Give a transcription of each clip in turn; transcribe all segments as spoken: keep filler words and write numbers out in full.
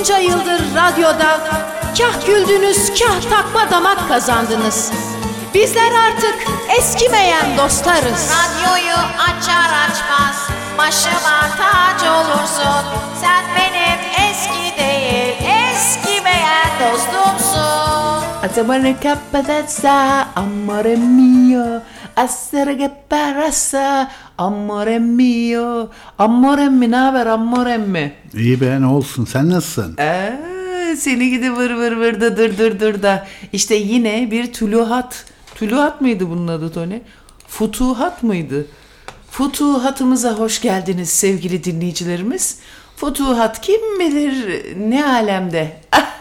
Bunca yıldır radyoda kah güldünüz, kah takma damak kazandınız. Bizler artık eskimeyen dostlarız. Radyoyu açar açmaz başıma tac olursun. Sen benim eski değil, eskimeyen dostumsun. Atamane capatazza, amore mio, essere che parassa, amore mio. Amore mi, ne haber amore mi? İyi be, ne olsun, sen nasılsın? Ee, seni gidi vır vır vır da dır dır dır da. İşte yine bir tuluhat. Tuluhat mıydı bunun adı Tony? Futuhat mıydı? Futuhatımıza hoş geldiniz sevgili dinleyicilerimiz. Futuhat kim bilir ne alemde.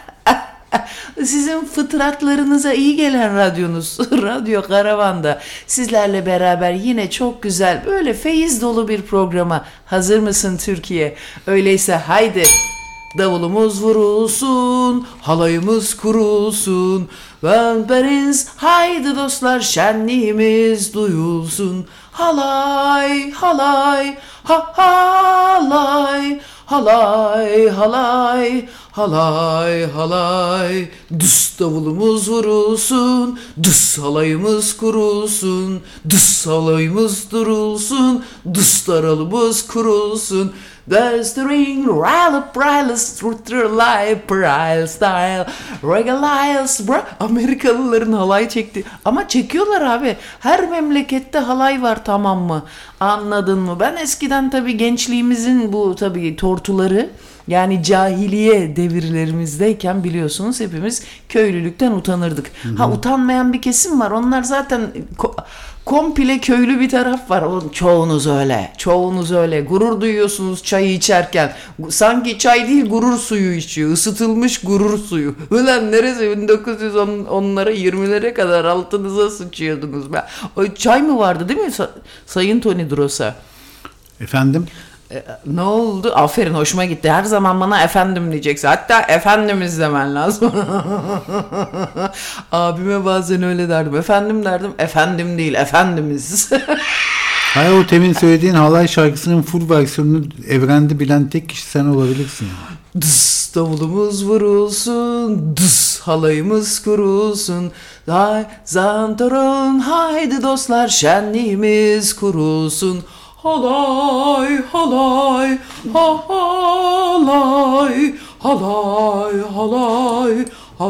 Sizin fıtratlarınıza iyi gelen radyonuz Radyo Karavan'da sizlerle beraber yine çok güzel böyle feyiz dolu bir programa hazır mısın Türkiye? Öyleyse haydi davulumuz vurulsun, halayımız kurulsun, ben beriz, haydi dostlar şenliğimiz duyulsun. Halay halay ha halay halay halay halay halay, düs davulumuz vurulsun, düs halayımız kurulsun, düs halayımız durulsun, düs daralımız kurulsun. There's the ring, rile up, rile through the life, rile style, regaliles, bro. Amerikalıların halay çekti. Ama çekiyorlar abi. Her memlekette halay var, tamam mı? Anladın mı? Ben eskiden tabii gençliğimizin bu tabii tortuları, yani cahiliye devirlerimizdeyken biliyorsunuz hepimiz köylülükten utanırdık. Hı hı. Ha, utanmayan bir kesim var. Onlar zaten ko- komple köylü bir taraf var. O, çoğunuz öyle. Çoğunuz öyle. Gurur duyuyorsunuz çayı içerken. Sanki çay değil gurur suyu içiyor. Isıtılmış gurur suyu. Ulan neresi bin dokuz yüz onlara yirmilere kadar altınıza sıçıyordunuz be. O çay mı vardı değil mi Sa- Sayın Tony Drosa? Efendim? E, ne oldu? Aferin, hoşuma gitti. Her zaman bana efendim diyeceksin. Hatta efendimiz demen lazım. Abime bazen öyle derdim. Efendim derdim. Efendim değil, efendimiz. Hayır, o temin söylediğin halay şarkısının full versiyonunu evrende bilen tek kişi sen olabilirsin. Dıs davulumuz vurulsun, dıs halayımız kurulsun. Hay zantoron, haydi dostlar şenliğimiz kurulsun. Halay halay ha halay halay halay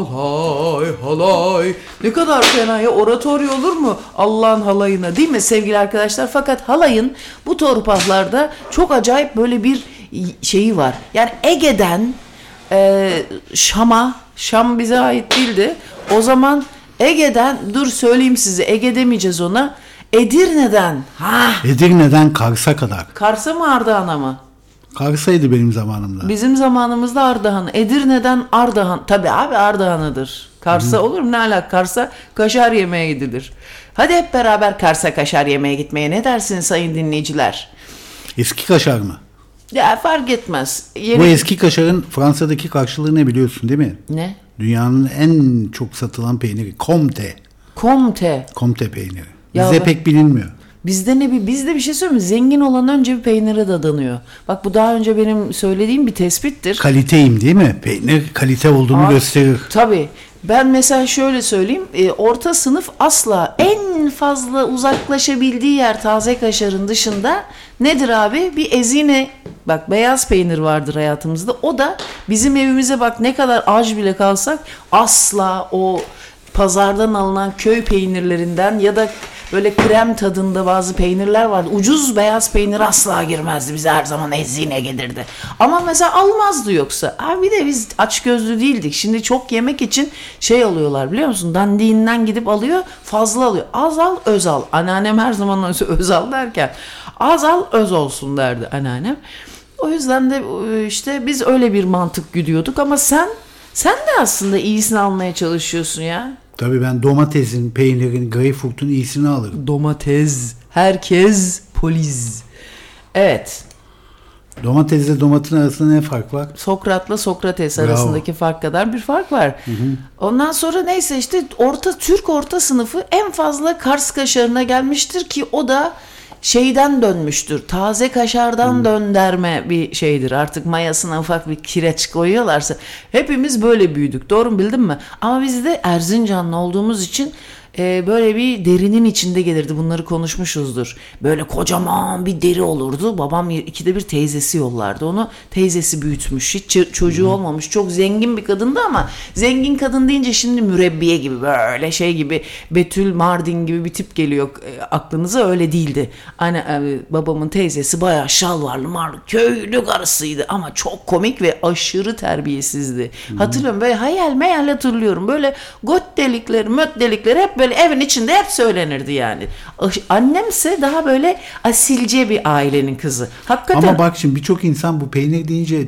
halay halay. Ne kadar fena ya, oratoryo olur mu Allah'ın halayına, değil mi sevgili arkadaşlar? Fakat halayın bu torpaklarda çok acayip böyle bir şeyi var. Yani Ege'den e, Şam'a, Şam bize ait değildi. O zaman Ege'den, dur söyleyeyim size, Ege demeyeceğiz ona. Edirne'den. Ha. Edirne'den Kars'a kadar. Kars'a mı Ardahan'a mı? Kars'aydı benim zamanımda. Bizim zamanımızda Ardahan. Edirne'den Ardahan. Tabii abi Ardahan'ıdır. Kars'a olur mu? Ne alaka? Kars'a kaşar yemeye gidilir. Hadi hep beraber Kars'a kaşar yemeye gitmeye ne dersiniz sayın dinleyiciler? Eski kaşar mı? Ya fark etmez. Yeni... Bu eski kaşarın Fransa'daki karşılığı ne biliyorsun değil mi? Ne? Dünyanın en çok satılan peyniri. Comte. Comte. Comte peyniri. Ya Bize ben... pek bilinmiyor. Bizde ne bir bizde bir şey söyleyeyim mi? Zengin olan önce bir peynire dadanıyor. Bak bu daha önce benim söylediğim bir tespittir. Kaliteyim değil mi? Peynir kalite olduğunu Aa, gösterir. Tabii. Ben mesela şöyle söyleyeyim. E, orta sınıf asla en fazla uzaklaşabildiği yer taze kaşarın dışında nedir abi? Bir Ezine. Bak beyaz peynir vardır hayatımızda. O da bizim evimize bak ne kadar aç bile kalsak asla o pazardan alınan köy peynirlerinden ya da böyle krem tadında bazı peynirler vardı. Ucuz beyaz peynir asla girmezdi. Bize her zaman Ezine gelirdi. Ama mesela almazdı yoksa. Abi bir de biz açgözlü değildik. Şimdi çok yemek için şey alıyorlar biliyor musun? Dandiğinden gidip alıyor, fazla alıyor. Az al, öz al. Anneannem her zaman öz al derken az al, öz olsun derdi anneannem. O yüzden de işte biz öyle bir mantık güdüyorduk ama sen sen de aslında iyisini almaya çalışıyorsun ya. Tabii ben domatesin, peynirin, greyfurtun iyisini alırım. Domates, herkes polis. Evet. Domatesle domatın arasında ne fark var? Sokrat'la Sokrates Bravo. Arasındaki fark kadar bir fark var. Hı hı. Ondan sonra neyse işte orta Türk orta sınıfı en fazla Kars kaşarına gelmiştir ki o da şeyden dönmüştür. Taze kaşardan hmm. dönderme bir şeydir. Artık mayasına ufak bir kireç koyuyorlarsa. Hepimiz böyle büyüdük. Doğru mu, bildim mi? Ama biz de Erzincanlı olduğumuz için e, böyle bir derinin içinde gelirdi. Bunları konuşmuşuzdur. Böyle kocaman bir deri olurdu. Babam ikide bir teyzesi yollardı onu. Teyzesi büyütmüş. Hiç ç- çocuğu hmm. olmamış. Çok zengin bir kadındı ama zengin kadın deyince şimdi mürebbiye gibi, böyle şey gibi, Betül Mardin gibi bir tip geliyor e, aklınıza. Öyle değildi. Hani e, babamın teyzesi bayağı şalvarlı marlı köylü karısıydı ama çok komik ve aşırı terbiyesizdi. Hmm. Hatırlıyorum, böyle hayal meyal hatırlıyorum. Böyle got delikleri, möt delikleri hep böyle evin içinde hep söylenirdi yani. Annemse daha böyle asilce bir ailenin kızı. Hakikaten. Ama bak şimdi birçok insan bu peynir deyince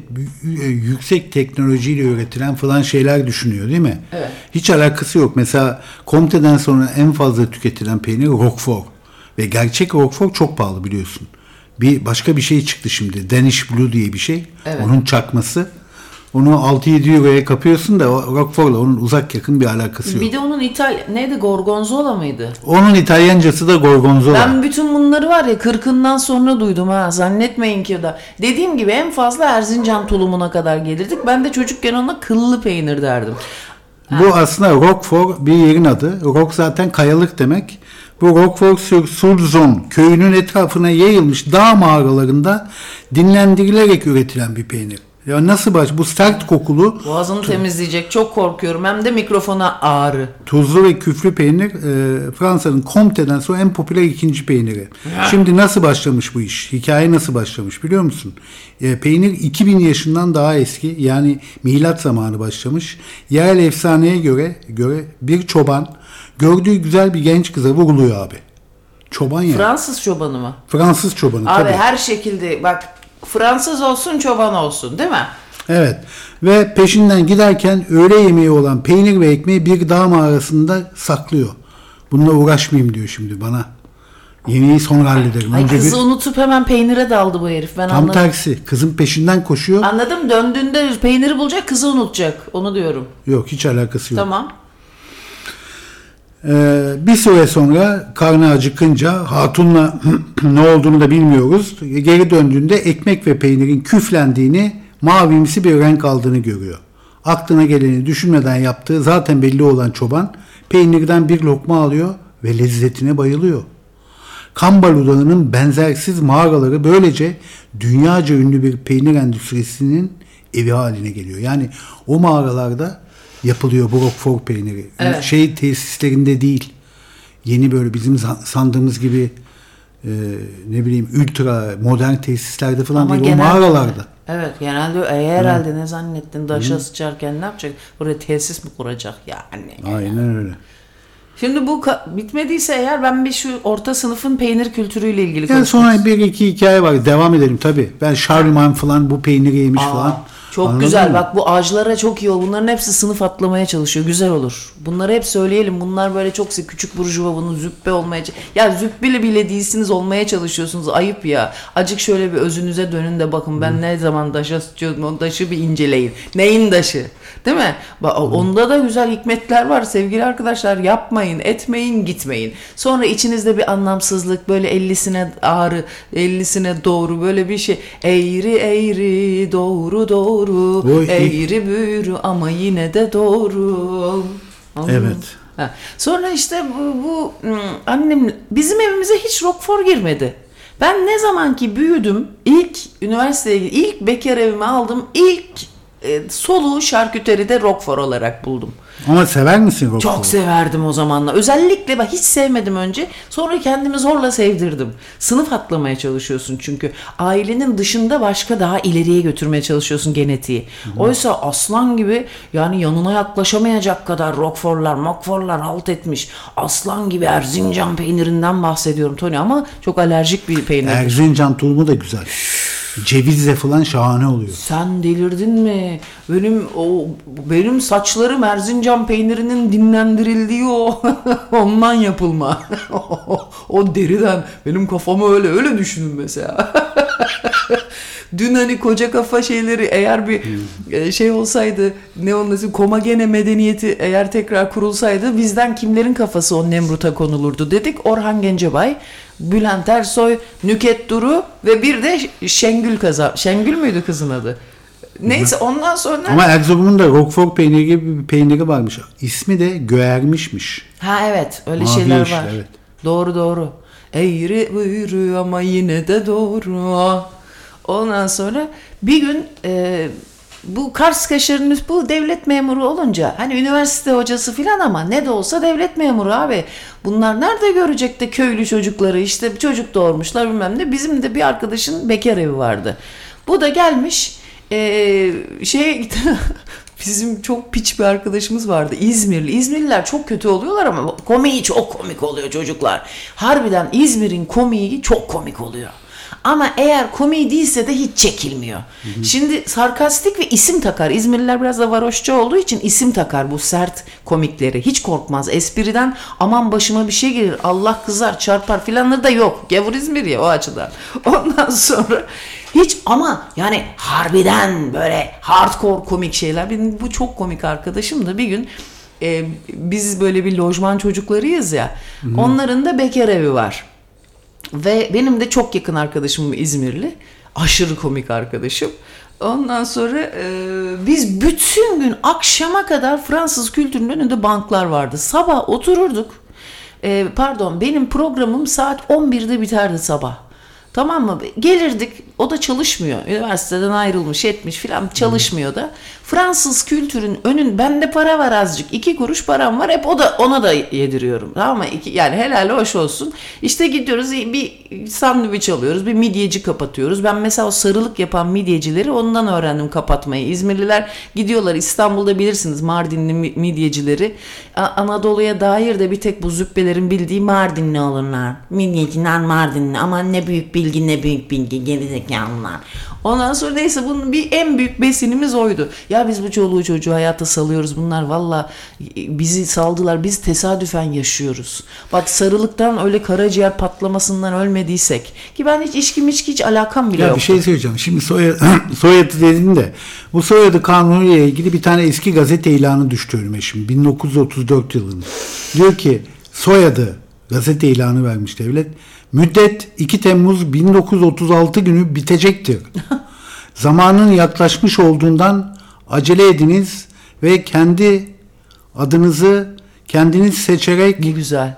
yüksek teknolojiyle üretilen falan şeyler düşünüyor değil mi? Evet. Hiç alakası yok. Mesela Comte'den sonra en fazla tüketilen peynir Roquefort. Ve gerçek Roquefort çok pahalı biliyorsun. Bir başka bir şey çıktı şimdi. Danish Blue diye bir şey. Evet. Onun çakması. Onu altı yedi euroya kapıyorsun da Roquefort'la onun uzak yakın bir alakası yok. Bir de onun İtalya neydi, Gorgonzola mıydı? Onun İtalyancası da Gorgonzola. Ben bütün bunları var ya kırkından sonra duydum ha, zannetmeyin ki da. Dediğim gibi en fazla Erzincan tulumuna kadar gelirdik. Ben de çocukken ona kıllı peynir derdim. Ha. Bu aslında Roquefort bir yerin adı. Roque zaten kayalık demek. Bu Roquefort-sur-Soulzon köyünün etrafına yayılmış dağ mağaralarında dinlendirilerek üretilen bir peynir. Ya nasıl baş? Bu sert kokulu. Boğazını tu- temizleyecek. Çok korkuyorum. Hem de mikrofona ağrı. Tuzlu ve küflü peynir e, Fransa'nın Comte'den sonra en popüler ikinci peyniri. Ya. Şimdi nasıl başlamış bu iş? Hikaye nasıl başlamış biliyor musun? E, peynir iki bin yaşından daha eski. Yani milat zamanı başlamış. Yerel efsaneye göre göre bir çoban gördüğü güzel bir genç kıza vuruluyor abi. Çoban ya. Fransız çobanı mı? Fransız çobanı abi, tabii. Her şekilde bak. Fransız olsun, çoban olsun değil mi? Evet. Ve peşinden giderken öğle yemeği olan peynir ve ekmeği bir dağ mağarasında saklıyor. Bununla uğraşmayayım diyor şimdi bana. Yemeği sonra hallederim. Ay, Önce kızı bir... unutup hemen peynire daldı bu herif. Ben Tam anladım. tersi. Kızın peşinden koşuyor. Anladım. Döndüğünde peyniri bulacak, kızı unutacak. Onu diyorum. Yok, hiç alakası yok. Tamam. Ee, bir süre sonra karnı acıkınca hatunla ne olduğunu da bilmiyoruz. Geri döndüğünde ekmek ve peynirin küflendiğini, mavimsi bir renk aldığını görüyor. Aklına geleni düşünmeden yaptığı zaten belli olan çoban peynirden bir lokma alıyor ve lezzetine bayılıyor. Kambalu Dağı'nın benzersiz mağaraları böylece dünyaca ünlü bir peynir endüstrisinin evi haline geliyor. Yani o mağaralarda yapılıyor bu Roquefort peyniri. Evet. Şey tesislerinde değil. Yeni böyle bizim sandığımız gibi e, ne bileyim ultra modern tesislerde falan ama değil. genelde, o mağaralarda. Evet, genelde e, herhalde ne zannettin? Daşa sıçarken ne yapacak? Buraya tesis mi kuracak yani? Aynen öyle. Şimdi bu ka- bitmediyse eğer ben bir şu orta sınıfın peynir kültürüyle ilgili yani konuşmak sonra bir iki hikaye var. Devam edelim tabii. Ben Charlemagne falan bu peyniri yemiş Aa, falan. çok Anladın güzel. mı? Bak bu ağaçlara çok iyi ol. Bunların hepsi sınıf atlamaya çalışıyor. Güzel olur. Bunları hep söyleyelim. Bunlar böyle çok küçük burjuva, bunun züppe olmaya ya züppeli bile değilsiniz, olmaya çalışıyorsunuz. Ayıp ya. Acık şöyle bir özünüze dönün de bakın ben hmm. ne zaman daşa sıçıyordum. O daşı bir inceleyin. Neyin daşı? Değil mi? Bak, hmm. onda da güzel hikmetler var sevgili arkadaşlar. Yapmayın, etmeyin, gitmeyin. Sonra içinizde bir anlamsızlık, böyle ellisine ağrı, ellisine doğru böyle bir şey. Eğri eğri, doğru doğru. Oy. Eğri büğrü ama yine de doğru. Anladın evet. Ha. Sonra işte bu, bu annem bizim evimize hiç Roquefort girmedi. Ben ne zaman ki büyüdüm, ilk üniversiteye ilk bekar evime aldım, ilk e, soluğu şarküteride Roquefort olarak buldum. Ama sever misin Roquefort? Çok severdim o zamanlar. Özellikle bak hiç sevmedim önce. Sonra kendimi zorla sevdirdim. Sınıf atlamaya çalışıyorsun çünkü. Ailenin dışında başka daha ileriye götürmeye çalışıyorsun genetiği. Hı-hı. Oysa aslan gibi yani yanına yaklaşamayacak kadar Roquefort'lar, Mokfort'lar halt etmiş. Aslan gibi Erzincan peynirinden bahsediyorum Tony ama çok alerjik bir peynir. Erzincan tulumu da güzel. Cevizle falan şahane oluyor. Sen delirdin mi? Benim o benim saçlarım Erzincan peynirinin dinlendirildiği o ondan yapılma. o deriden benim kafamı öyle öyle düşünün mesela. Dün hani koca kafa şeyleri eğer bir e, şey olsaydı, ne onun adı, Komagene medeniyeti eğer tekrar kurulsaydı bizden kimlerin kafası o Nemrut'a konulurdu dedik. Orhan Gencebay, Bülent Ersoy, Nüket Duru ve bir de Şengül kaza. Şengül müydü kızın adı? Neyse ondan sonra... Ama Erzurum'un da Roquefort peyniri gibi bir peyniri varmış. İsmi de Göğermişmiş. Ha evet, öyle Mavi şeyler yeşil, var. evet. Doğru doğru. Eğri büğrü ama yine de doğru. Ondan sonra bir gün e, bu Kars Kaşar'ın bu devlet memuru olunca hani üniversite hocası filan ama ne de olsa devlet memuru abi. Bunlar nerede görecek de köylü çocukları, işte çocuk doğurmuşlar bilmem ne. Bizim de bir arkadaşın bekar evi vardı. Bu da gelmiş e, şeye gitti. Bizim çok piç bir arkadaşımız vardı. İzmirli. İzmirliler çok kötü oluyorlar ama komiği çok komik oluyor çocuklar. Harbiden İzmir'in komiği çok komik oluyor. Ama eğer komiği değilse de hiç çekilmiyor. Hı hı. Şimdi sarkastik ve isim takar. İzmirliler biraz da varoşça olduğu için isim takar bu sert komikleri. Hiç korkmaz. Espriden aman başıma bir şey gelir, Allah kızar, çarpar filanları da yok. Gavur İzmir ya, o açıdan. Ondan sonra hiç, ama yani harbiden böyle hardcore komik şeyler. Benim bu çok komik arkadaşım da bir gün e, biz böyle bir lojman çocuklarıyız ya. Hı hı. Onların da bekar evi var. Ve benim de çok yakın arkadaşım İzmirli. Aşırı komik arkadaşım. Ondan sonra e, biz bütün gün akşama kadar Fransız kültürünün önünde banklar vardı. Sabah otururduk. E, pardon benim programım saat on birde biterdi sabah. Tamam mı? Gelirdik. O da çalışmıyor. Üniversiteden ayrılmış etmiş filan, çalışmıyor da. Fransız kültürün önün, bende para var azıcık. iki kuruş param var. Hep o da, ona da yediriyorum. Tamam mı? İki, yani helal hoş olsun. İşte gidiyoruz, bir sandviç alıyoruz. Bir midyeci kapatıyoruz. Ben mesela o sarılık yapan midyecileri ondan öğrendim kapatmayı. İzmirliler gidiyorlar, İstanbul'da bilirsiniz Mardinli midyecileri. Anadolu'ya dair de bir tek bu züppelerin bildiği Mardinli olurlar. Midyeciler Mardinli. Aman ne büyük bilgi, ne büyük bilgi, gerizekalılar. Ondan sonra neyse bunun bir en büyük besinimiz oydu. Ya biz bu çoluğu çocuğu hayata salıyoruz. Bunlar valla bizi saldılar. Biz tesadüfen yaşıyoruz. Bak sarılıktan öyle karaciğer patlamasından ölmediysek. Ki ben hiç içki miçki hiç alakam bile ya yoktu. Bir şey söyleyeceğim. Şimdi soyad, soyadı dedin de bu soyadı kanunuyla ilgili bir tane eski gazete ilanı düştü önüme şimdi. bin dokuz yüz otuz dört yılında. Diyor ki soyadı, gazete ilanı vermiş devlet. Müddet iki Temmuz bin dokuz yüz otuz altı günü bitecektir. Zamanın yaklaşmış olduğundan acele ediniz ve kendi adınızı kendiniz seçerek ne güzel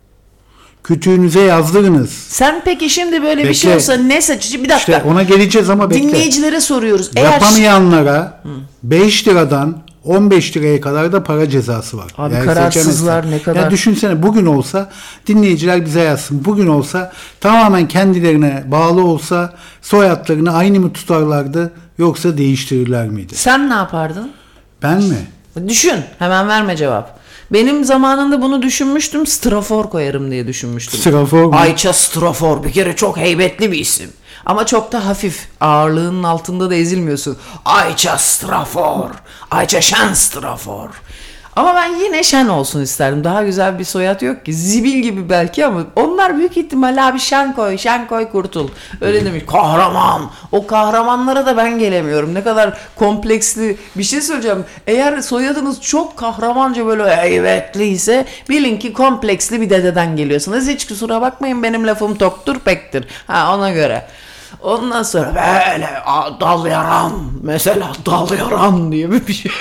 kütüğünüze yazdırınız. Sen peki şimdi böyle bekle. Bir şey olsa ne seçici? Bir dakika. İşte ona geleceğiz ama bekle. Dinleyicilere soruyoruz. Yapamayanlara beş liradan on beş liraya kadar da para cezası var. Abi yani kararsızlar ne kadar. Ya düşünsene bugün olsa dinleyiciler bize yazsın. Bugün olsa tamamen kendilerine bağlı olsa soyadlarını aynı mı tutarlardı yoksa değiştirirler miydi? Sen ne yapardın? Ben mi? Düşün. Hemen verme cevap. Benim zamanında bunu düşünmüştüm. Strafor koyarım diye düşünmüştüm. Strafor mu? Ayça Strafor. Bir kere çok heybetli bir isim. Ama çok da hafif. Ağırlığının altında da ezilmiyorsun. Ayça Strafor. Ayça Şen Strafor. Ama ben yine Şen olsun isterdim. Daha güzel bir soyad yok ki. Zibil gibi belki ama onlar büyük ihtimalle abi Şen koy, Şen koy kurtul. Öyle demiş. Kahraman. O kahramanlara da ben gelemiyorum. Ne kadar kompleksli bir şey söyleyeceğim. Eğer soyadınız çok kahramanca böyle heybetliyse bilin ki kompleksli bir dededen geliyorsunuz. Hiç kusura bakmayın, benim lafım toktur pektir. Ha, ona göre. Ondan sonra böyle dal yaram. Mesela dal yaram diye bir şey.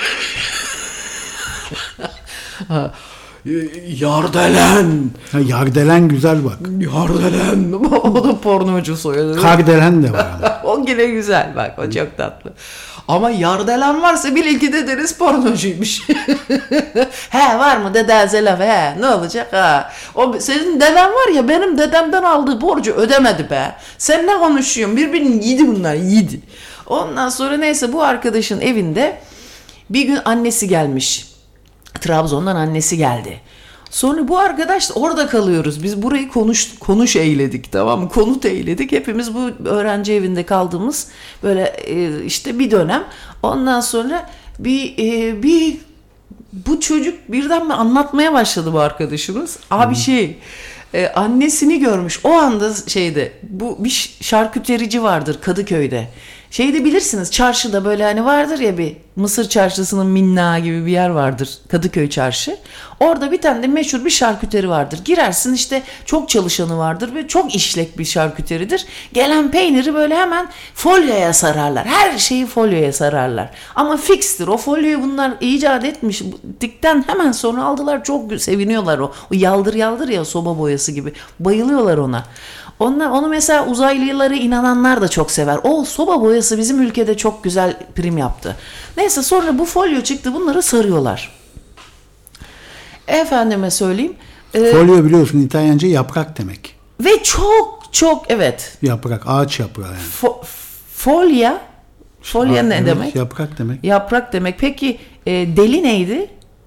Yardelen. Ha, Yardelen güzel bak. Yardelen. O da pornocu soyadı. Kardelen de var ama. O yine güzel bak, o çok tatlı. Ama Yardelen varsa bilin ki dedeniz pornocuymuş. He var mı dedense laf, he ne olacak ha. O senin deden var ya, benim dedemden aldığı borcu ödemedi be. Sen ne konuşuyorsun, birbirini yedi bunlar, yedi. Ondan sonra neyse bu arkadaşın evinde bir gün annesi gelmiş. Trabzon'dan annesi geldi. Sonra bu arkadaş orada kalıyoruz. Biz burayı konuş konuş eyledik, tamam mı? Konut eyledik. Hepimiz bu öğrenci evinde kaldığımız böyle e, işte bir dönem. Ondan sonra bir e, bir bu çocuk birden mi anlatmaya başladı bu arkadaşımız. Abi hmm. şey e, annesini görmüş. O anda şeyde bu bir şarküterici vardır Kadıköy'de. Şeyde bilirsiniz, çarşıda böyle hani vardır ya, bir Mısır çarşısının minna gibi bir yer vardır, Kadıköy çarşı. Orada bir tane de meşhur bir şarküteri vardır. Girersin, işte çok çalışanı vardır ve çok işlek bir şarküteridir. Gelen peyniri böyle hemen folyoya sararlar. Her şeyi folyoya sararlar. Ama fikstir. O folyoyu bunlar icat etmiştikten hemen sonra aldılar. Çok seviniyorlar o. O yaldır yaldır ya, soba boyası gibi. Bayılıyorlar ona. Onlar, onu mesela uzaylılara inananlar da çok sever. O soba boyası bizim ülkede çok güzel prim yaptı. Neyse, sonra bu folyo çıktı, bunları sarıyorlar. Efendime söyleyeyim. E, Folyo biliyorsun İtalyanca yaprak demek. Ve çok çok evet. Yaprak, ağaç yaprağı yani. Fo, folya. Folya Aa, ne evet, demek? Yaprak demek. Yaprak demek. Peki e, deli neydi?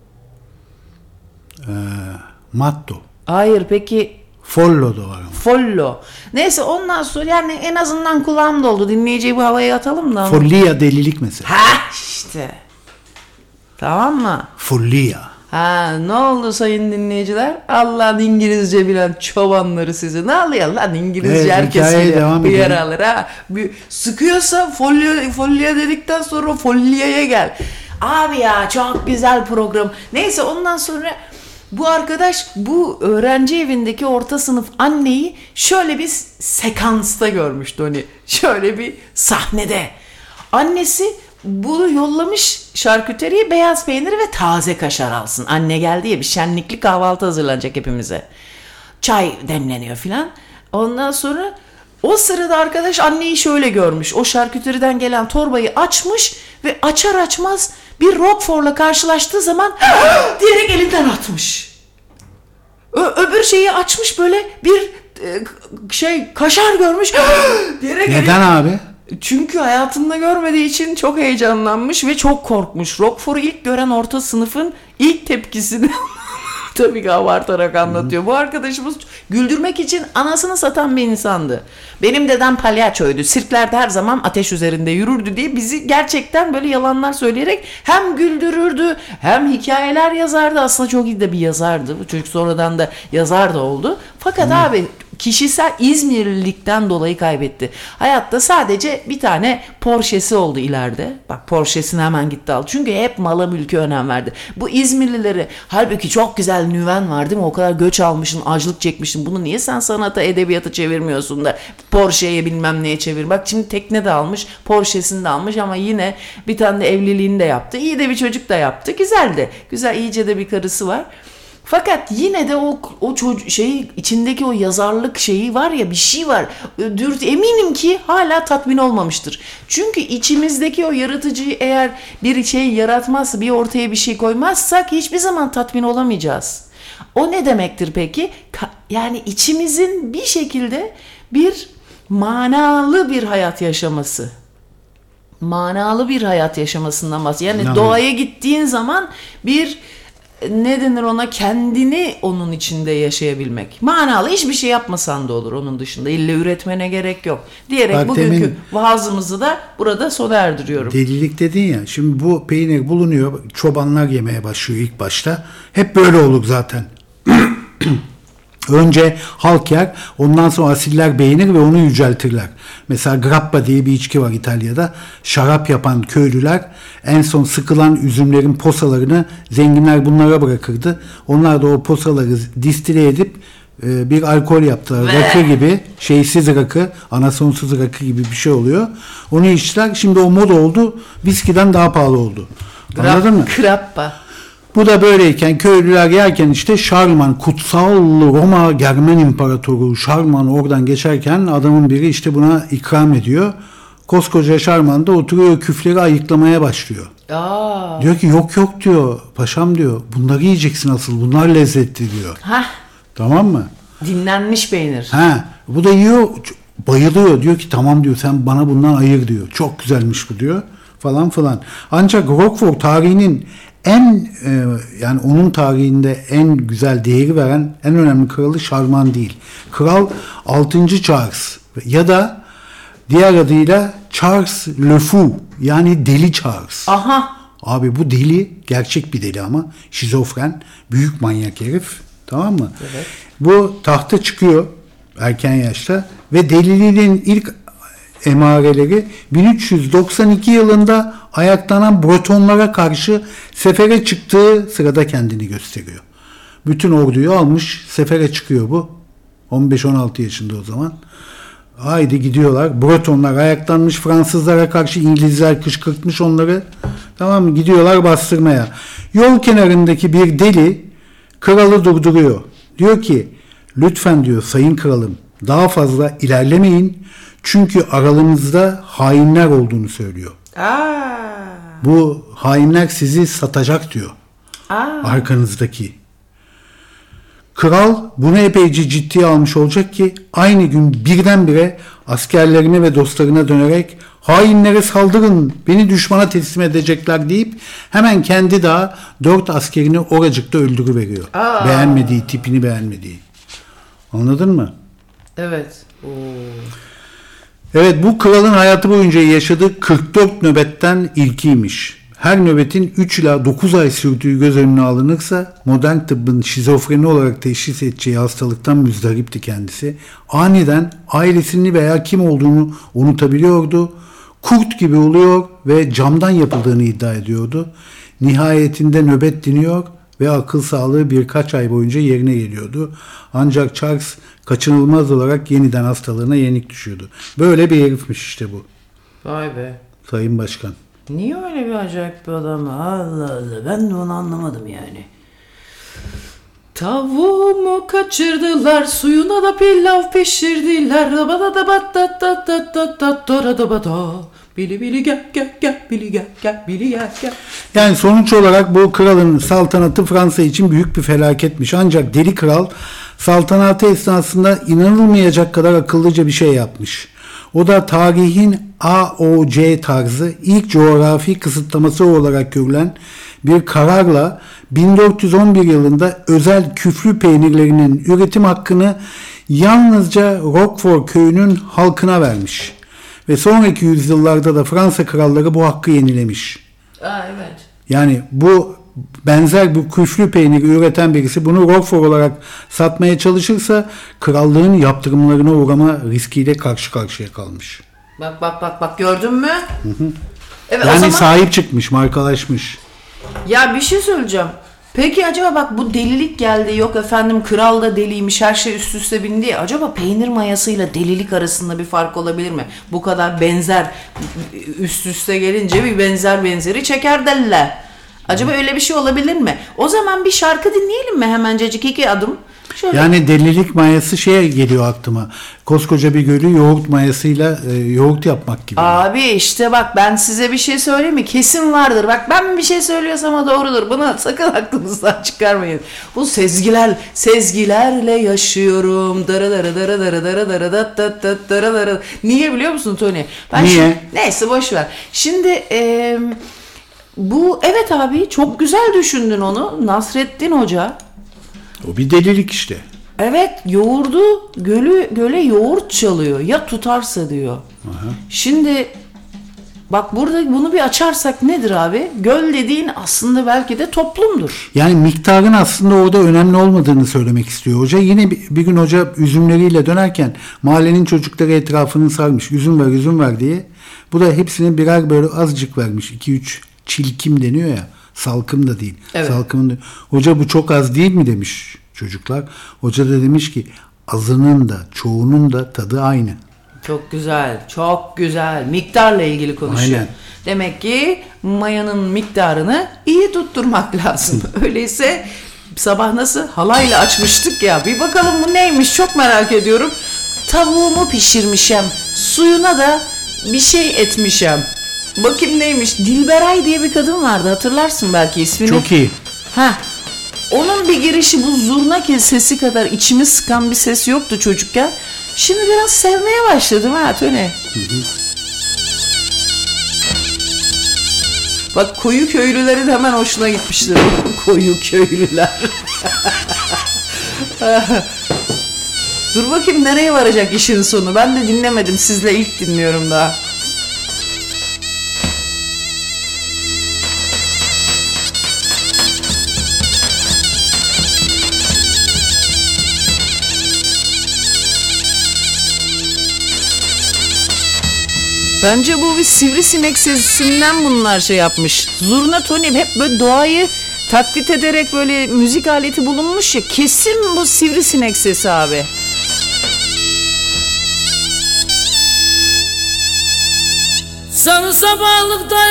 Ee, matto. Hayır, peki Follo da var ama. follo. Neyse, ondan sonra yani en azından kulağım doldu. Dinleyiciyi bu havaya atalım da. Follia delilik mesela. Ha işte. Tamam mı? Follia. Ha, ne oldu sayın dinleyiciler? Allah'ın İngilizce bilen çobanları sizi. Ne alıyor lan İngilizce, Evet, herkes hikayeye devam bir yer edelim. alır ha. Bir, sıkıyorsa folyo, folyo dedikten sonra folyaya gel. Abi ya, çok güzel program. Neyse, ondan sonra bu arkadaş bu öğrenci evindeki orta sınıf anneyi şöyle bir sekansta görmüştü, hani şöyle bir sahnede. Annesi bunu yollamış şarküteriye, beyaz peynir ve taze kaşar alsın. Anne geldi ya, bir şenlikli kahvaltı hazırlanacak hepimize. Çay demleniyor filan. Ondan sonra o sırada arkadaş anneyi şöyle görmüş. O şarküteriden gelen torbayı açmış ve açar açmaz bir Roquefort'la karşılaştığı zaman diyerek elinden atmış. Ö- öbür şeyi açmış, böyle bir e, şey kaşar görmüş diyerek. Neden abi? Çünkü hayatında görmediği için çok heyecanlanmış ve çok korkmuş. Roquefort'u ilk gören orta sınıfın ilk tepkisini tabii ki abartarak anlatıyor. Hı. Bu arkadaşımız güldürmek için anasını satan bir insandı. Benim dedem palyaçoydu. Sirklerde her zaman ateş üzerinde yürürdü diye bizi gerçekten böyle yalanlar söyleyerek hem güldürürdü hem hikayeler yazardı. Aslında çok iyi de bir yazardı. Bu çocuk sonradan da yazar da oldu. Fakat Hı. abi kişisel İzmirlilikten dolayı kaybetti. Hayatta sadece bir tane Porsche'si oldu ileride. Bak, Porsche'sini hemen gitti aldı. Çünkü hep mala mülke önem verdi. Bu İzmirlileri, halbuki çok güzel nüven var değil mi? O kadar göç almışsın, açlık çekmişsin. Bunu niye sen sanata, edebiyata çevirmiyorsun da Porsche'ye bilmem neye çevir. Bak, şimdi tekne de almış, Porsche'sini de almış ama yine bir tane de evliliğini de yaptı. İyi de bir çocuk da yaptı. Güzeldi. Güzel, iyice de bir karısı var. Fakat yine de o o çocuk şeyi, içindeki o yazarlık şeyi var ya, bir şey var. Dürt, eminim ki hala tatmin olmamıştır. Çünkü içimizdeki o yaratıcıyı eğer bir şey yaratmazsa, bir ortaya bir şey koymazsak hiçbir zaman tatmin olamayacağız. O ne demektir peki? Ka- yani içimizin bir şekilde bir manalı bir hayat yaşaması. Manalı bir hayat yaşamasından bahsediyor. Yani ne doğaya mi? Gittiğin zaman bir, ne denir ona, kendini onun içinde yaşayabilmek. Manalı, hiçbir şey yapmasan da olur onun dışında. İlle üretmene gerek yok. Diyerek Bak, bugünkü demin, vaazımızı da burada sona erdiriyorum. Delilik dedin ya. Şimdi bu peynir bulunuyor. Çobanlar yemeye başlıyor ilk başta. Hep böyle olur zaten. Önce halk yer, ondan sonra asiller beğenir ve onu yüceltirler. Mesela grappa diye bir içki var İtalya'da. Şarap yapan köylüler en son sıkılan üzümlerin posalarını zenginler bunlara bırakırdı. Onlar da o posaları distile edip e, bir alkol yaptılar. Rakı gibi, şeysiz rakı, anasonsuz rakı gibi bir şey oluyor. Onu içtiler. Şimdi o moda oldu. Viskiden daha pahalı oldu. Anladın mı? Grappa. Bu da böyleyken köylüler yerken işte Şarman, kutsal Roma Germen İmparatoru Şarman oradan geçerken adamın biri işte buna ikram ediyor. Koskoca Şarman da oturuyor, küfleri ayıklamaya başlıyor. Aa. Diyor ki yok yok diyor paşam diyor, bunları yiyeceksin asıl, bunlar lezzetli diyor. Hah. Tamam mı? Dinlenmiş peynir. Ha, bu da yiyor, bayılıyor, diyor ki tamam diyor, sen bana bundan ayır diyor. Çok güzelmiş bu diyor falan falan. Ancak Roquefort tarihinin en e, yani onun tarihinde en güzel değeri veren en önemli kralı Şarman değil. Kral altıncı Charles ya da diğer adıyla Charles Le Fou, yani Deli Charles. Aha. Abi bu deli, gerçek bir deli ama şizofren, büyük manyak herif. Tamam mı? Evet. Bu tahta çıkıyor erken yaşta ve deliliğinin ilk emareleri bin üç yüz doksan iki yılında ayaklanan Bretonlara karşı sefere çıktığı sırada kendini gösteriyor. Bütün orduyu almış, sefere çıkıyor bu. on beş on altı yaşında o zaman. Haydi gidiyorlar. Bretonlar ayaklanmış, Fransızlara karşı İngilizler kışkırtmış onları. Tamam mı? Gidiyorlar bastırmaya. Yol kenarındaki bir deli kralı durduruyor. Diyor ki, lütfen diyor sayın kralım, daha fazla ilerlemeyin. Çünkü aralarınızda hainler olduğunu söylüyor. Aa. Bu hainler sizi satacak diyor. Aa. Arkanızdaki. Kral bunu epeyce ciddiye almış olacak ki aynı gün birdenbire askerlerine ve dostlarına dönerek hainlere saldırın, beni düşmana teslim edecekler deyip hemen kendi daha dört askerini oracıkta öldürüveriyor. Aa. Beğenmediği, tipini beğenmediği. Anladın mı? Evet. Oo. Evet, bu kralın hayatı boyunca yaşadığı kırk dört nöbetten ilkiymiş. Her nöbetin üç ila dokuz ay sürdüğü göz önüne alınırsa modern tıbbın şizofreni olarak teşhis edeceği hastalıktan müzdaripti kendisi. Aniden ailesini veya kim olduğunu unutabiliyordu. Kurt gibi oluyor ve camdan yapıldığını iddia ediyordu. Nihayetinde nöbet diniyor ve akıl sağlığı birkaç ay boyunca yerine geliyordu. Ancak Charles kaçınılmaz olarak yeniden hastalığına yenik düşüyordu. Böyle bir herifmiş işte bu. Vay be. Sayın Başkan. Niye öyle bir acayip bir adam? Allah Allah. Ben de onu anlamadım yani. Tavuğumu kaçırdılar, suyuna da pilav pişirdiler. Bada da bada da da da da da da bada. Bili bili gel gel gel bili gel gel bili gel gel. Yani sonuç olarak bu kralın saltanatı Fransa için büyük bir felaketmiş. Ancak deli kral saltanatı esnasında inanılmayacak kadar akıllıca bir şey yapmış. O da tarihin A O C tarzı ilk coğrafi kısıtlaması olarak görülen bir kararla bin dört yüz on bir yılında özel küflü peynirlerinin üretim hakkını yalnızca Roquefort köyünün halkına vermiş. Ve sonraki yüzyıllarda da Fransa kralları bu hakkı yenilemiş. Aa, evet. Yani bu benzer bu küflü peyniri üreten birisi bunu Roquefort olarak satmaya çalışırsa krallığın yaptırımlarına uğrama riskiyle karşı karşıya kalmış. Bak bak bak bak gördün mü? Hı hı. Evet, yani o zaman... sahip çıkmış, markalaşmış. Ya bir şey söyleyeceğim. Peki acaba bak bu delilik geldi, yok efendim kral da deliymiş, her şey üst üste bindi. Acaba peynir mayasıyla delilik arasında bir fark olabilir mi? Bu kadar benzer üst üste gelince bir benzer benzeri çeker deliler. Acaba öyle bir şey olabilir mi? O zaman bir şarkı dinleyelim mi hemencecik iki adım? Şöyle. Yani delilik mayası şeye geliyor aklıma. Koskoca bir gölü yoğurt mayasıyla e, yoğurt yapmak gibi. Abi işte bak ben size bir şey söyleyeyim mi? Kesin vardır. Bak ben bir şey söylüyorsam o doğrudur. Bunu sakın aklınızdan çıkarmayın. Bu sezgiler, sezgilerle yaşıyorum. Dara dara dara dara dara dara dara dara dara dara. Niye biliyor musun Tony? Ben Niye? Şimdi, neyse boş ver. Şimdi eee bu evet abi çok güzel düşündün onu. Nasrettin Hoca. O bir delilik işte. Evet yoğurdu gölü göle yoğurt çalıyor. Ya tutarsa diyor. Aha. Şimdi bak burada bunu bir açarsak nedir abi? Göl dediğin aslında belki de toplumdur. Yani miktarın aslında orada önemli olmadığını söylemek istiyor hoca. Yine bir, bir gün hoca üzümleriyle dönerken mahallenin çocukları etrafını sarmış. Üzüm ver üzüm ver diye. Bu da hepsine birer böyle azıcık vermiş. iki üç çilkim deniyor ya. Salkım da değil. Evet. Salkımın da. Hoca bu çok az değil mi demiş çocuklar. Hoca da demiş ki azının da çoğunun da tadı aynı. Çok güzel, çok güzel. Miktarla ilgili konuşuyor. Aynen. Demek ki mayanın miktarını iyi tutturmak lazım. Öyleyse sabah nasıl halayla açmıştık ya. Bir bakalım bu neymiş çok merak ediyorum. Tavuğumu pişirmişem. Suyuna da bir şey etmişem. Bakayım neymiş. Dilberay diye bir kadın vardı. Hatırlarsın belki ismini. Çok iyi. Heh. Onun bir girişi bu zurna sesi kadar içimi sıkan bir ses yoktu çocukken. Şimdi biraz sevmeye başladım ha Tony. Bak koyu köylülerin hemen hoşuna gitmiştir. Koyu köylüler. Dur bakayım nereye varacak işin sonu. Ben de dinlemedim. Sizle ilk dinliyorum daha. Bence bu bir sivrisinek sesinden bunlar şey yapmış. Zurna Tony hep böyle doğayı taklit ederek böyle müzik aleti bulunmuş ya. Kesin bu sivrisinek sesi abi. Sarı sabahlıkta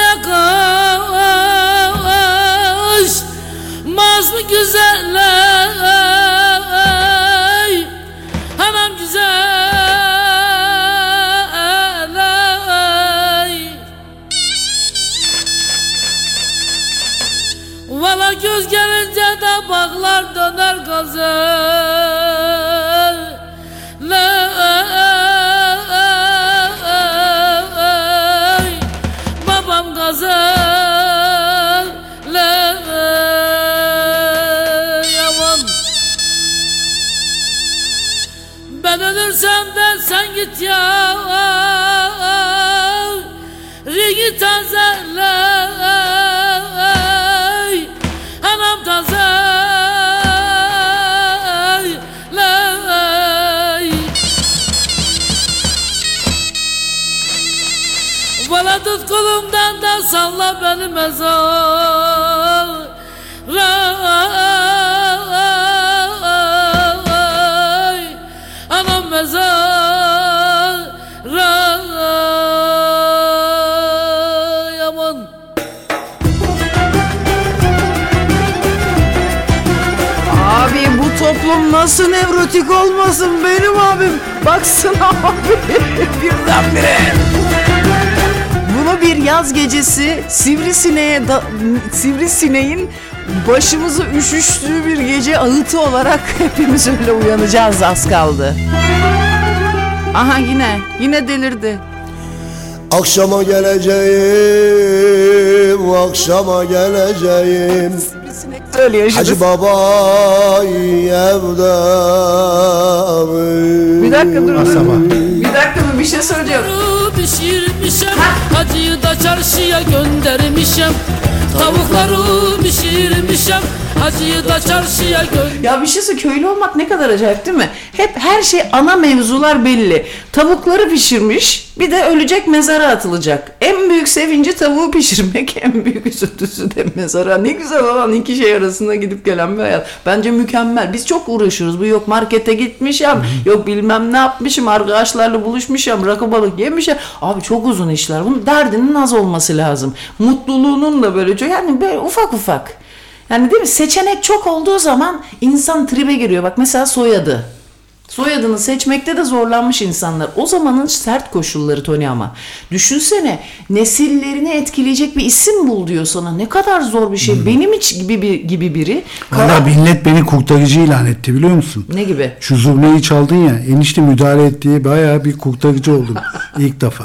yakaş Mazlı güzeller Anam güzeller Valla göz gelince de bağlar döner gazel Babam gazel yaman Ben ölürsem de sen git ya Rigi tazele Anam tazele Valla tut kolumdan da salla beni mezar Anam mezar yaman Abi bu toplum nasıl nevrotik olmasın benim abim. Baksana abi birdenbire. Bunu bir yaz gecesi sivrisineğe da, sivrisineğin başımızı üşüştüğü bir gece ağıtı olarak hepimiz öyle uyanacağız, az kaldı. Aha yine yine delirdi. Akşama geleceğim, akşama geleceğim. Söylüyor şimdi. Hacı baba evde. Bir dakika dur. Bir dakika dur, bir şey söyleyeceğim. Pişirmişim, hacıyı da çarşıya göndermişim. Tavukları pişirmişim, hacıyı da çarşıya göndermişim. Ya bir şeyse köylü olmak ne kadar acayip değil mi? Hep her şey, ana mevzular belli. Tavukları pişirmiş, bir de ölecek, mezara atılacak. En büyük sevinci tavuğu pişirmek, en büyük üzüntüsü de mezara. Ne güzel olan iki şey arasında gidip gelen bir hayat. Bence mükemmel. Biz çok uğraşıyoruz. Bu yok markete gitmişim, yok bilmem ne yapmışım, arkadaşlarla buluşmuşum, rakı balık yemişim. Abi çok uzun işler. Bunun derdinin az olması lazım. Mutluluğunun da böyle çok, yani böyle ufak ufak. Yani değil mi? Seçenek çok olduğu zaman insan tribe giriyor. Bak mesela soyadı. Soyadını seçmekte de zorlanmış insanlar. O zamanın sert koşulları Tony ama. Düşünsene, nesillerini etkileyecek bir isim bul diyor sana. Ne kadar zor bir şey. Hmm. Benim hiç gibi bir, gibi biri. Valla millet beni kurtarıcı ilan etti biliyor musun? Ne gibi? Şu zurnayı çaldın ya, enişte müdahale ettiği bayağı bir kurtarıcı oldum ilk defa.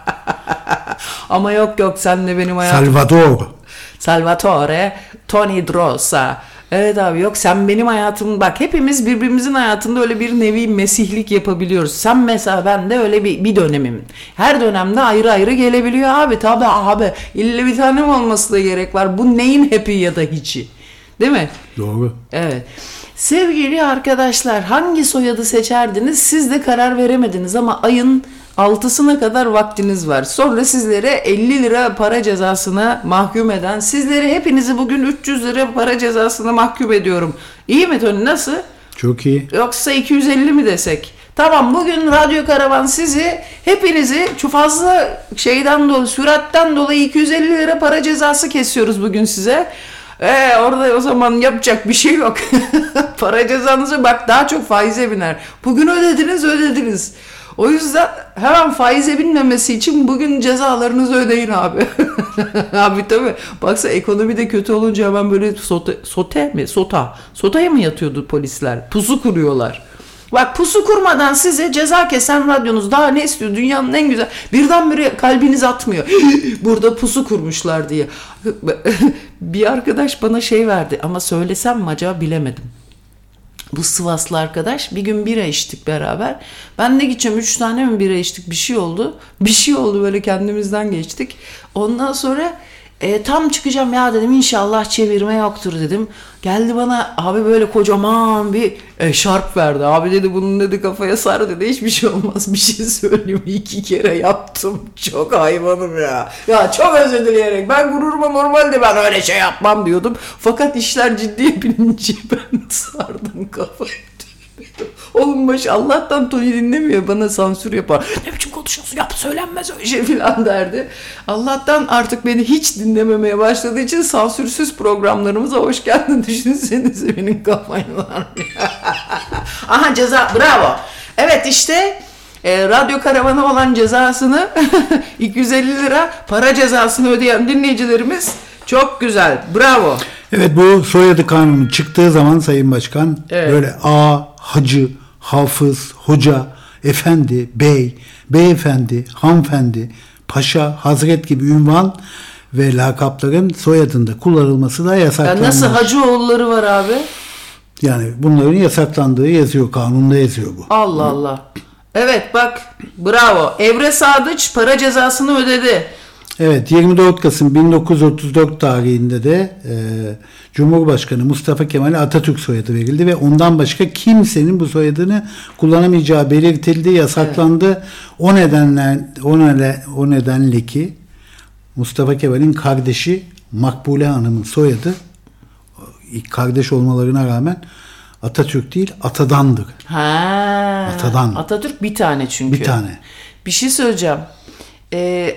Ama yok yok, sen de benim hayatım. Salvador. Salvatore, Tony Drosa. Evet abi, yok sen benim hayatım, bak hepimiz birbirimizin hayatında öyle bir nevi mesihlik yapabiliyoruz. Sen mesela, ben de öyle bir, bir dönemim. Her dönemde ayrı ayrı gelebiliyor abi. Tabi abi, illa bir tane mi olması da gerek var. Bu neyin happy ya da hiçi. Değil mi? Doğru. Evet. Sevgili arkadaşlar, hangi soyadı seçerdiniz? Siz de karar veremediniz ama ayın altısına kadar vaktiniz var. Sonra sizlere elli lira para cezasına mahkum eden, sizleri hepinizi bugün üç yüz lira para cezasına mahkum ediyorum. İyi mi Tony, nasıl? Çok iyi. Yoksa iki yüz elli mi desek? Tamam, bugün Radyo Karavan sizi, hepinizi şu fazla şeyden dolayı, süratten dolayı iki yüz elli lira para cezası kesiyoruz bugün size. Ee, orada o zaman yapacak bir şey yok. Para cezanızı bak daha çok faize biner. Bugün ödediniz ödediniz. O yüzden hemen faize binmemesi için bugün cezalarınızı ödeyin abi. Abi tabii. Baksa ekonomi de kötü olunca hemen böyle sote, sote mi? Sota. Sotaya mı yatıyordu polisler? Pusu kuruyorlar. Bak, pusu kurmadan size ceza kesen radyonuz daha ne istiyor? Dünyanın en güzel. Birdenbire kalbiniz atmıyor. Burada pusu kurmuşlar diye. Bir arkadaş bana şey verdi ama söylesem mi acaba bilemedim. Bu Sivaslı arkadaş, bir gün bira içtik beraber. Ben de gideceğim, üç tane mi bira içtik, bir şey oldu. Bir şey oldu, böyle kendimizden geçtik. Ondan sonra E, tam çıkacağım ya dedim, inşallah çevirme yoktur dedim. Geldi bana abi böyle kocaman bir eşarp verdi. Abi dedi bunun dedi kafaya sar dedi, hiçbir şey olmaz. Bir şey söyleyeyim, iki kere yaptım. Çok hayvanım ya. Ya çok özür dileyerek, ben gururuma normalde ben öyle şey yapmam diyordum. Fakat işler ciddiye binince ben sardım kafayı. Oğlum başı Allah'tan Tony dinlemiyor, bana sansür yapar. Ne biçim konuşuyorsun, yap söylenmez öyle şey filan derdi. Allah'tan artık beni hiç dinlememeye başladığı için sansürsüz programlarımıza hoş geldin. Düşünsenize benim kafayı var. Aha ceza, bravo. Evet işte e, radyo karavanı olan cezasını iki yüz elli lira para cezasını ödeyen dinleyicilerimiz çok güzel, bravo. Evet, bu soyadı kanunu çıktığı zaman Sayın Başkan, Evet. böyle A, hacı, hafız, hoca, efendi, bey, beyefendi, hanımefendi, paşa, hazret gibi ünvan ve lakapların soyadında kullanılması da Ya yasaklanmış. nasıl Hacıoğulları var abi? Yani bunların yasaklandığı yazıyor, kanunda yazıyor bu. Allah Allah. Evet bak, bravo. Evre Sadıç para cezasını ödedi. Evet, yirmi dört Kasım bin dokuz yüz otuz dört tarihinde de e, Cumhurbaşkanı Mustafa Kemal Atatürk soyadı verildi ve ondan başka kimsenin bu soyadını kullanamayacağı belirtildi, yasaklandı. Evet. O nedenle o nedenle o nedenle ki Mustafa Kemal'in kardeşi Makbule Hanım'ın soyadı, ilk kardeş olmalarına rağmen Atatürk değil, Atadan'dır. Ha. Atadan. Atatürk bir tane çünkü. Bir tane. Bir şey söyleyeceğim. Ee,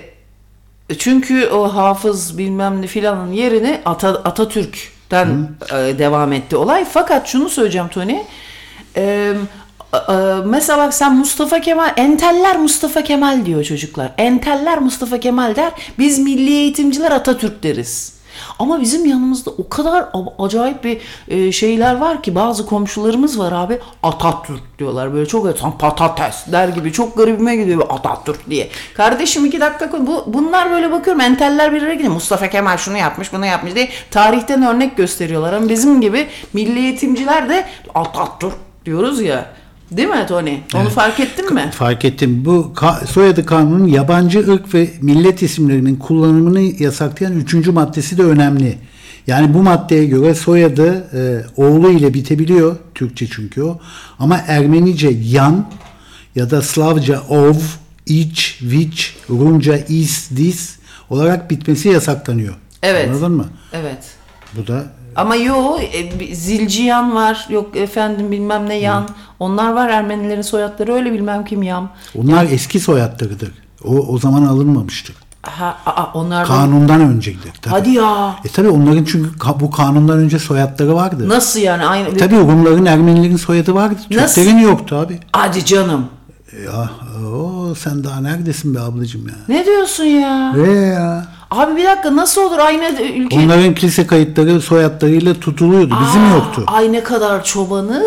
çünkü o hafız bilmem ne filanın yerini Ata, Atatürk'ten e, devam etti olay. Fakat şunu söyleyeceğim Tony. Ee, e, mesela bak sen Mustafa Kemal, enteller Mustafa Kemal diyor çocuklar. Enteller Mustafa Kemal der. Biz milli eğitimciler Atatürk deriz. Ama bizim yanımızda o kadar acayip bir e, şeyler var ki, bazı komşularımız var abi, Atatürk diyorlar böyle, çok öyle patates der gibi, çok garibime gidiyor Atatürk diye. Kardeşim iki dakika koy. Bu, bunlar böyle bakıyorum, enteller bir araya gidiyor. Mustafa Kemal şunu yapmış, bunu yapmış diye tarihten örnek gösteriyorlar. Ama bizim gibi milli eğitimciler de Atatürk diyoruz ya. Değil mi Tony? Onu evet. Fark ettin mi? Fark ettim. Bu ka- soyadı kanunun yabancı ırk ve millet isimlerinin kullanımını yasaklayan üçüncü maddesi de önemli. Yani bu maddeye göre soyadı e, oğlu ile bitebiliyor. Türkçe çünkü o. Ama Ermenice yan ya da Slavca ov, iç, viç, Rumca is, dis olarak bitmesi yasaklanıyor. Evet. Anladın mı? Evet. Bu da ama yo e, Zilciyan var, yok efendim bilmem ne yan. Hı. Onlar var, Ermenilerin soyadları öyle, bilmem kim yan. Onlar yani, eski soyadlarıdır. O o zaman alınmamıştır. Ha, aa, onlar kanundan öncedir. Tabii. Hadi ya. E tabii onların çünkü bu kanundan önce soyadları vardı. Nasıl yani? Aynı. E tabii Rumların, Ermenilerin soyadı vardı. Nasıl? Türklerin yoktu abi. Hadi canım. Ya o sen daha neredesin be ablacığım ya? Ne diyorsun ya? Ve ya. Abi bir dakika, nasıl olur aynı ülke? Onların kilise kayıtları soyadlarıyla tutuluyordu. Aa, bizim yoktu. Ay ne kadar çobanız.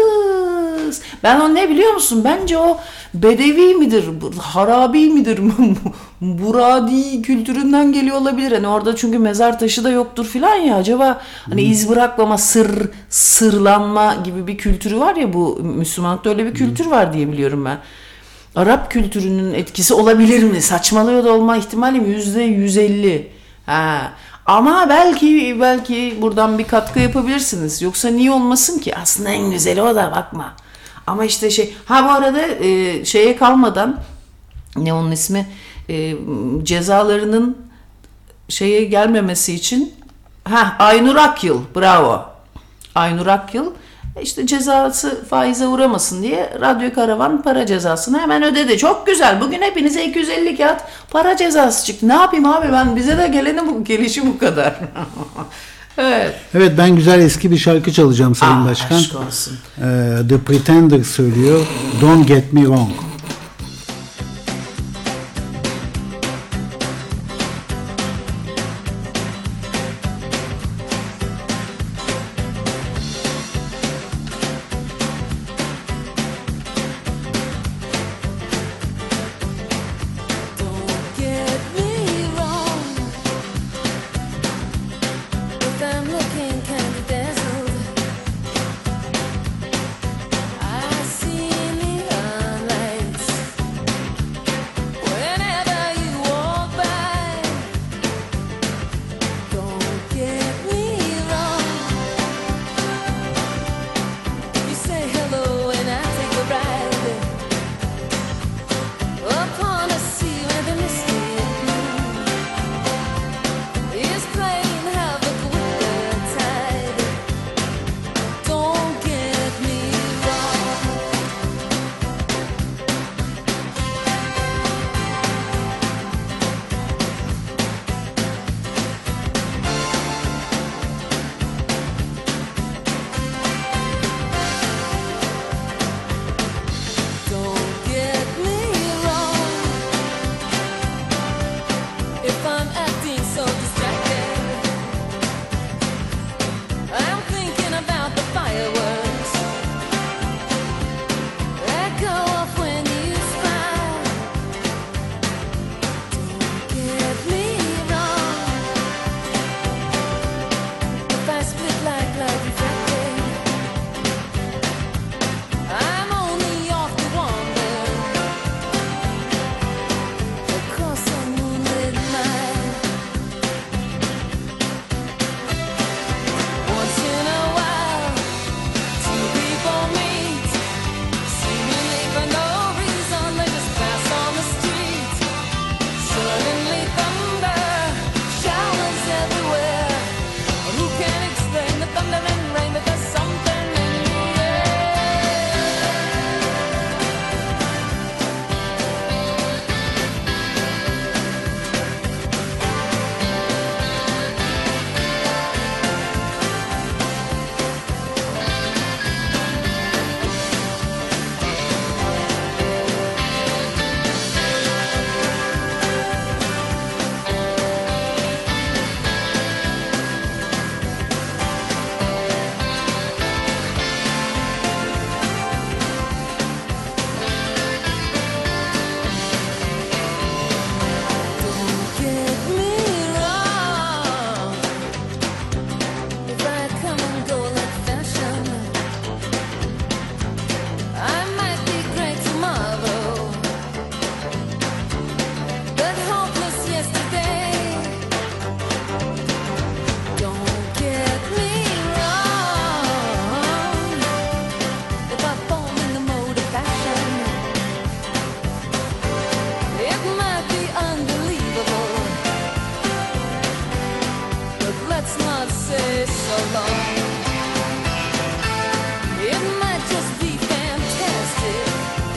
Ben o ne biliyor musun? Bence o Bedevi midir, harabi midir, Buradi kültüründen geliyor olabilir. Hani orada çünkü mezar taşı da yoktur filan ya. Acaba hani hmm. iz bırakmama, sır, sırlanma gibi bir kültürü var ya, bu Müslümanlıkta öyle bir kültür hmm. var diye biliyorum ben. Arap kültürünün etkisi olabilir mi? Saçmalıyor da olma ihtimalim yüzde yüz elli. Ha. Ama belki belki buradan bir katkı yapabilirsiniz. Yoksa niye olmasın ki? Aslında en güzeli o da, bakma. Ama işte şey, ha bu arada e, şeye kalmadan, ne onun ismi, e, cezalarının şeye gelmemesi için, ha Aynur Akyıl, bravo. Aynur Akyıl işte cezası faize uğramasın diye Radyo Karavan para cezasını hemen ödedi. Çok güzel. Bugün hepinize iki yüz elli kağıt para cezası çıktı. Ne yapayım abi, ben bize de geleni bu, gelişi bu kadar. Evet. Evet, ben güzel eski bir şarkı çalacağım Sayın Aa, Başkan. Aşk olsun. Ee, The Pretender söylüyor. Don't Get Me Wrong. I see neon lights. so long. It might just be fantastic.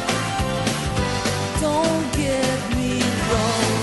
Don't get me wrong.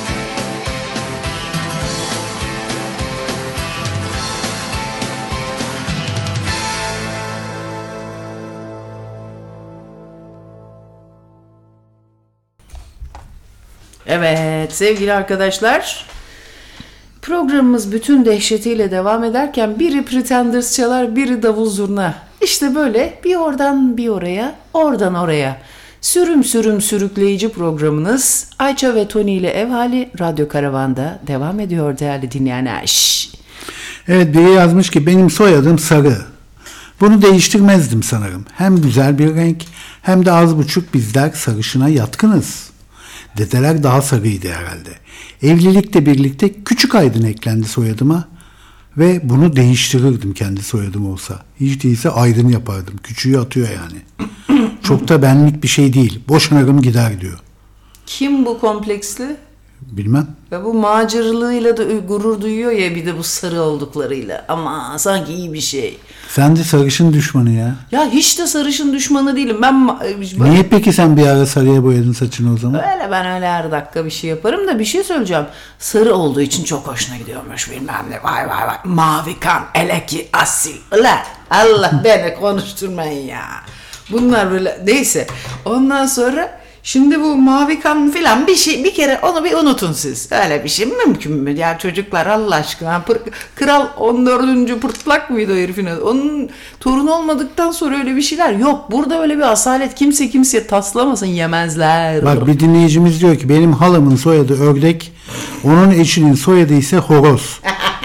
Evet sevgili arkadaşlar, programımız bütün dehşetiyle devam ederken biri Pretenders çalar, biri davul zurna. İşte böyle bir oradan bir oraya, oradan oraya. Sürüm sürüm sürükleyici programınız Ayça ve Tony ile Ev Hali Radyo Karavan'da devam ediyor değerli dinleyenler. Şşş. Evet, biri yazmış ki benim soyadım Sarı. Bunu değiştirmezdim sanırım. Hem güzel bir renk hem de az buçuk bizler sarışına yatkınız. Dedeler daha sarıydı herhalde. Evlilikle birlikte Küçük Aydın eklendi soyadıma ve bunu değiştirirdim kendi soyadım olsa. Hiç değilse Aydın yapardım. Küçüğü atıyor yani. Çok da benlik bir şey değil. Boşanırım gider diyor. Kim bu kompleksli? Bilmem. Ve bu maceralığıyla da gurur duyuyor ya, bir de bu sarı olduklarıyla. Ama sanki iyi bir şey. Sen de sarışın düşmanı ya. Ya hiç de sarışın düşmanı değilim. Ben böyle... Niye peki sen bir ara sarıya boyadın saçını o zaman? Öyle, ben öyle her dakika bir şey yaparım da bir şey söyleyeceğim. Sarı olduğu için çok hoşuna gidiyormuş bilmem ne. Vay vay vay. Mavi kan, eleki asil. Ulan Allah beni konuşturmayın ya. Bunlar böyle neyse. Ondan sonra şimdi bu mavi kan filan bir şey, bir kere onu bir unutun siz. Öyle bir şey mümkün mü? Ya çocuklar Allah aşkına. Pır, Kral on dördüncü pırtlak mıydı o herifin adı? Onun torunu olmadıktan sonra öyle bir şeyler yok. Burada öyle bir asalet kimse kimseye taslamasın, yemezler. Bak bir dinleyicimiz diyor ki benim halamın soyadı Ördek, onun eşinin soyadı ise Horoz.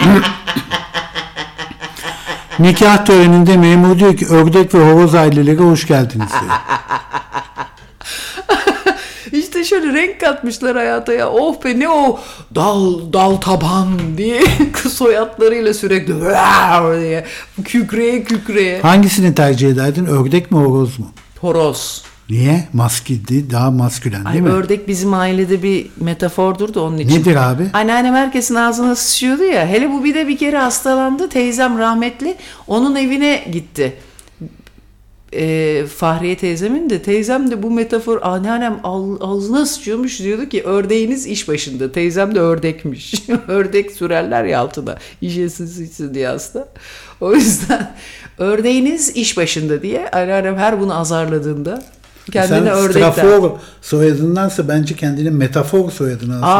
Nikah töreninde memur diyor ki Ördek ve Horoz aileleri hoş geldiniz diyor. İşte şöyle renk katmışlar hayata ya. Oh be, ne o dal dal taban diye soyadlarıyla sürekli diye kükreye kükreye. Hangisini tercih ederdin? Ördek mi Horoz mu? Horoz. Niye? Maskildi, daha maskülen değil Ay, mi? ördek bizim ailede bir metafordur da onun için. Nedir abi? Anneannem herkesin ağzına sıçıyordu ya. Hele bu bir de bir kere hastalandı. Teyzem rahmetli. Onun evine gitti. E, Fahriye teyzemin de, teyzem de bu metafor, anneannem ağzına sıçıyormuş, diyordu ki ördeğiniz iş başında. Teyzem de ördekmiş. Ördek sürerler ya altına. İşe sıçsın diye hasta. O yüzden ördeğiniz iş başında diye anneannem her bunu azarladığında kendine Sen ördek der. strafor soyadındansa bence kendini metafor soyadını alsın.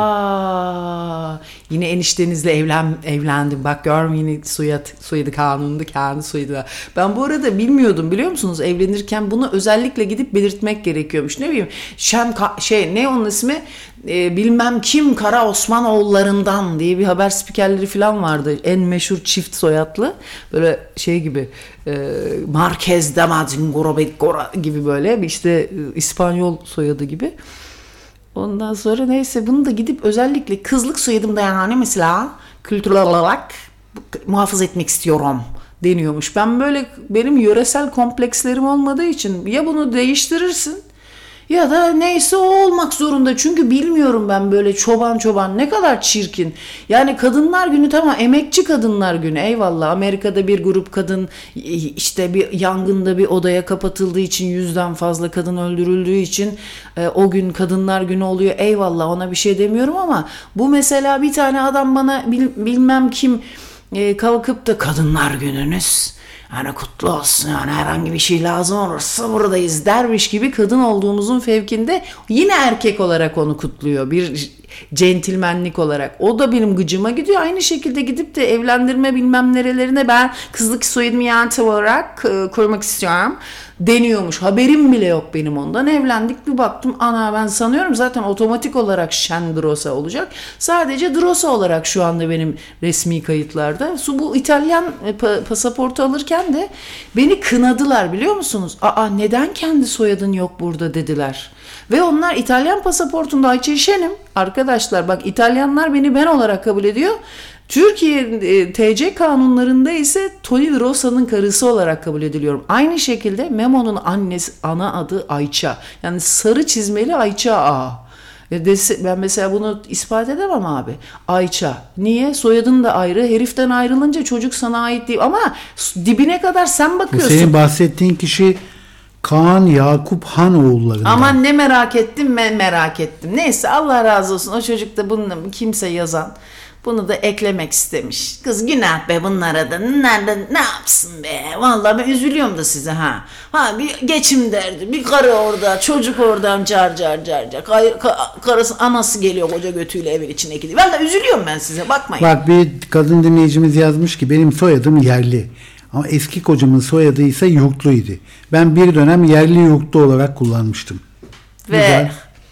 Aa, yine eniştenizle evlen, evlendim. Bak görme, yine soyad, soyadı kanununda kendi soyadı. Ben bu arada bilmiyordum, biliyor musunuz? Evlenirken bunu özellikle gidip belirtmek gerekiyormuş. Ne bileyim, Şen şey ne onun ismi? Ee, bilmem kim Kara Osmanoğullarından diye bir haber spikerleri falan vardı. En meşhur çift soyadlı. Böyle şey gibi e, Marquez de Madingora gibi, böyle işte e, İspanyol soyadı gibi. Ondan sonra neyse, bunu da gidip özellikle kızlık soyadımda yani mesela kültürel olarak muhafaza etmek istiyorum deniyormuş. Ben böyle, benim yöresel komplekslerim olmadığı için ya bunu değiştirirsin ya da neyse o olmak zorunda. Çünkü bilmiyorum, ben böyle çoban çoban ne kadar çirkin. Yani Kadınlar Günü tamam, emekçi Kadınlar Günü eyvallah. Amerika'da bir grup kadın işte bir yangında bir odaya kapatıldığı için, yüzden fazla kadın öldürüldüğü için e, o gün Kadınlar Günü oluyor, eyvallah, ona bir şey demiyorum. Ama bu mesela bir tane adam bana bil, bilmem kim e, kalkıp da Kadınlar Gününüz hani kutlu olsun, yani herhangi bir şey lazım olursa buradayız dermiş gibi, kadın olduğumuzun fevkinde yine erkek olarak onu kutluyor. Bir centilmenlik olarak. O da benim gıcıma gidiyor. Aynı şekilde gidip de evlendirme bilmem nerelerine ben kızlık soyadımı yantı olarak e, koymak istiyorum deniyormuş. Haberim bile yok benim ondan. Evlendik, bir baktım ana, ben sanıyorum zaten otomatik olarak Şen Drosa olacak. Sadece Drosa olarak şu anda benim resmi kayıtlarda. Su bu İtalyan pa- pasaportu alırken de beni kınadılar, biliyor musunuz? Aa, neden kendi soyadın yok burada dediler. Ve onlar İtalyan pasaportunda Ayça Şen'im. Arkadaşlar bak, İtalyanlar beni ben olarak kabul ediyor. Türkiye e, T C kanunlarında ise Tony Rosa'nın karısı olarak kabul ediliyorum. Aynı şekilde Memo'nun annesi, ana adı Ayça. Yani sarı çizmeli Ayça Ağa. E dese- ben mesela bunu ispat edemem abi. Ayça. Niye? Soyadın da ayrı. Heriften ayrılınca çocuk sana ait değil. Ama s- dibine kadar sen Bu bakıyorsun. senin bahsettiğin kişi Kaan Yakup Han oğullarından. Aman ne merak ettim ben merak ettim. Neyse Allah razı olsun o çocuk da bunu kimse yazan bunu da eklemek istemiş. Kız günah be bunlara da nerede ne yapsın be. Vallahi ben üzülüyorum da size ha. Ha bir geçim derdi. Bir karı orada çocuk oradan car car car car. Kay- ka- karısı anası geliyor koca götüyle evin içine gidiyor. Vallahi üzülüyorum ben size bakmayın. Bak bir kadın dinleyicimiz yazmış ki benim soyadım yerli. Ama eski kocamın soyadı ise yurtluydu. Ben bir dönem yerli yurtlu olarak kullanmıştım. Ve Güzel.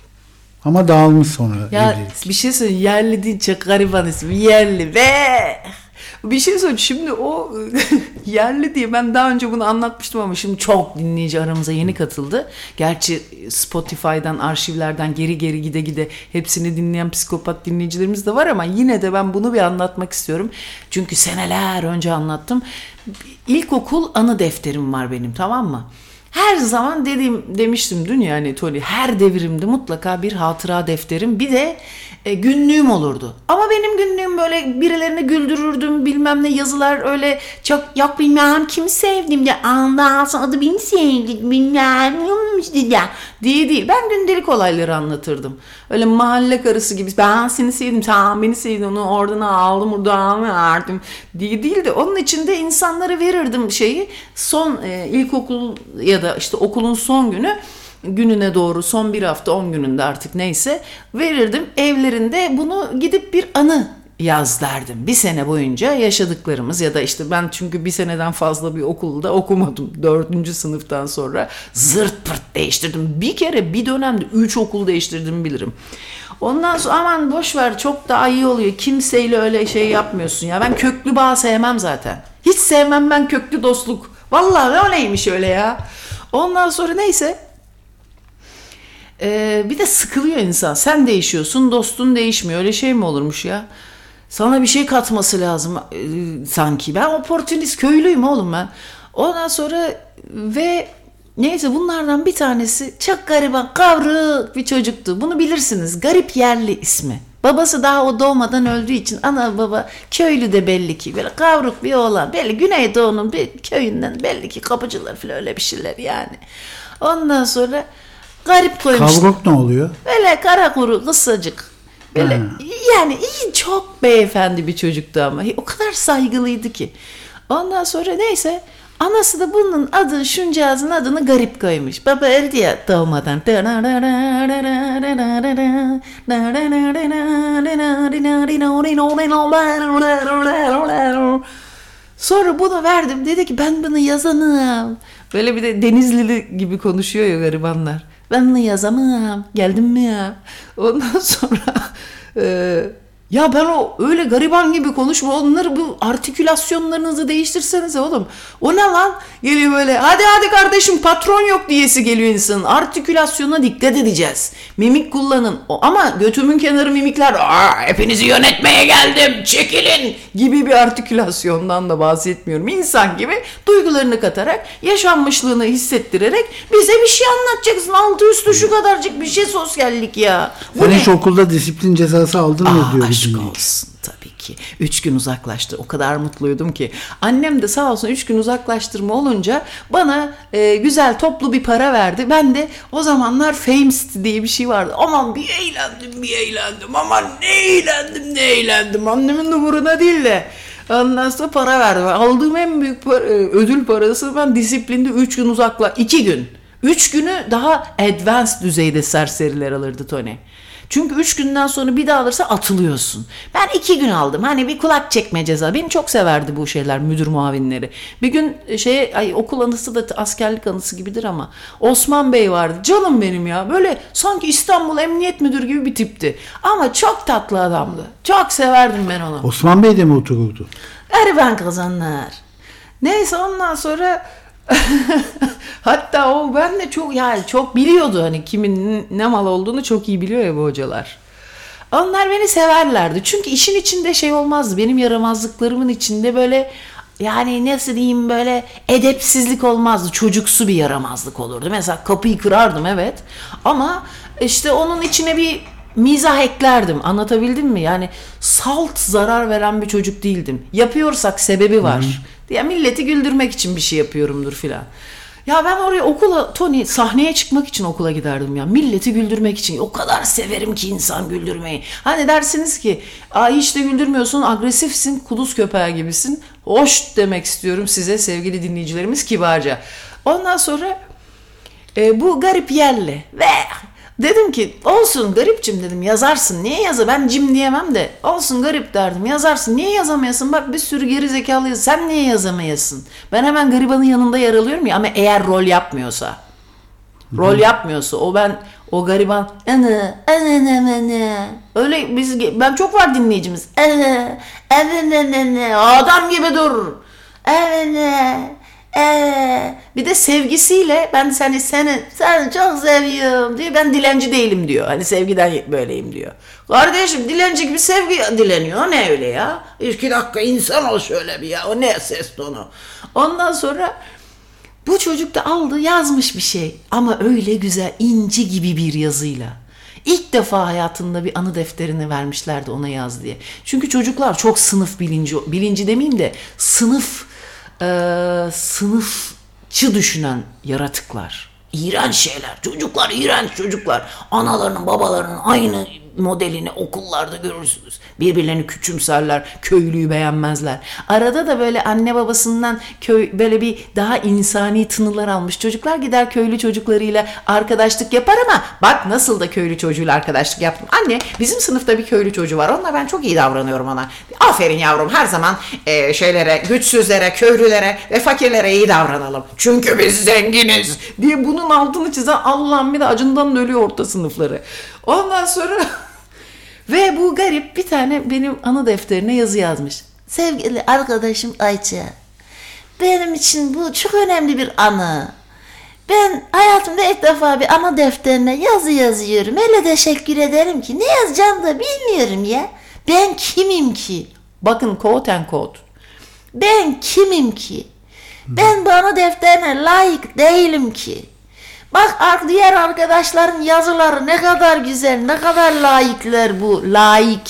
Ama dağılmış sonra ya evlilik. bir şey söyleyeyim yerli değil çok gariban ismi yerli ve bir şey söyleyeyim şimdi o yerli diye ben daha önce bunu anlatmıştım ama şimdi çok dinleyici aramıza yeni katıldı. Gerçi Spotify'dan arşivlerden geri geri gide gide hepsini dinleyen psikopat dinleyicilerimiz de var ama yine de ben bunu bir anlatmak istiyorum. Çünkü seneler önce anlattım. İlkokul anı defterim var benim tamam mı? Her zaman dediğim demiştim dün yani Tony her devrimde mutlaka bir hatıra defterim bir de e, günlüğüm olurdu. Ama benim günlüğüm böyle birilerini güldürürdüm bilmem ne yazılar öyle çok yok bilmem kim sevdim ya ondan sonra da beni sevdik bilmem ne ya diye değil. Ben gündelik olayları anlatırdım. Öyle mahalle karısı gibi ben seni sevdim sen beni sevdin onu oradan aldım buradan verdim diye değil de onun içinde insanlara verirdim şeyi son e, ilkokul ya da işte okulun son günü gününe doğru son bir hafta on gününde artık neyse verirdim evlerinde bunu gidip bir anı yaz derdim. Bir sene boyunca yaşadıklarımız ya da işte ben çünkü bir seneden fazla bir okulda okumadım. Dördüncü sınıftan sonra zırt pırt değiştirdim. Bir kere bir dönemde üç okul değiştirdim bilirim. Ondan sonra aman boş ver çok daha iyi oluyor. Kimseyle öyle şey yapmıyorsun ya. Ben köklü bağ sevmem zaten. Hiç sevmem ben köklü dostluk. Vallahi öyleymiş öyle ya. Ondan sonra neyse. Ee, bir de sıkılıyor insan. Sen değişiyorsun, dostun değişmiyor. Öyle şey mi olurmuş ya? Sana bir şey katması lazım e, sanki. Ben oportunist köylüyüm oğlum ben. Ondan sonra ve neyse bunlardan bir tanesi çok gariban, kavruk bir çocuktu. Bunu bilirsiniz. Garip yerli ismi. Babası daha o doğmadan öldüğü için ana baba köylü de belli ki böyle kavruk bir oğlan. Belli Güneydoğu'nun bir köyünden belli ki kapıcılar falan öyle bir şeyler yani. Ondan sonra garip koymuş. Kavruk ne oluyor? Böyle kara kuru kısacık. Böyle Ha. yani iyi çok beyefendi bir çocuktu ama o kadar saygılıydı ki. Ondan sonra neyse anası da bunun adı şuncağızın adını garip koymuş. Baba öldü ya doğmadan. Sonra bunu verdim. Dedi ki ben bunu yazanım. Böyle bir de Denizlili gibi konuşuyor ya garibanlar. Ben bunu yazamam. Geldim mi ya? Ondan sonra e, ya ben o öyle gariban gibi konuşma. Onları bu artikülasyonlarınızı değiştirsenize oğlum. O ne lan? Geliyor böyle hadi hadi kardeşim patron yok diyesi geliyor insanın. Artikülasyona dikkat edeceğiz. Mimik kullanın. O, ama götümün kenarı mimikler. Aa, hepinizi yönetmeye geldim. Çekilin gibi bir artikülasyondan da bahsetmiyorum. İnsan gibi duygularını katarak yaşanmışlığını hissettirerek bize bir şey anlatacaksın. Altı üstü şu kadarcık bir şey sosyallik ya. Bu Sen ne? hiç okulda disiplin cezası aldın mı Aa, diyor aşk bizim olsun tabii ki. Üç gün uzaklaştı. O kadar mutluydum ki. Annem de sağ olsun üç gün uzaklaştırma olunca bana e, güzel toplu bir para verdi. Ben de o zamanlar Fame City diye bir şey vardı. Aman bir eğlendim bir eğlendim. Aman ne eğlendim ne eğlendim. Annemin umuruna değil de. Ondan sonra para verdi. Aldığım en büyük para, e, ödül parası ben disiplinde üç gün uzakla. iki gün. üç günü daha advanced düzeyde serseriler alırdı Tony. Çünkü üç günden sonra bir daha alırsa atılıyorsun. Ben iki gün aldım. Hani bir kulak çekme ceza. Beni çok severdi bu şeyler müdür muavinleri. Bir gün şey ay okul anısı da askerlik anısı gibidir ama Osman Bey vardı. Canım benim ya. Böyle sanki İstanbul Emniyet Müdürü gibi bir tipti. Ama çok tatlı adamdı. Çok severdim ben onu. Osman Bey de mi otururdu? Gariban kazanlar. Neyse ondan sonra hatta o ben de çok yani çok biliyordu hani kimin ne mal olduğunu çok iyi biliyor ya bu hocalar. Onlar beni severlerdi. Çünkü işin içinde şey olmazdı. Benim yaramazlıklarımın içinde böyle yani nasıl diyeyim böyle edepsizlik olmazdı. Çocuksu bir yaramazlık olurdu. Mesela kapıyı kırardım evet. Ama işte onun içine bir mizah eklerdim. Anlatabildim mi? Yani salt zarar veren bir çocuk değildim. Yapıyorsak sebebi var. Ya milleti güldürmek için bir şey yapıyorumdur filan. Ya ben oraya okula, Tony, sahneye çıkmak için okula giderdim ya. Milleti güldürmek için. O kadar severim ki insan güldürmeyi. Hani dersiniz ki, aa hiç de güldürmüyorsun, agresifsin, kuduz köpeği gibisin. Hoş demek istiyorum size sevgili dinleyicilerimiz kibarca. Ondan sonra e, bu garip yerli ve dedim ki olsun garipçim dedim, yazarsın. Niye yaza? Ben cim diyemem de olsun garip derdim, yazarsın. Niye yazamayasın? Bak bir sürü geri zekalı yaz. Sen niye yazamayasın? Ben hemen garibanın yanında yer alıyorum ya, ama eğer rol yapmıyorsa. Rol yapmıyorsa o ben o gariban ana ana ana öyle biz ben çok var dinleyicimiz. Ana ana ana adam gibi dur. Ana Ee, bir de sevgisiyle ben seni seni seni çok seviyorum diyor. Ben dilenci değilim diyor. Hani sevgiden böyleyim diyor. Kardeşim dilenci gibi sevgi dileniyor. O ne öyle ya? İki dakika insan ol şöyle bir ya. O ne ses tonu? Ondan sonra bu çocuk da aldı yazmış bir şey. Ama öyle güzel inci gibi bir yazıyla. İlk defa hayatında bir anı defterini vermişlerdi ona yaz diye. Çünkü çocuklar çok sınıf bilinci, bilinci demeyeyim de sınıf Ee, sınıfçı düşünen yaratıklar. İğrenç şeyler. Çocuklar iğrenç çocuklar. Analarının babalarının aynı modelini okullarda görürsünüz. Birbirlerini küçümserler. Köylüyü beğenmezler. Arada da böyle anne babasından köy böyle bir daha insani tınılar almış çocuklar gider köylü çocuklarıyla arkadaşlık yapar ama bak nasıl da köylü çocuğuyla arkadaşlık yaptım. Anne bizim sınıfta bir köylü çocuğu var. Onunla ben çok iyi davranıyorum ona. Aferin yavrum her zaman e, şeylere, güçsüzlere, köylülere ve fakirlere iyi davranalım. Çünkü biz zenginiz diye bunun altını çizen Allah'ım bir de acından ölüyor orta sınıfları. Ondan sonra ve bu garip bir tane benim anı defterine yazı yazmış. Sevgili arkadaşım Ayça, benim için bu çok önemli bir anı. Ben hayatımda ilk defa bir anı defterine yazı yazıyorum. Öyle teşekkür ederim ki ne yazacağımı da bilmiyorum ya. Ben kimim ki? Bakın quote and quote. Ben kimim ki? Ben bu anı defterine layık değilim ki. Bak diğer arkadaşların yazıları ne kadar güzel, ne kadar layıklar bu, layık.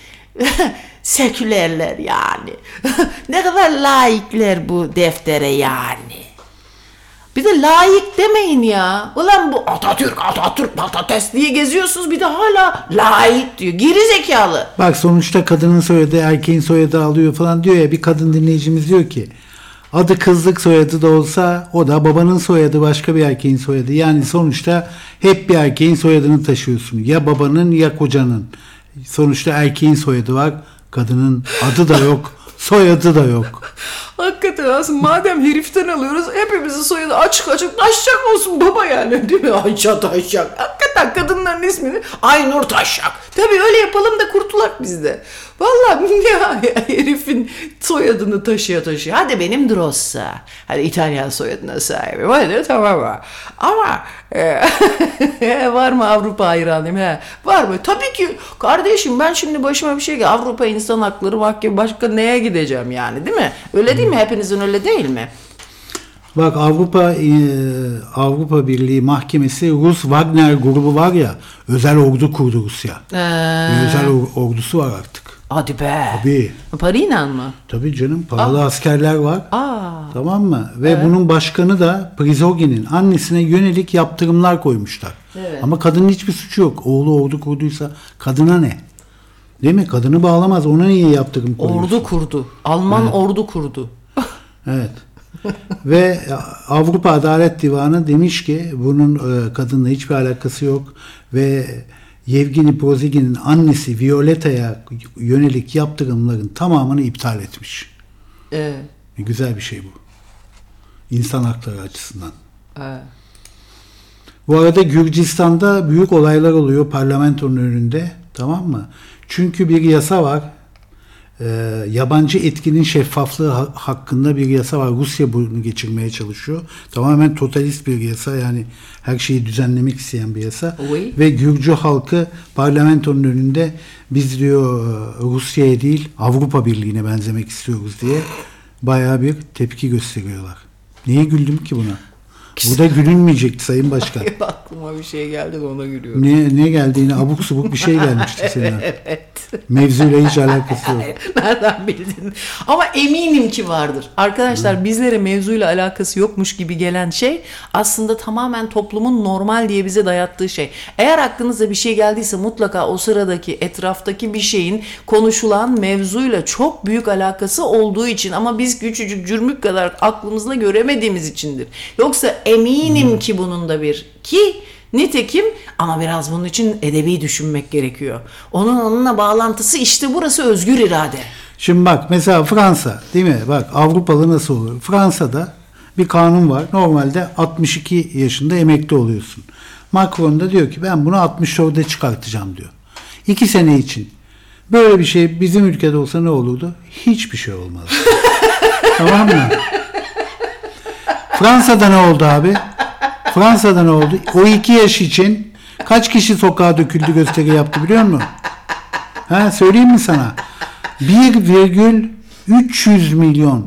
Sekülerler yani. Ne kadar layıklar bu deftere yani. Bir de layık demeyin ya. Ulan bu Atatürk, Atatürk, patates diye geziyorsunuz bir de hala layık diyor. Geri zekalı. Bak sonuçta kadının soyadı erkeğin soyadı alıyor falan diyor ya, bir kadın dinleyicimiz diyor ki adı kızlık soyadı da olsa o da babanın soyadı başka bir erkeğin soyadı. Yani sonuçta hep bir erkeğin soyadını taşıyorsun. Ya babanın ya kocanın. Sonuçta erkeğin soyadı var. Kadının adı da yok. Soyadı da yok. Hakikaten aslında madem heriften alıyoruz hepimizin soyadı açık açık Taşşak olsun baba yani değil mi? Ayça Taşşak. Hakikaten kadınların ismini Aynur Taşşak. Tabii öyle yapalım da kurtulak biz de. Vallahi ya, ya herifin soyadını taşıya taşıya. Hadi benim Drossa. Hadi İtalyan soyadına sahibim. Hadi tamam mı? Ama e, var mı Avrupa hayranıyım? He. Var mı? Tabii ki kardeşim ben şimdi başıma bir şey ki Avrupa insan hakları mahkeme başka neye gideceğim yani değil mi? Öyle değil mi? Hepinizin öyle değil mi? Bak Avrupa e, Avrupa Birliği Mahkemesi Rus Wagner grubu var ya, özel ordu kurdu Rusya. Ee, Bir özel or- ordusu var artık. Hadi be. Tabii. Parayla mı? Tabii canım, paralı askerler var. Aa. Tamam mı? Ve evet. Bunun başkanı da Prizogin'in annesine yönelik yaptırımlar koymuşlar. Evet. Ama kadının hiçbir suçu yok. Oğlu ordu kurduysa kadına ne? Değil mi? Kadını bağlamaz. Ona niye yaptırım koyuyorsun? Ordu kurdu. Alman evet. ordu kurdu. Evet. Ve Avrupa Adalet Divanı demiş ki bunun e, kadınla hiçbir alakası yok ve Yevgeni Prizogin'in annesi Violetta'ya yönelik yaptırımların tamamını iptal etmiş. Evet. Güzel bir şey bu. İnsan hakları açısından. Evet. Bu arada Gürcistan'da büyük olaylar oluyor parlamentonun önünde. Tamam mı? Çünkü bir yasa var. Ee, yabancı etkinin şeffaflığı ha- hakkında bir yasa var. Rusya bunu geçirmeye çalışıyor. Tamamen totalist bir yasa. Yani her şeyi düzenlemek isteyen bir yasa. Oui. Ve Gürcü halkı parlamentonun önünde biz diyor Rusya'ya değil Avrupa Birliği'ne benzemek istiyoruz diye bayağı bir tepki gösteriyorlar. Niye güldüm ki buna? Bu da gülünmeyecekti Sayın Başkan. Aklıma bir şey geldi de ona gülüyorum. Ne, ne geldi yine abuk subuk bir şey gelmişti senin. Evet. Mevzuyla hiç alakası yok. Nereden bildin? Ama eminim ki vardır. Arkadaşlar bizlere mevzuyla alakası yokmuş gibi gelen şey aslında tamamen toplumun normal diye bize dayattığı şey. Eğer aklınıza bir şey geldiyse mutlaka o sıradaki etraftaki bir şeyin konuşulan mevzuyla çok büyük alakası olduğu için, ama biz küçücük cürmük kadar aklımızla göremediğimiz içindir. Yoksa eminim hmm. ki bunun da bir ki nitekim, ama biraz bunun için edebi düşünmek gerekiyor. Onun onunla bağlantısı işte burası özgür irade. Şimdi bak mesela Fransa değil mi? Bak Avrupalı nasıl olur? Fransa'da bir kanun var. Normalde altmış iki yaşında emekli oluyorsun. Macron da diyor ki ben bunu altmış dörde çıkartacağım diyor. İki sene için. Böyle bir şey bizim ülkede olsa ne olurdu? Hiçbir şey olmazdı. Tamam mı? Fransa'da ne oldu abi? Fransa'da ne oldu? O iki yaş için kaç kişi sokağa döküldü, gösteri yaptı biliyor musun? Ha, söyleyeyim mi sana? bir virgül üç yüz milyon.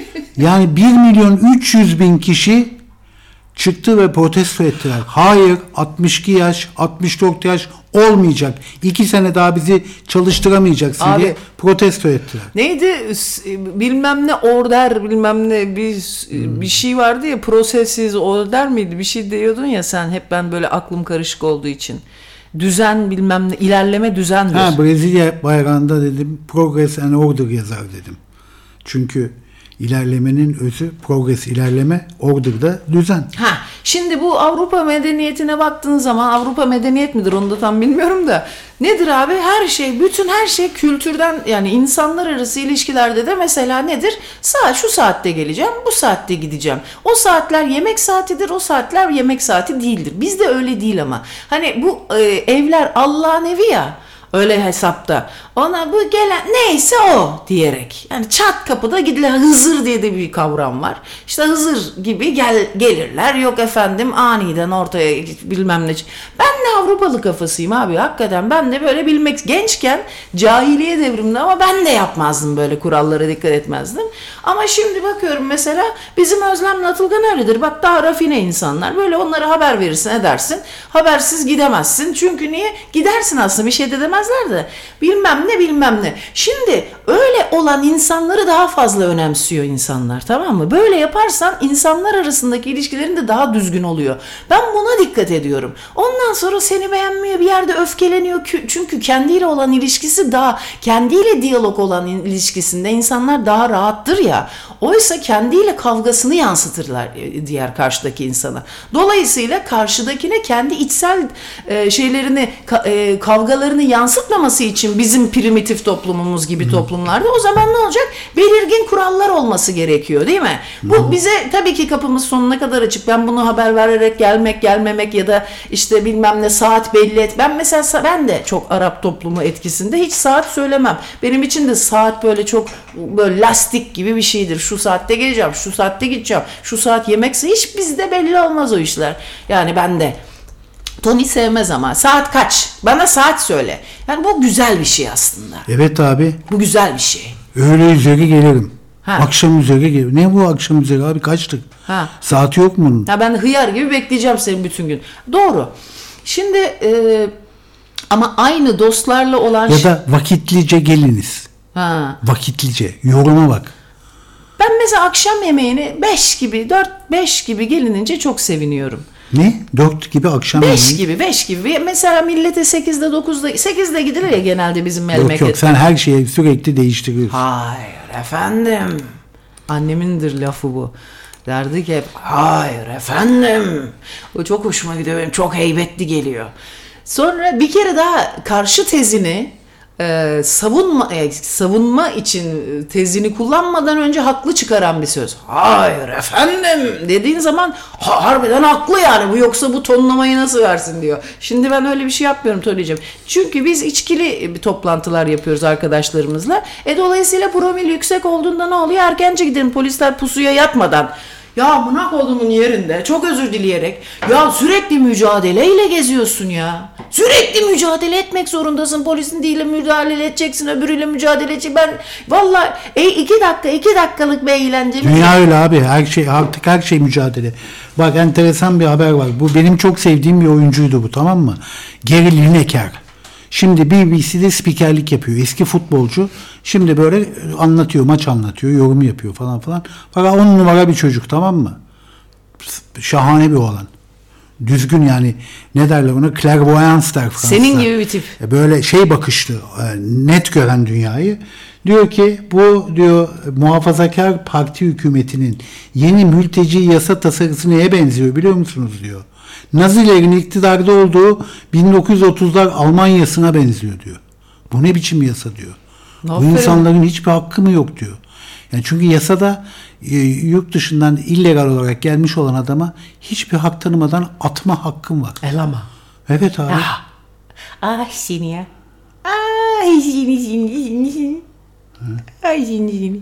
Yani bir milyon üç yüz bin kişi çıktı ve protesto ettiler. Hayır, altmış iki yaş, altmış dört yaş olmayacak. iki sene daha bizi çalıştıramayacaksın abi, diye protesto ettiler. Neydi? Bilmem ne order, bilmem ne bir hmm. bir şey vardı ya, prosessiz order miydi? Bir şey diyordun ya sen, hep ben böyle aklım karışık olduğu için. Düzen bilmem ne, ilerleme düzendir. Ha, Brezilya bayrağında dedim progress and order yazar dedim. Çünkü İlerlemenin özü progres, ilerleme, order da düzen. Ha, şimdi bu Avrupa medeniyetine baktığın zaman, Avrupa medeniyet midir onu da tam bilmiyorum da, nedir abi? Her şey, bütün her şey kültürden, yani insanlar arası ilişkilerde de mesela nedir? Saat şu saatte geleceğim, bu saatte gideceğim. O saatler yemek saatidir, o saatler yemek saati değildir. Bizde öyle değil ama. Hani bu e, evler Allah'ın evi ya. Öyle hesapta. Ona bu gelen neyse o diyerek. Yani çat kapıda gidilir. Hızır diye de bir kavram var. İşte Hızır gibi gel gelirler. Yok efendim aniden ortaya bilmem ne. Ben de Avrupalı kafasıyım abi. Hakikaten ben de böyle bilmek. Gençken cahiliye devriminde ama ben de yapmazdım böyle, kurallara dikkat etmezdim. Ama şimdi bakıyorum mesela bizim Özlem'le Atılgan öyledir. Bak daha rafine insanlar. Böyle onlara haber verirsin, edersin. Habersiz gidemezsin. Çünkü niye? Gidersin aslında, bir şey de demezler de. Bilmem ne bilmem ne. Şimdi öyle olan insanları daha fazla önemsiyor insanlar, tamam mı? Böyle yaparsan insanlar arasındaki ilişkilerin de daha düzgün oluyor. Ben buna dikkat ediyorum. Ondan sonra seni beğenmiyor, bir yerde öfkeleniyor. Çünkü kendiyle olan ilişkisi daha, kendiyle diyalog olan ilişkisinde insanlar daha rahattır ya. Oysa kendiyle kavgasını yansıtırlar diğer karşıdaki insana. Dolayısıyla karşıdakine kendi içsel e, şeylerini, e, kavgalarını yansıtmaması için bizim primitif toplumumuz gibi toplumlarda o zaman ne olacak? Belirgin kurallar olması gerekiyor değil mi? Bu bize tabii ki kapımız sonuna kadar açık. Ben bunu haber vererek gelmek gelmemek ya da işte bilmem ne saat belli et. Ben mesela ben de çok Arap toplumu etkisinde hiç saat söylemem. Benim için de saat böyle çok böyle lastik gibi bir şeydir. Şu saatte geleceğim, şu saatte gideceğim, şu saat yemekse hiç bizde belli olmaz o işler. Yani ben de Tony sevmez ama saat kaç? Bana saat söyle. Yani bu güzel bir şey aslında. Evet abi. Bu güzel bir şey. Öğle üzeri gelirim. Ha. Akşam üzeri gelirim. Ne bu akşam üzeri abi, kaçtık? Ha. Saati yok mu? Ya ben hıyar gibi bekleyeceğim seni bütün gün. Doğru. Şimdi e, ama aynı dostlarla olan... Ya da vakitlice geliniz. Ha. Vakitlice. Yoruma bak. Ben mesela akşam yemeğini beş gibi, dört beş gibi gelinince çok seviniyorum. Ne? dört gibi akşam yemeği? beş gibi, beş gibi. Mesela millete sekizde, dokuzda, sekizde gidilir ya genelde bizim memleket. Yok yok, sen her şeyi sürekli değiştiriyorsun. Hayır efendim. Annemindir lafı bu. Derdi ki hep hayır efendim. O çok hoşuma gidiyor benim. Çok heybetli geliyor. Sonra bir kere daha karşı tezini Ee, savunma e, savunma için tezini kullanmadan önce haklı çıkaran bir söz. Hayır efendim dediğin zaman ha, harbiden haklı yani bu, yoksa bu tonlamayı nasıl versin diyor. Şimdi ben öyle bir şey yapmıyorum Toleciğim. Çünkü biz içkili bir toplantılar yapıyoruz arkadaşlarımızla. E dolayısıyla promil yüksek olduğunda ne oluyor? Erkence gidelim, polisler pusuya yatmadan. Ya buna kodumun yerinde çok özür dileyerek, ya sürekli mücadeleyle geziyorsun ya. Sürekli mücadele etmek zorundasın. Polisin değil mücadele edeceksin, öbürüyle mücadele edeceksin. Ben vallahi e, iki dakika iki dakikalık bir eğlence. Dünya öyle abi, her şey artık her şey mücadele. Bak enteresan bir haber var. Bu benim çok sevdiğim bir oyuncuydu bu, tamam mı? Gary Lineker. Şimdi B B C'de spikerlik yapıyor. Eski futbolcu. Şimdi böyle anlatıyor, maç anlatıyor, yorum yapıyor falan falan. Fakat on numara bir çocuk, tamam mı? Şahane bir oğlan. Düzgün yani, ne derler ona? Clairvoyance der Fransızlar. Senin gibi bir tip. Böyle şey bakışlı, net gören dünyayı. Diyor ki bu diyor muhafazakar parti hükümetinin yeni mülteci yasa tasarısı neye benziyor biliyor musunuz diyor. Nazilerin iktidarda olduğu bin dokuz yüz otuzlar Almanya'sına benziyor diyor. Bu ne biçim yasa diyor. Bu Aferin. insanların hiçbir hakkı mı yok diyor. Yani çünkü yasada e, yurt dışından illegal olarak gelmiş olan adama hiçbir hak tanımadan atma hakkın var. Elama. Evet abi. Ah. Ay seni ya. Ay seni seni seni seni. Ay seni seni.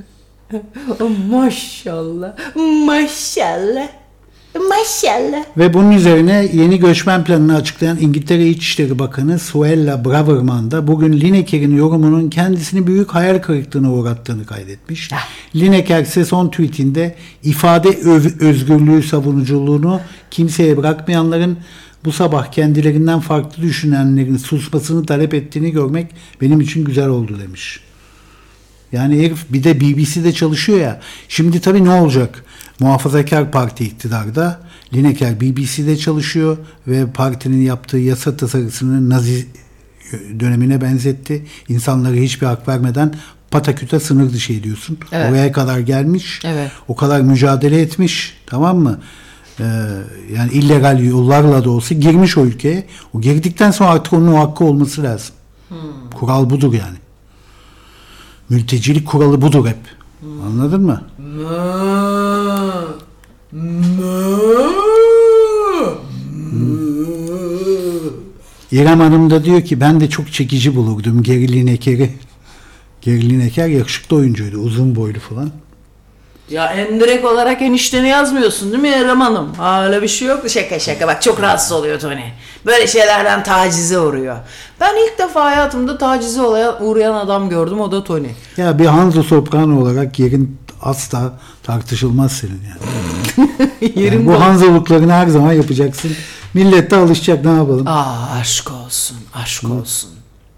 Maşallah. Maşallah. Maşallah. Ve bunun üzerine yeni göçmen planını açıklayan İngiltere İçişleri Bakanı Suella Braverman da bugün Lineker'in yorumunun kendisini büyük hayal kırıklığına uğrattığını kaydetmiş. Lineker ise son tweetinde ifade öv- özgürlüğü savunuculuğunu kimseye bırakmayanların bu sabah kendilerinden farklı düşünenlerin susmasını talep ettiğini görmek benim için güzel oldu demiş. Yani herif bir de B B C'de çalışıyor ya. Şimdi tabii ne olacak? Muhafazakar Parti iktidarda. Lineker B B C'de çalışıyor ve partinin yaptığı yasa tasarısını Nazi dönemine benzetti. İnsanlara hiçbir hak vermeden pataküte sınır dışı ediyorsun. Evet. Oraya kadar gelmiş. Evet. O kadar mücadele etmiş. Tamam mı? Ee, yani illegal yollarla da olsa girmiş o ülkeye. O girdikten sonra artık onun o hakkı olması lazım. Hmm. Kural budur yani. Mültecilik kuralı budur hep. Hmm. Anladın mı? İrem Hanım da diyor ki ben de çok çekici bulurdum Gary Lineker'i. Gary Lineker yakışıklı oyuncuydu. Uzun boylu falan. Ya endirek olarak enişteni yazmıyorsun değil mi Erem Hanım? Ha, öyle bir şey yok. Şaka şaka bak çok rahatsız oluyor Tony. Böyle şeylerden tacize uğruyor. Ben ilk defa hayatımda tacize olaya uğrayan adam gördüm, o da Tony. Ya bir Hanzo Soprano olarak yerin asla tartışılmaz senin yani. Yerim yani bu dolu. Hanzoluklarını her zaman yapacaksın. Millet de alışacak, ne yapalım? Aa, aşk olsun, aşk olsun.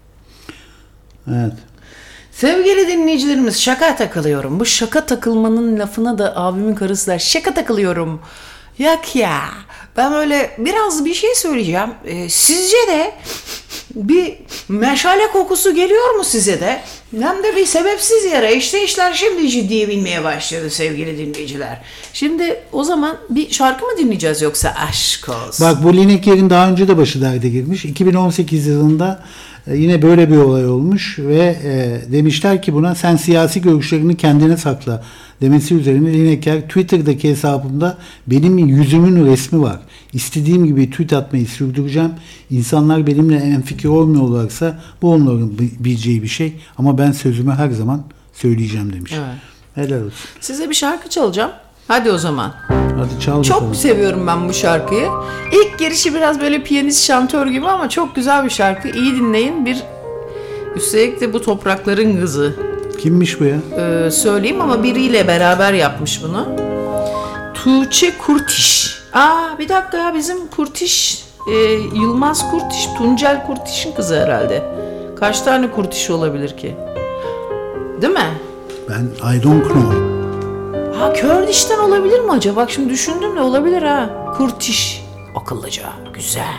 Evet. Sevgili dinleyicilerimiz, şaka takılıyorum. Bu şaka takılmanın lafına da abimin karısı der. Şaka takılıyorum. Yak ya. Ben öyle biraz bir şey söyleyeceğim. Ee, sizce de bir meşale kokusu geliyor mu size de? Hem de bir sebepsiz yere. İşte işler şimdi ciddiye binmeye başladı sevgili dinleyiciler. Şimdi o zaman bir şarkı mı dinleyeceğiz yoksa aşk olsun? Bak bu Lineker'in daha önce de başı derde girmiş. iki bin on sekiz yılında yine böyle bir olay olmuş ve e, demişler ki buna sen siyasi görüşlerini kendine sakla demesi üzerine Lineker Twitter'daki hesabımda benim yüzümün resmi var. İstediğim gibi tweet atmayı sürdüreceğim. İnsanlar benimle enfikir olmuyorlarsa bu onların bileceği bir şey ama ben sözümü her zaman söyleyeceğim demiş. Evet. Helal olsun. Size bir şarkı çalacağım. Hadi o zaman. Hadi çal Çok bakalım. seviyorum ben bu şarkıyı. İlk girişi biraz böyle piyanist şantör gibi ama çok güzel bir şarkı. İyi dinleyin. Bir üstelik de bu toprakların kızı. Kimmiş bu ya? Ee, söyleyeyim ama biriyle beraber yapmış bunu. Tuğçe Kurtiş. Aa bir dakika ya, bizim Kurtiş e, Yılmaz Kurtiş, Tuncel Kurtiş'in kızı herhalde. Kaç tane Kurtiş olabilir ki? Değil mi? Ben I don't know. Ha Kördiş'ten olabilir mi acaba? Bak şimdi düşündüm de olabilir ha. Kurtiş. Akıllıca. Güzel.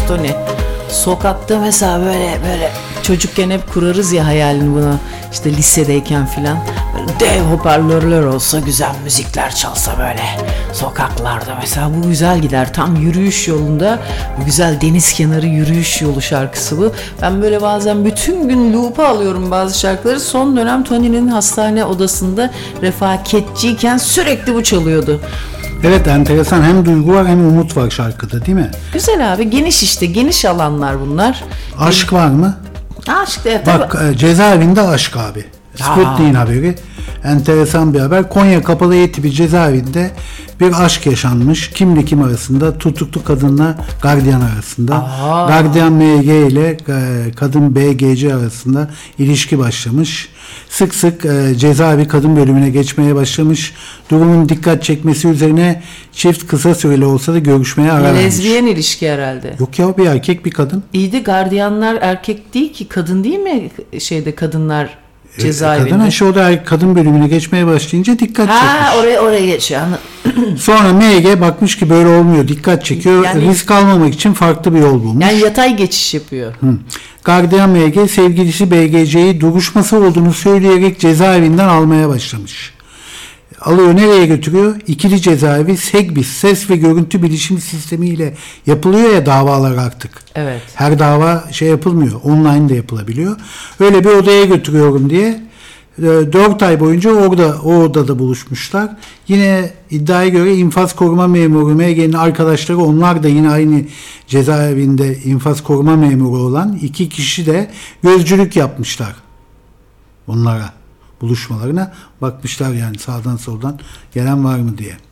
Tony. Sokakta mesela böyle böyle çocukken hep kurarız ya hayalini bunu. İşte lisedeyken filan. Böyle dev hoparlörler olsa, güzel müzikler çalsa böyle sokaklarda mesela, bu güzel gider. Tam yürüyüş yolunda, bu güzel deniz kenarı yürüyüş yolu şarkısı bu. Ben böyle bazen bütün gün loop'a alıyorum bazı şarkıları. Son dönem Tony'nin hastane odasında refakatçiyken sürekli bu çalıyordu. Evet, enteresan, hem duygu var hem umut var şarkıda, değil mi? Güzel abi, geniş işte, geniş alanlar bunlar. Aşk var mı? Aşk da tabii. Bak e, cezaevinde aşk abi. Sputnik'in haberi. Enteresan bir haber. Konya Kapalı E tipi cezaevinde bir aşk yaşanmış. Kimle kim arasında? Tutuklu kadınla gardiyan arasında. Aa. Gardiyan M G ile e, kadın B G C arasında ilişki başlamış. Sık sık e, cezaevi kadın bölümüne geçmeye başlamış. Durumun dikkat çekmesi üzerine çift kısa süreli olsa da görüşmeye ara vermiş. Lezbiyen ilişki herhalde. Yok ya, bir erkek bir kadın. İyi de gardiyanlar erkek değil ki, kadın değil mi şeyde, kadınlar E, cezaevinde? Kadın işte o da kadın bölümüne geçmeye başlayınca dikkat Ha, çekmiş. oraya oraya geçiyor. Anladım. Sonra M G bakmış ki böyle olmuyor, dikkat çekiyor. Yani- Risk almamak için farklı bir yol bulmuş. Yani yatay geçiş yapıyor. Hı. Gardiyan M G sevgilisi B G C'yi duruşması olduğunu söyleyerek cezaevinden almaya başlamış. Alıyor, nereye götürüyor? İkili cezaevi Segbis, ses ve görüntü bilişim sistemiyle yapılıyor ya davalar artık. Evet. Her dava şey yapılmıyor, online de yapılabiliyor. Öyle bir odaya götürüyorum diye dört ay boyunca orada o odada buluşmuşlar. Yine iddiaya göre infaz koruma memuru M G'nin arkadaşları, onlar da yine aynı cezaevinde infaz koruma memuru olan iki kişi de gözcülük yapmışlar onlara, buluşmalarına bakmışlar, yani sağdan soldan gelen var mı diye.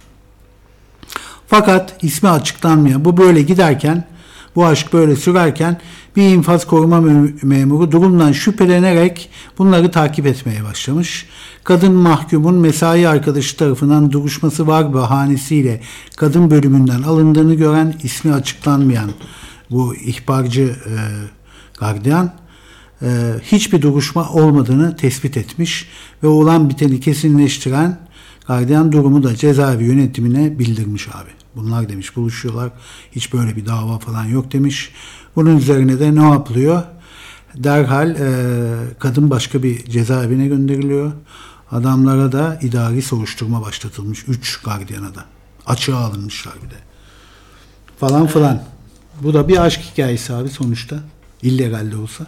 Fakat ismi açıklanmayan, bu böyle giderken, bu aşk böyle sürerken bir infaz koruma memuru durumdan şüphelenerek bunları takip etmeye başlamış. Kadın mahkumun mesai arkadaşı tarafından duruşması var bahanesiyle kadın bölümünden alındığını gören, ismi açıklanmayan bu ihbarcı e, gardiyan e, hiçbir duruşma olmadığını tespit etmiş ve olan biteni kesinleştiren gardiyan durumu da cezaevi yönetimine bildirmiş abi. Bunlar demiş buluşuyorlar, hiç böyle bir dava falan yok demiş. Bunun üzerine de ne yapılıyor? Derhal e, kadın başka bir cezaevine gönderiliyor. Adamlara da idari soruşturma başlatılmış. Üç gardiyana da. Açığa alınmışlar bir de. Falan falan. Bu da bir aşk hikayesi abi sonuçta. İllegal de olsa.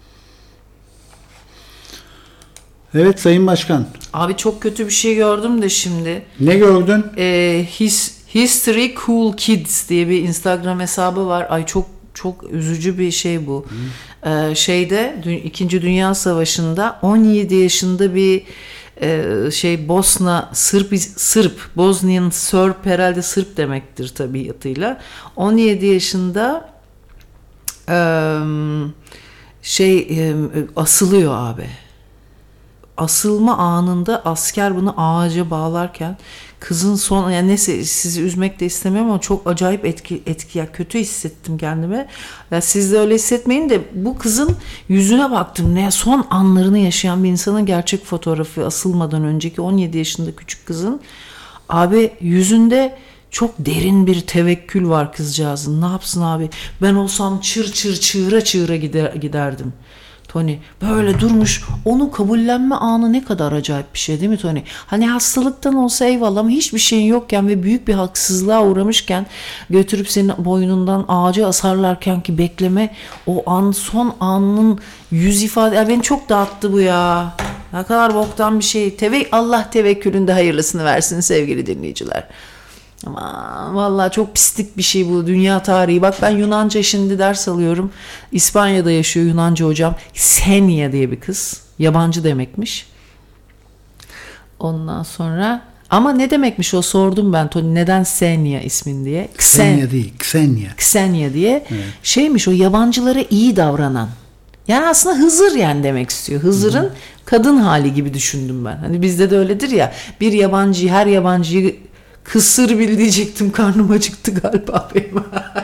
Evet Sayın Başkan. Abi çok kötü bir şey gördüm de şimdi. Ne gördün? Ee, his, History Cool Kids diye bir Instagram hesabı var. Ay çok çok üzücü bir şey bu. Ee, şeyde dü- İkinci Dünya Savaşı'nda on yedi yaşında bir e, şey Bosna Sırp Sırp Bosnian Sırp, herhalde Sırp demektir tabiatıyla. on yedi yaşında e, şey e, asılıyor abi. Asılma anında asker bunu ağaca bağlarken kızın son, yani neyse sizi üzmek de istemiyorum ama çok acayip etki etki ya, kötü hissettim kendime. Ya siz de öyle hissetmeyin de, bu kızın yüzüne baktım, ne son anlarını yaşayan bir insanın gerçek fotoğrafı, asılmadan önceki on yedi yaşında küçük kızın. Abi yüzünde çok derin bir tevekkül var kızcağızın. Ne yapsın abi? Ben olsam çır çır çığıra çığıra gider, giderdim. Tony böyle durmuş, onu kabullenme anı ne kadar acayip bir şey değil mi Tony? Hani hastalıktan olsa eyvallah, ama hiçbir şeyin yokken ve büyük bir haksızlığa uğramışken götürüp senin boynundan ağaca asarlarken ki bekleme, o an, son anın yüz ifade, ya beni çok dağıttı bu ya. Ne kadar boktan bir şey. Teve Allah tevekkülünde hayırlısını versin sevgili dinleyiciler. Ama vallahi çok pislik bir şey bu, dünya tarihi. Bak ben Yunanca şimdi ders alıyorum. İspanya'da yaşıyor Yunanca hocam. Xenia diye bir kız. Yabancı demekmiş. Ondan sonra ama ne demekmiş o, sordum ben Tony, neden Xenia ismin diye. Ksenia değil, Ksenia. Ksenia diye. Evet. Şeymiş o, yabancılara iyi davranan. Yani aslında Hızır yani demek istiyor. Hızır'ın Hı-hı. kadın hali gibi düşündüm ben. Hani bizde de öyledir ya. Bir yabancıyı, her yabancıyı kısır bil diyecektim, karnım acıktı galiba benim.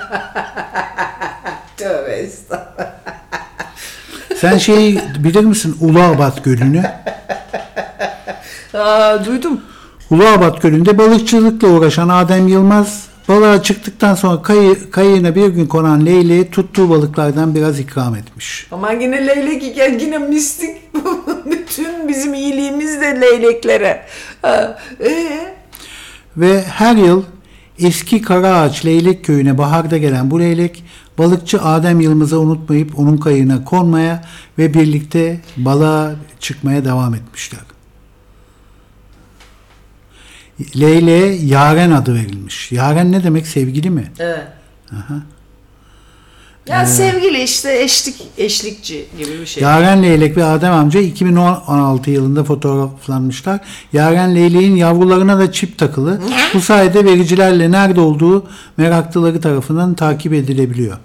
Tövbe estağfurullah. Sen şeyi bilir misin, Uluabat Gölü'nü? Aa, duydum. Uluabat Gölü'nde balıkçılıkla uğraşan Adem Yılmaz Balığa çıktıktan sonra kayı, kayığına bir gün konan Leyle'ye tuttuğu balıklardan biraz ikram etmiş. Ama yine leylek iken yine mistik. Bütün bizim iyiliğimiz de leyleklere. Ha, ee? Ve her yıl eski Karaağaç Leylek Köyü'ne baharda gelen bu leylek balıkçı Adem Yılmaz'ı unutmayıp onun kayığına konmaya ve birlikte balığa çıkmaya devam etmişler. Leyle'ye Yaren adı verilmiş. Yaren ne demek? Sevgili mi? Evet. Aha. Ya sevgili işte eşlik eşlikçi gibi bir şey. Yaren Leylek ve Adem amca iki bin on altı yılında fotoğraflanmışlar. Yaren Leylek'in yavrularına da çip takılı. Bu sayede vericilerle nerede olduğu meraklıları tarafından takip edilebiliyor.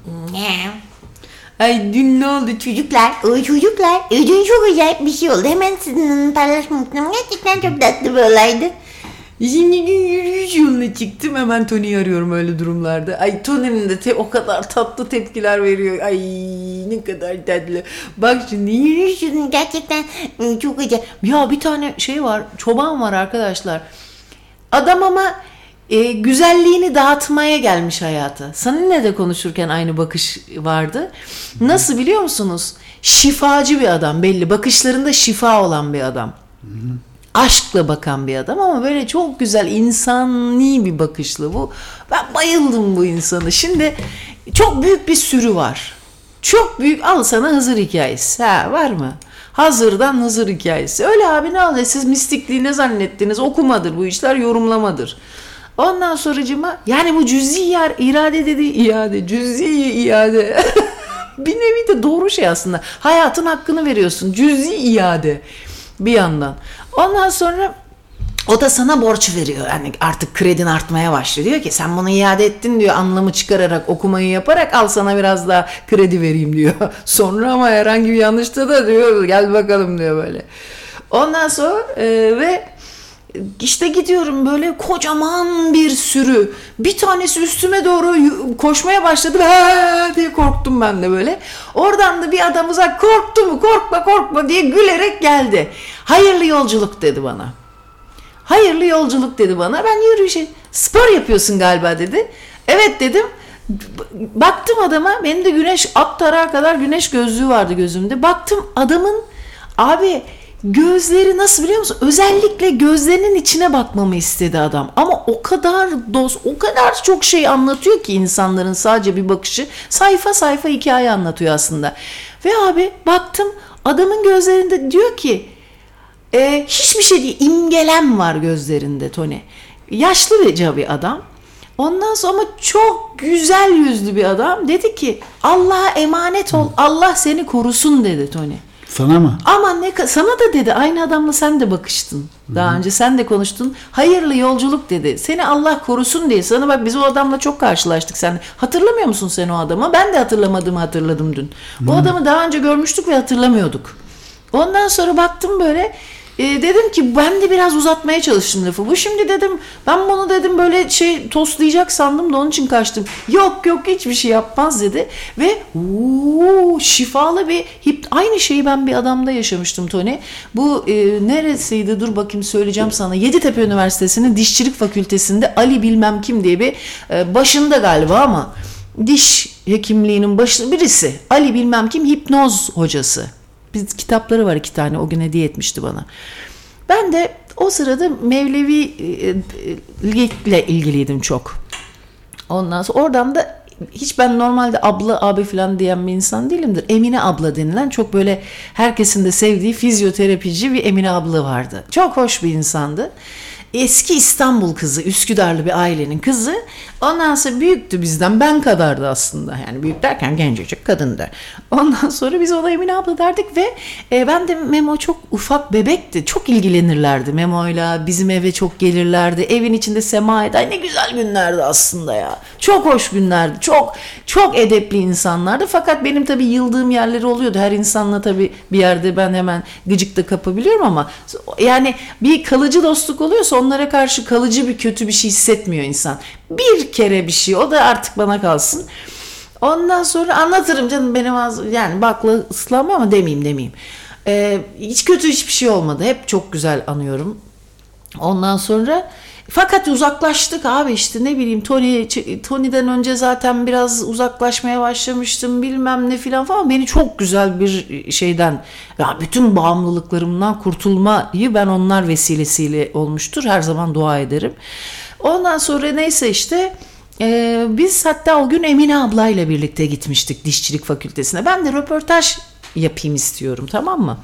Ay dün ne oldu çocuklar? O çocuklar, dün çok acayip bir şey oldu. Hemen sizinle paylaşmak istedim. Gerçekten çok tatlı bir olaydı. Şimdi dün yürüyüş yoluna çıktım, hemen Tony'yi arıyorum öyle durumlarda. Ay Tony'nin de te- o kadar tatlı tepkiler veriyor. Ay ne kadar tatlı. Bak şimdi yürüyüş Şunun gerçekten e, çok acayip. Ya bir tane şey var, çoban var arkadaşlar. Adam ama e, güzelliğini dağıtmaya gelmiş hayata. Seninle de konuşurken aynı bakış vardı. Nasıl biliyor musunuz? Şifacı bir adam belli. Bakışlarında şifa olan bir adam. Aşkla bakan bir adam ama böyle çok güzel insani bir bakışlı bu. Ben bayıldım bu insanı. Şimdi çok büyük bir sürü var. Çok büyük, al sana Hızır hikayesi. Ha, var mı? Hazırdan Hızır hikayesi. Öyle abi, ne alıyor? Siz mistikliği ne zannettiniz? Okumadır bu işler, yorumlamadır. Ondan sonracıma yani bu cüz'i yer, irade dediği iade, cüz'i iade. Bir nevi de doğru şey aslında. Hayatın hakkını veriyorsun. Cüz'i iade bir yandan. Ondan sonra o da sana borç veriyor. Yani artık kredin artmaya başlıyor. Diyor ki sen bunu iade ettin diyor. Anlamı çıkararak, okumayı yaparak al sana biraz daha kredi vereyim diyor. Sonra ama herhangi bir yanlışta da diyor gel bakalım diyor böyle. Ondan sonra e, ve işte gidiyorum böyle kocaman bir sürü. Bir tanesi üstüme doğru koşmaya başladı. Ha diye korktum ben de böyle. Oradan da bir adam uzak korktu mu korkma korkma diye gülerek geldi. Hayırlı yolculuk dedi bana. Hayırlı yolculuk dedi bana. Ben yürüyüşe spor yapıyorsun galiba dedi. Evet dedim. Baktım adama. Benim de güneş at tarağa kadar güneş gözlüğü vardı gözümde. Baktım adamın abi gözleri nasıl biliyor musun? Özellikle gözlerinin içine bakmamı istedi adam. Ama o kadar dost, o kadar çok şey anlatıyor ki insanların sadece bir bakışı. Sayfa sayfa hikaye anlatıyor aslında. Ve abi baktım adamın gözlerinde diyor ki e, hiçbir şey değil. İmgelem var gözlerinde Tony. Yaşlıca bir adam. Ondan sonra ama çok güzel yüzlü bir adam. Dedi ki Allah'a emanet ol. Allah seni korusun dedi Tony. Sana mı? Ama ne sana da dedi, aynı adamla sen de bakıştın. Daha Hı-hı. önce sen de konuştun. Hayırlı yolculuk dedi. Seni Allah korusun diye. Sana bak biz o adamla çok karşılaştık sen. Hatırlamıyor musun sen o adamı? Ben de hatırlamadığımı hatırladım dün. Hı-hı. O adamı daha önce görmüştük ve hatırlamıyorduk. Ondan sonra baktım böyle. E, dedim ki ben de biraz uzatmaya çalıştım lafı. Bu şimdi dedim ben bunu dedim böyle şey tostlayacak sandım da onun için kaçtım. Yok yok hiçbir şey yapmaz dedi. Ve ooo, şifalı bir hip, aynı şeyi ben bir adamda yaşamıştım Tony. Bu e, neresiydi dur bakayım söyleyeceğim sana. Yeditepe Üniversitesi'nin Dişçilik Fakültesi'nde Ali bilmem kim diye bir e, başında galiba ama diş hekimliğinin başında birisi. Ali bilmem kim hipnoz hocası. Biz kitapları var iki tane o gün hediye etmişti bana. Ben de o sırada Mevlevilikle ilgiliydim çok. Ondan sonra oradan da hiç ben normalde abla abi falan diyen bir insan değilimdir. Emine abla denilen çok böyle herkesin de sevdiği fizyoterapici bir Emine abla vardı. Çok hoş bir insandı. Eski İstanbul kızı, Üsküdarlı bir ailenin kızı. Ondan sonra büyüktü bizden, ben kadardı aslında. Yani büyük derken gencecik kadındı. Ondan sonra biz ona Emine abla derdik ve e, ben de Memo çok ufak bebekti. Çok ilgilenirlerdi Memo'yla. Bizim eve çok gelirlerdi. Evin içinde sema eder. Ne güzel günlerdi aslında ya. Çok hoş günlerdi. Çok çok edepli insanlardı. Fakat benim tabii yıldığım yerleri oluyordu. Her insanla tabii bir yerde ben hemen gıcık da kapabiliyorum ama yani bir kalıcı dostluk oluyorsa onlara karşı kalıcı bir kötü bir şey hissetmiyor insan. Bir kere bir şey, o da artık bana kalsın. Ondan sonra anlatırım canım benim az yani bakla ıslanmıyor ama demeyeyim demeyeyim. Ee, hiç kötü hiçbir şey olmadı. Hep çok güzel anıyorum. Ondan sonra fakat uzaklaştık abi, işte ne bileyim Tony Tony'den önce zaten biraz uzaklaşmaya başlamıştım bilmem ne filan falan. Beni çok güzel bir şeyden, ya bütün bağımlılıklarımdan kurtulmayı ben onlar vesilesiyle olmuştur. Her zaman dua ederim. Ondan sonra neyse işte e, biz hatta o gün Emine ablayla birlikte gitmiştik dişçilik fakültesine. Ben de röportaj yapayım istiyorum, tamam mı?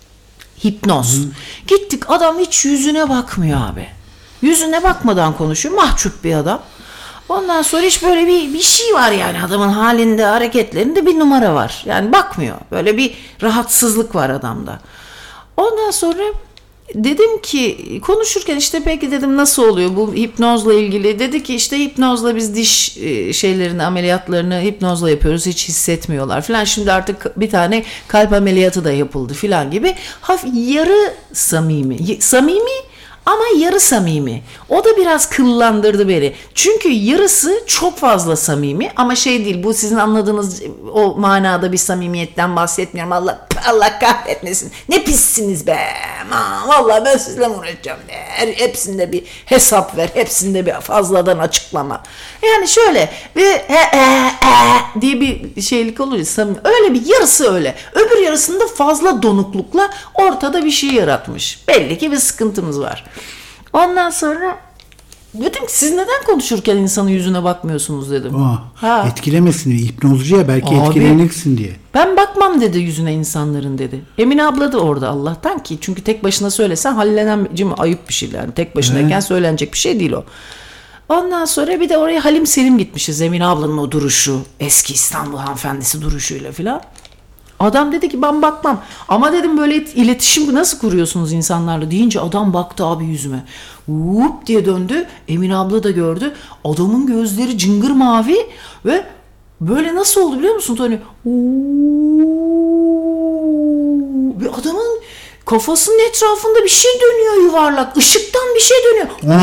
Hipnoz. Hı. Gittik, adam hiç yüzüne bakmıyor abi. Yüzüne bakmadan konuşuyor. Mahcup bir adam. Ondan sonra hiç böyle bir, bir şey var yani adamın halinde, hareketlerinde bir numara var. Yani bakmıyor. Böyle bir rahatsızlık var adamda. Ondan sonra dedim ki konuşurken işte peki dedim nasıl oluyor bu hipnozla ilgili? Dedi ki işte hipnozla biz diş şeylerini, ameliyatlarını hipnozla yapıyoruz. Hiç hissetmiyorlar filan. Şimdi artık bir tane kalp ameliyatı da yapıldı filan gibi. Hafif yarı samimi. Samimi ama yarı samimi. O da biraz kıllandırdı beni. Çünkü yarısı çok fazla samimi ama şey değil, bu sizin anladığınız o manada bir samimiyetten bahsetmiyorum. Allah Allah kahretmesin. Ne pissiniz be. Aman, vallahi ben sizle mi uğraşacağım be. Hepsinde bir hesap ver. Hepsinde bir fazladan açıklama. Yani şöyle bir he, he, he diye bir şeylik olur ya, samimi. Öyle bir yarısı öyle. Öbür yarısında fazla donuklukla ortada bir şey yaratmış. Belli ki bir sıkıntımız var. Ondan sonra dedim ki siz neden konuşurken insanın yüzüne bakmıyorsunuz dedim. Aa, ha. Etkilemesin diye, hipnozcuya belki Abi, etkilenirsin diye. Ben bakmam dedi yüzüne insanların dedi. Emine abla da orada Allah'tan ki, çünkü tek başına söylesen hallenen ayıp bir şey yani. Tek başınayken He. söylenecek bir şey değil o. Ondan sonra bir de oraya Halim Selim gitmişiz. Emine ablanın o duruşu, eski İstanbul hanımefendisi duruşuyla filan. Adam dedi ki ben bakmam. Ama dedim böyle iletişim nasıl kuruyorsunuz insanlarla deyince adam baktı abi yüzüme. Vup diye döndü. Emine abla da gördü. Adamın gözleri cıngır mavi ve böyle nasıl oldu biliyor musun Tony? Bir adamın kafasının etrafında bir şey dönüyor yuvarlak. Işıktan bir şey dönüyor.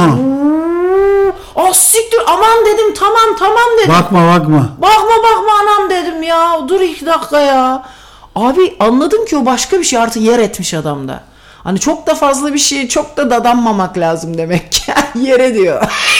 Ah siktir, aman dedim, tamam tamam dedim. Bakma bakma. Bakma bakma anam dedim ya. Dur iki dakika ya. Abi anladım ki o başka bir şey, artık yer etmiş adamda. Hani çok da fazla bir şey, çok da dadanmamak lazım demek ki. Yere diyor.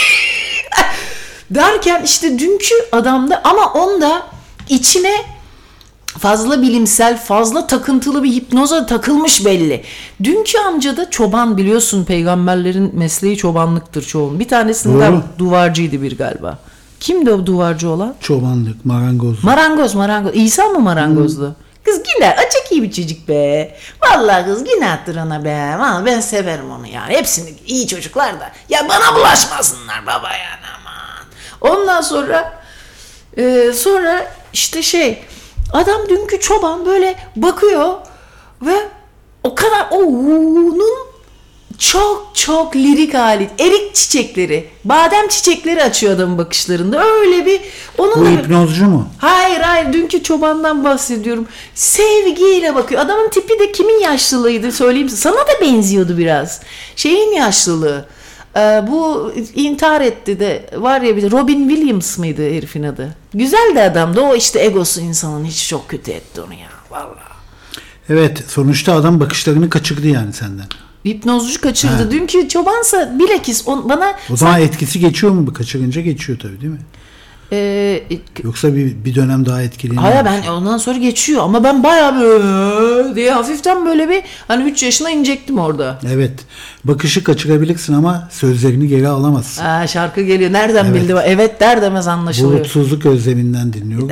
Derken işte dünkü adamda, ama onda içine fazla bilimsel, fazla takıntılı bir hipnoza takılmış belli. Dünkü amca da çoban, biliyorsun peygamberlerin mesleği çobanlıktır çoğun. Bir tanesinden Doğru. duvarcıydı bir galiba. Kimdi o duvarcı olan? Çobanlık, marangoz. Marangoz, marangoz. İsa mı marangozdu? Hmm. Kız günah, o çok iyi bir çocuk be. Vallahi kız günahtır ona be. Vallahi ben severim onu yani. Hepsini iyi çocuklar da. Ya bana bulaşmasınlar baba yani aman. Ondan sonra e, sonra işte şey, adam dünkü çoban böyle bakıyor ve o kadar o onun çok çok lirik hali, erik çiçekleri, badem çiçekleri açıyor adamın bakışlarında. Öyle bir onun Bu hipnozcu mu? Hayır hayır, dünkü çobandan bahsediyorum. Sevgiyle bakıyor. Adamın tipi de kimin yaşlılığıydı söyleyeyim size. Sana da benziyordu biraz. Şeyin yaşlılığı. Ee, bu intihar etti de var ya, bir Robin Williams mıydı herifin adı? Güzel de adamdı. O işte egosu insanın hiç çok kötü etti onu ya. Vallahi. Evet, sonuçta adam bakışlarını kaçırdı yani senden. Hipnozcu kaçırdı. He. Dünkü çobansa bilakis on, bana... O zaman sen... etkisi geçiyor mu? Kaçırınca geçiyor tabii değil mi? Ee, Yoksa bir, bir dönem daha etkileniyor. Hayır, ben ondan sonra geçiyor ama ben bayağı böyle diye hafiften böyle bir hani üç yaşına inecektim orada. Evet. Bakışı kaçırabilirsin ama sözlerini geri alamazsın. Aa, şarkı geliyor. Nereden evet. bildi? Evet der demez anlaşılıyor. Bulutsuzluk özleminden dinliyoruz.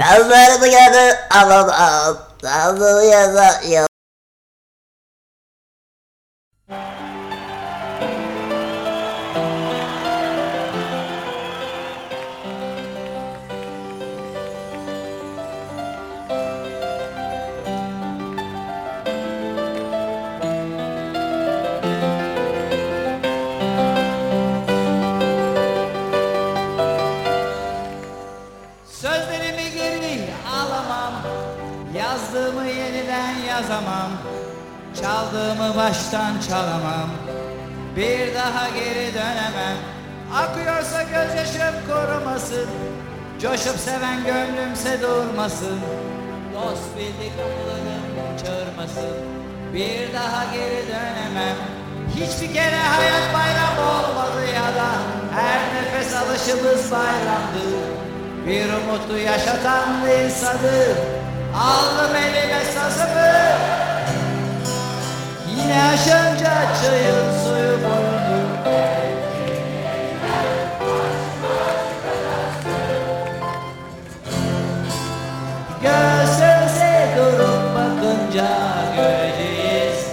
Sözlerimi geri alamam, yazdığımı yeniden yazamam, çaldığımı baştan çalamam, bir daha geri dönemem. Akıyorsa gözyaşım korumasın, coşup seven gönlümse durmasın, dost bildik kapılarım çağırmasın, bir daha geri dönemem. Hiçbir kere hayat bayrağı olmadı ya da her nefes alışımız bayramdı. Bir umutu yaşatan insanı, aldım elime sazımı. Yine aşınca çayın suyu boyundu. Göz göze durup bakınca göreceğiz.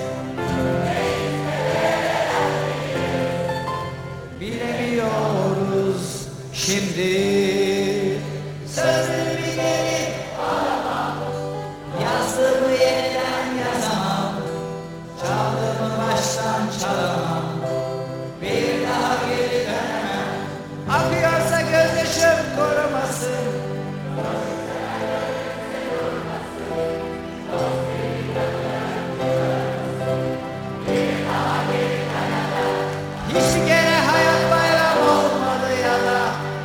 Bilemiyoruz şimdi. Sözlerimi geri alamam, yazdığımı yeniden yazamam, çaldığımı baştan çalamam, bir daha geri dönemem. Akıyorsa gözyaşım korumasın. Hiçbir kere hayat bayram olmadı ya da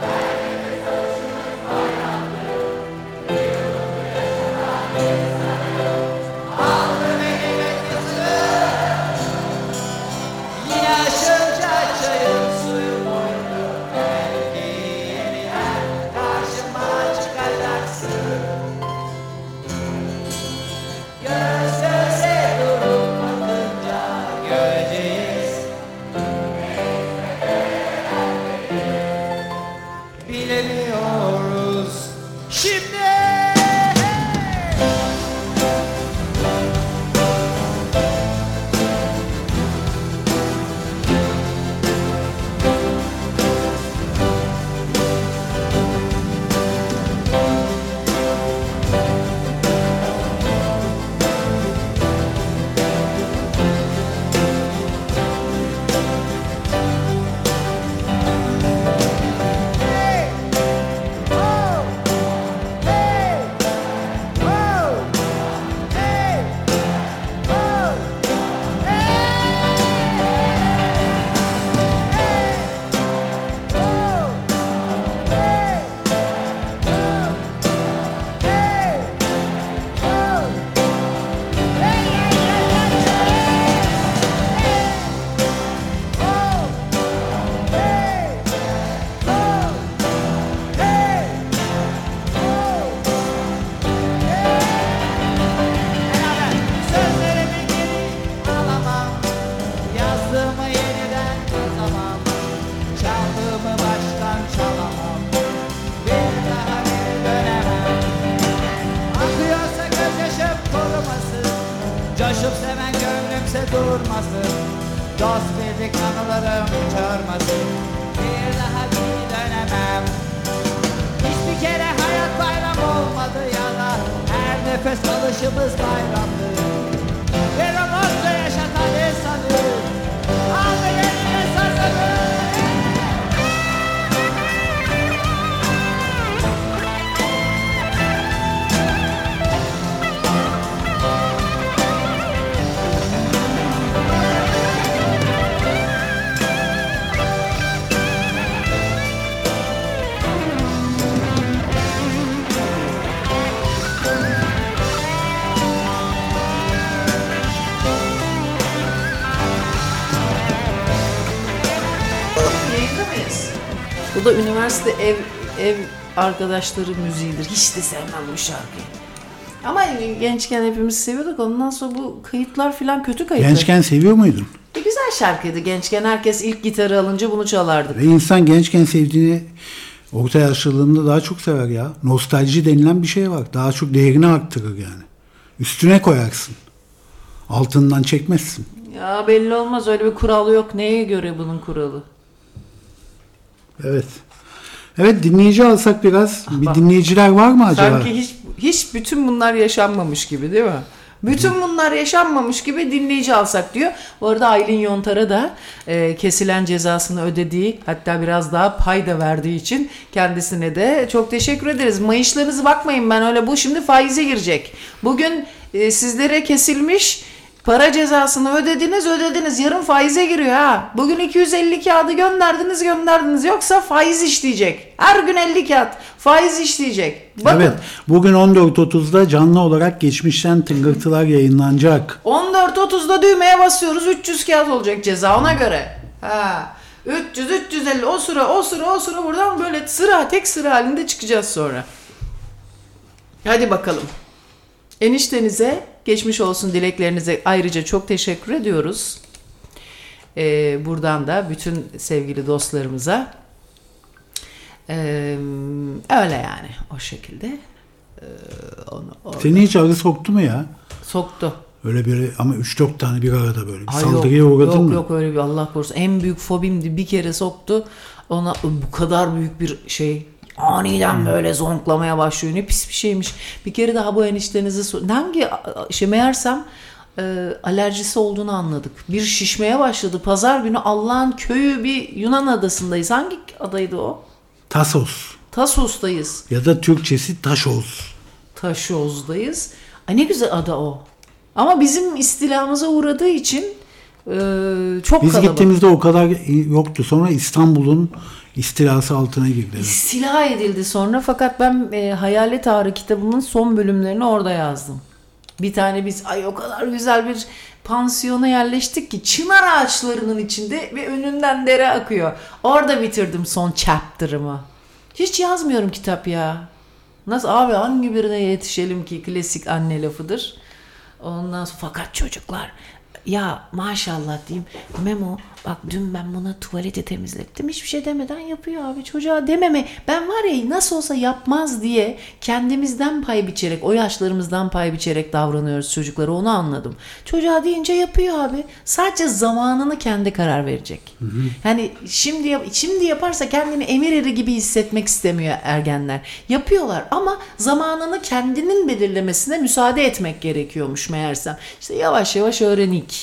aldım elime kızı. Yine aşınca çayın suyu boyundu. Belki yeniden karşıma çıkacaksın. Göz göze durup bakınca göreceğiz. Bilemiyoruz şimdi. Hey! Oh! Hey! Oh! Hey! Oh! Sözlerimi geri alamam, yazdığımı yeniden yazamam, çaldığımı baştan çalamam, bir daha geri dönemem. Akıyorsa gözyaşım korumasın, coşup seven gönlümse durmasın, dost bildik anılarım çağırmasın, bir daha geri dönemem. Hiçbir kere hayat bayram olmadı ya da her nefes alışımız bayramdı. Bir umutla yaşatan insanı, aldı eline sazını. Yayında mıyız? Bu da üniversite ev ev arkadaşları müziğidir. Hiç de sevmem bu şarkıyı. Ama gençken hepimiz seviyorduk. Ondan sonra bu kayıtlar falan kötü kayıtlar. Gençken seviyor muydun? E, güzel şarkıydı. Gençken herkes ilk gitarı alınca bunu çalardı. Ve insan gençken sevdiğini orta yaşlılığında daha çok sever ya. Nostalji denilen bir şey var. Daha çok değerini arttırır yani. Üstüne koyarsın. Altından çekmezsin. Ya belli olmaz. Öyle bir kural yok. Neye göre bunun kuralı? Evet. Evet, dinleyici alsak biraz. Bir bak. dinleyiciler var mı acaba? Sanki hiç hiç bütün bunlar yaşanmamış gibi değil mi? Bütün bunlar yaşanmamış gibi dinleyici alsak diyor. Bu arada Aylin Yontar'a da e, kesilen cezasını ödediği, hatta biraz daha pay da verdiği için kendisine de çok teşekkür ederiz. Mayışlarınızı bakmayın, ben öyle bu şimdi faize girecek. Bugün e, sizlere kesilmiş para cezasını ödediniz ödediniz. Yarın faize giriyor ha. Bugün iki yüz elli kağıdı gönderdiniz gönderdiniz. Yoksa faiz işleyecek. Her gün elli kağıt faiz işleyecek. Bakın. Evet. Bugün on dört otuzda canlı olarak Geçmişten Tıngırtılar yayınlanacak. on dört otuzda düğmeye basıyoruz. üç yüz kağıt olacak ceza ona göre. Ha. üç yüz üç yüz elli o sıra o sıra o sıra buradan böyle sıra tek sıra halinde çıkacağız sonra. Hadi bakalım. Eniştenize geçmiş olsun dileklerinize ayrıca çok teşekkür ediyoruz. Ee, buradan da bütün sevgili dostlarımıza ee, öyle yani o şekilde ee, onu orada Seni hiç arı soktu mu ya? soktu. Öyle böyle ama üç dört tane bir arada böyle. Bir Ay saldırıya yok, uğradın yok, mı? Yok öyle bir Allah korusun. En büyük fobimdi. Bir kere soktu. Ona bu kadar büyük bir şey aniden böyle zonklamaya başlıyor. Ne pis bir şeymiş. Bir kere daha bu eniştenizi sor- hangi şey meğersem e, alerjisi olduğunu anladık. Bir şişmeye başladı. Pazar günü Allah'ın köyü bir Yunan adasındayız. Hangi adaydı o? Tasos Tassos'tayız. ya da Türkçesi Taşoz. Taşoz'dayız. Ay ne güzel ada o. Ama bizim istilamıza uğradığı için e, çok Biz kalabalık. gittiğimizde o kadar yoktu. Sonra İstanbul'un istilası altına girdi. İstila edildi sonra fakat ben e, Hayalet Ağrı kitabımın son bölümlerini orada yazdım. Bir tane biz ay o kadar güzel bir pansiyona yerleştik ki çınar ağaçlarının içinde ve önünden dere akıyor. Orada bitirdim son chapter'ımı. Hiç yazmıyorum kitap ya. Nasıl abi hangi birine yetişelim ki klasik anne lafıdır. Ondan sonra fakat çocuklar ya maşallah diyeyim Memo bak dün ben buna tuvaleti temizlettim hiçbir şey demeden yapıyor abi çocuğa dememe ben var ya nasıl olsa yapmaz diye kendimizden pay biçerek o yaşlarımızdan pay biçerek davranıyoruz çocuklara onu anladım. Çocuğa deyince yapıyor abi sadece zamanını kendi karar verecek. Hı hı. Yani şimdi yap, şimdi yaparsa kendini emir eri gibi hissetmek istemiyor ergenler yapıyorlar ama zamanını kendinin belirlemesine müsaade etmek gerekiyormuş meğersem işte yavaş yavaş öğrenik.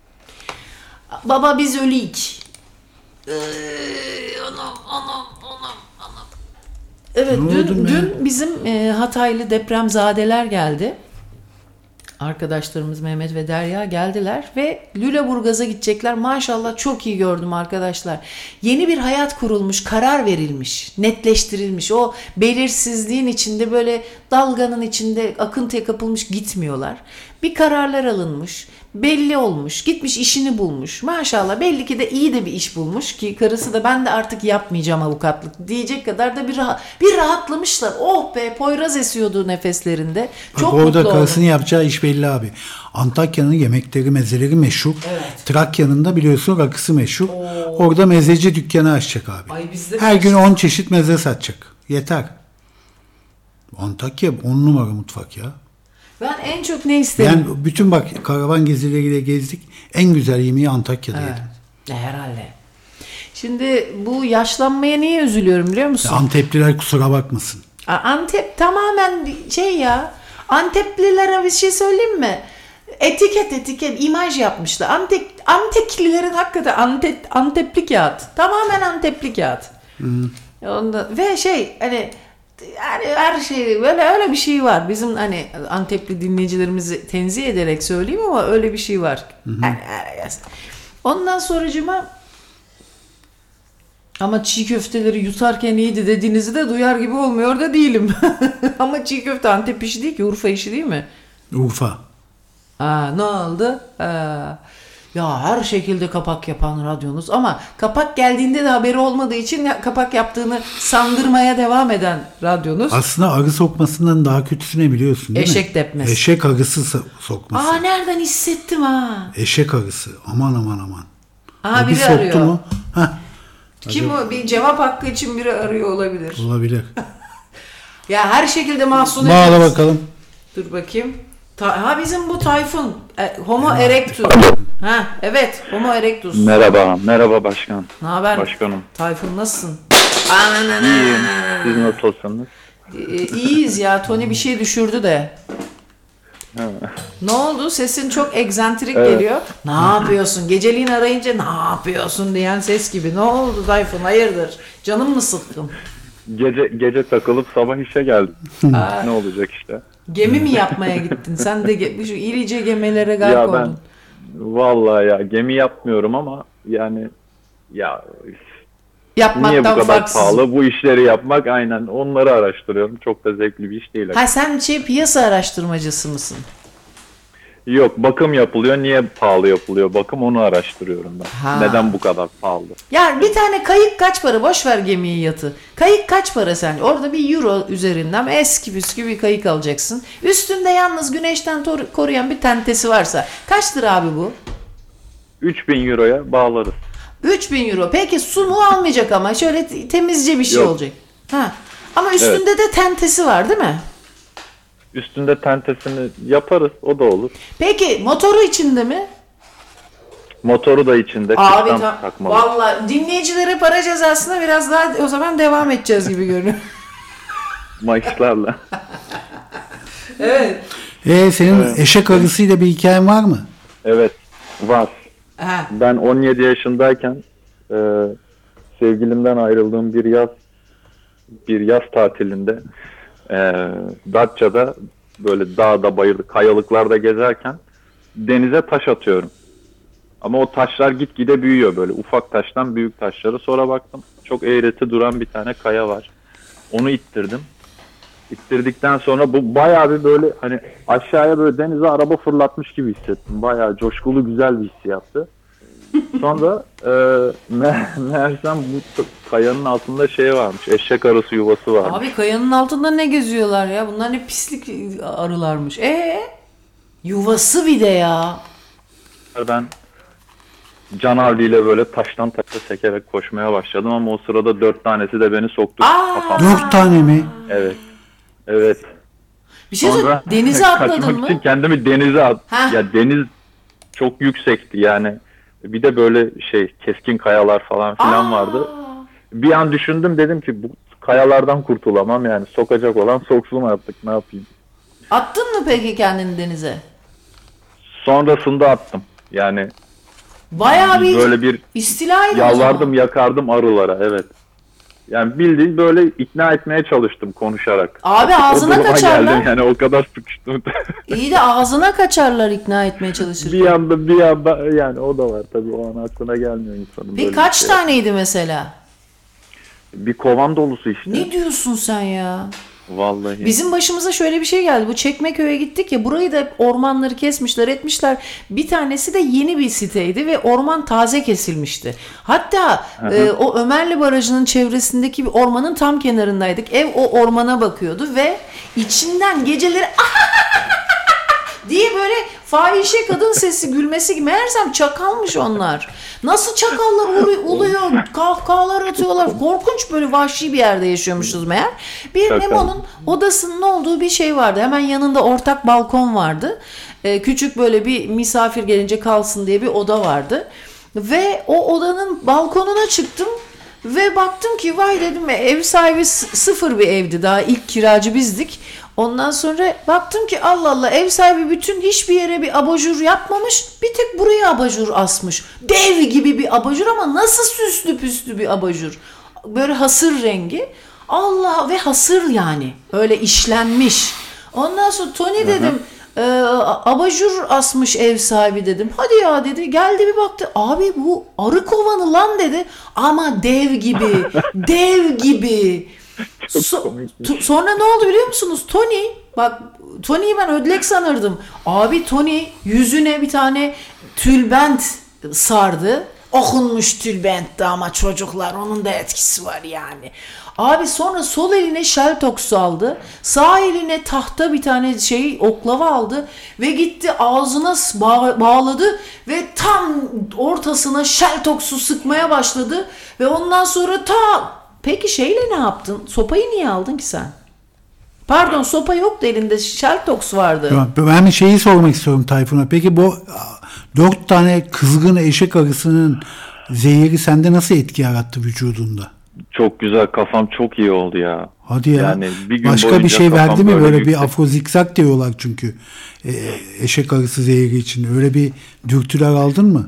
Baba biz öleyik. Ee, anam anam anam anam. Evet Ne dün, oldu be? dün bizim e, Hataylı depremzadeler geldi. Arkadaşlarımız Mehmet ve Derya geldiler ve Lüleburgaz'a gidecekler. Maşallah çok iyi gördüm arkadaşlar. Yeni bir hayat kurulmuş, karar verilmiş, netleştirilmiş. O belirsizliğin içinde böyle dalganın içinde akıntıya kapılmış gitmiyorlar. Bir kararlar alınmış, belli olmuş, gitmiş işini bulmuş. Maşallah belli ki de iyi de bir iş bulmuş ki karısı da ben de artık yapmayacağım avukatlık diyecek kadar da bir rahat, bir rahatlamışlar. Oh be Poyraz esiyordu nefeslerinde. Bak Çok orada mutlu karısının oldum. yapacağı iş belli abi. Antakya'nın yemekleri, mezeleri meşhur. Evet. Trakya'nın da biliyorsun rakısı meşhur. Orada mezeci dükkanı açacak abi. Ay bizde Her bir- gün on çeşit meze satacak. Yeter. Antakya on numara mutfak ya. Ben en çok ne isterim? Yani bütün bak karavan gezileriyle gezdik. En güzel yemeği Antakya'da Evet. yedim. Herhalde. Şimdi bu yaşlanmaya niye üzülüyorum biliyor musun? Antepliler kusura bakmasın. A- Antep tamamen şey ya. Anteplilere bir şey söyleyeyim mi? Etiket etiket imaj yapmışlar. Antep, Anteplilerin hakikaten Antep, Antepli kağıt. Tamamen Antepli kağıt. Onda, ve şey hani yani her şey böyle öyle bir şey var. Bizim hani Antepli dinleyicilerimizi tenzih ederek söyleyeyim ama öyle bir şey var. Yani, ondan sonracıma ama çiğ köfteleri yutarken iyiydi dediğinizi de duyar gibi olmuyor da değilim. Ama çiğ köfte Antep işi değil ki Urfa işi değil mi? Urfa. Aa, ne oldu? Aa, ya her şekilde kapak yapan radyonuz ama kapak geldiğinde de haberi olmadığı için ya- kapak yaptığını sandırmaya devam eden radyonuz. Aslında arı sokmasından daha kötüsü ne biliyorsun değil mi? Eşek tepmesi. Eşek arısı so- sokması. Aa nereden hissettim ha? Eşek arısı. Aman aman aman. Aa O bir biri soktu arıyor. mu? Heh, Kim o? Bir cevap hakkı için biri arıyor olabilir. olabilir. Ya her şekilde mahzun Bağla ederiz. bakalım. Dur bakayım. Ta- ha bizim bu Tayfun. E, Homo erectus. Ha evet Homo erectus. Merhaba, merhaba başkan. Ne haber? Başkanım. Tayfun nasılsın? İyiyim. Siz nasılsınız? Ee, iyiyiz ya. Tony bir şey düşürdü de. Ne oldu? Sesin çok egzantrik Evet. geliyor. Ne yapıyorsun? Geceliğin arayınca ne yapıyorsun diyen ses gibi. Ne oldu Tayfun? Hayırdır? Canım mı sıkkın? Gece gece takılıp sabah işe geldim. Ne olacak işte? Gemi mi yapmaya gittin? Sen de ge- şu irice gemilere gark Ya ben oldun. vallahi ya gemi yapmıyorum ama yani ya Yapmaktan niye bu kadar farksız. pahalı bu işleri yapmak aynen onları araştırıyorum. Çok da zevkli bir iş değil. Ha sen şey piyasa araştırmacısı mısın? Yok, bakım yapılıyor. Niye pahalı yapılıyor bakım, onu araştırıyorum ben. Ha. Neden bu kadar pahalı? Yani bir tane kayık kaç para? Boş ver gemiyi, yatı. Kayık kaç para sence? Orada bir euro üzerinden eski püskü bir kayık alacaksın. Üstünde yalnız güneşten tor- koruyan bir tentesi varsa. Kaçtır abi bu? üç bin euroya bağlarız. üç bin euro. Peki su mu almayacak ama? Şöyle t- temizce bir şey Yok. olacak. Ha. Ama üstünde de tentesi var değil mi? Üstünde tentesini yaparız, o da olur. Peki motoru içinde mi? Motoru da içinde, Abi kıştan ta- takmalı. vallahi dinleyicilere para cezasına biraz daha o zaman devam edeceğiz gibi görünüyor. Mayıslarla. Evet. E senin Evet. eşek arısıyla bir hikayen var mı? Evet, var. Ha. Ben on yedi yaşındayken e, sevgilimden ayrıldığım bir yaz bir yaz tatilinde e, Datça'da böyle dağda, bayırda, kayalıklarda gezerken denize taş atıyorum. Ama o taşlar gitgide büyüyor, böyle ufak taştan büyük taşları. Sonra baktım çok eğreti duran bir tane kaya var. Onu ittirdim. İttirdikten sonra bu bayağı bir böyle hani aşağıya böyle denize araba fırlatmış gibi hissettim. Bayağı coşkulu, güzel bir hissiyattı. Sonra e, me meğersem bu kayanın altında şey varmış. Eşek arısı yuvası varmış. Abi kayanın altında ne geziyorlar ya? Bunlar ne pislik arılarmış. E yuvası bir de ya. Ben can havliyle böyle taştan taşa sekerek koşmaya başladım ama o sırada dört tanesi de beni soktu Aa! kafamda. Dört tane mi? Evet. Evet. Bir şey söyle. Sonra Denize atladın kaçmak mı? için kendimi denize at. Heh. Ya deniz çok yüksekti yani. Bir de böyle şey keskin kayalar falan filan Aa! vardı. Bir an düşündüm, dedim ki bu kayalardan kurtulamam yani. Sokacak olan soksun artık, ne yapayım. Attın mı peki kendini denize? Sonrasında attım. Yani Bayağı bir böyle bir istilaydı o yalvardım, zaman. yakardım arılara, evet. Yani bildiğin böyle ikna etmeye çalıştım konuşarak. Abi Artık o ağzına duruma kaçarlar. geldim yani, o kadar sıkıştım. İyi de ağzına kaçarlar ikna etmeye çalışırken. bir anda bir anda yani, o da var tabii, o an aklına gelmiyor insanın. Peki böyle kaç bir şey. taneydi mesela? Bir kovan dolusu işte. Ne diyorsun sen ya? Vallahi. Bizim başımıza şöyle bir şey geldi. Bu Çekmeköy'e gittik ya, burayı da ormanları kesmişler etmişler. Bir tanesi de yeni bir siteydi ve orman taze kesilmişti. Hatta e, o Ömerli Barajı'nın çevresindeki bir ormanın tam kenarındaydık. Ev o ormana bakıyordu ve içinden geceleri diye böyle fahişe kadın sesi gülmesi gibi. Meğersem çakalmış onlar. Nasıl çakallar ulu- uluyor, kahkahalar atıyorlar. Korkunç, böyle vahşi bir yerde yaşıyormuşuz meğer. Bir Çakal. Memo'nun odasının olduğu bir şey vardı. Hemen yanında ortak balkon vardı. Ee, küçük böyle bir misafir gelince kalsın diye bir oda vardı. Ve o odanın balkonuna çıktım. Ve baktım ki vay dedim, ev sahibi s- sıfır bir evdi, daha ilk kiracı bizdik. Ondan sonra baktım ki Allah Allah, ev sahibi bütün hiçbir yere bir abajur yapmamış, bir tek buraya abajur asmış. Dev gibi bir abajur ama nasıl süslü püslü bir abajur. Böyle hasır rengi. Allah, ve hasır yani öyle işlenmiş. Ondan sonra Tony dedim, e, abajur asmış ev sahibi dedim. Hadi ya dedi, geldi bir baktı. Abi bu arı kovanı lan dedi. Ama dev gibi, dev gibi. So- t- sonra ne oldu biliyor musunuz? Tony, bak Tony'yi ben ödlek sanırdım. Abi Tony yüzüne bir tane tülbent sardı. Okunmuş tülbentti ama çocuklar, onun da etkisi var yani. Abi sonra sol eline şeltoks aldı. Sağ eline tahta bir tane şey oklava aldı ve gitti ağzına bağ- bağladı ve tam ortasına şeltoksu sıkmaya başladı ve ondan sonra ta... Peki şeyle ne yaptın? Sopayı niye aldın ki sen? Pardon, sopa yoktu elinde, şeltoks vardı. Ben bir şeyi sormak istiyorum Tayfun'a. Peki bu dört tane kızgın eşek arısının zehri sende nasıl etki yarattı vücudunda? Çok güzel, kafam çok iyi oldu ya. Hadi ya. Yani bir gün Başka bir boyunca şey kafam verdi mi? Böyle bir yüksek. afrozikzak diyorlar çünkü. Ee, eşek arısı zehri için. Öyle bir dürtüler aldın mı?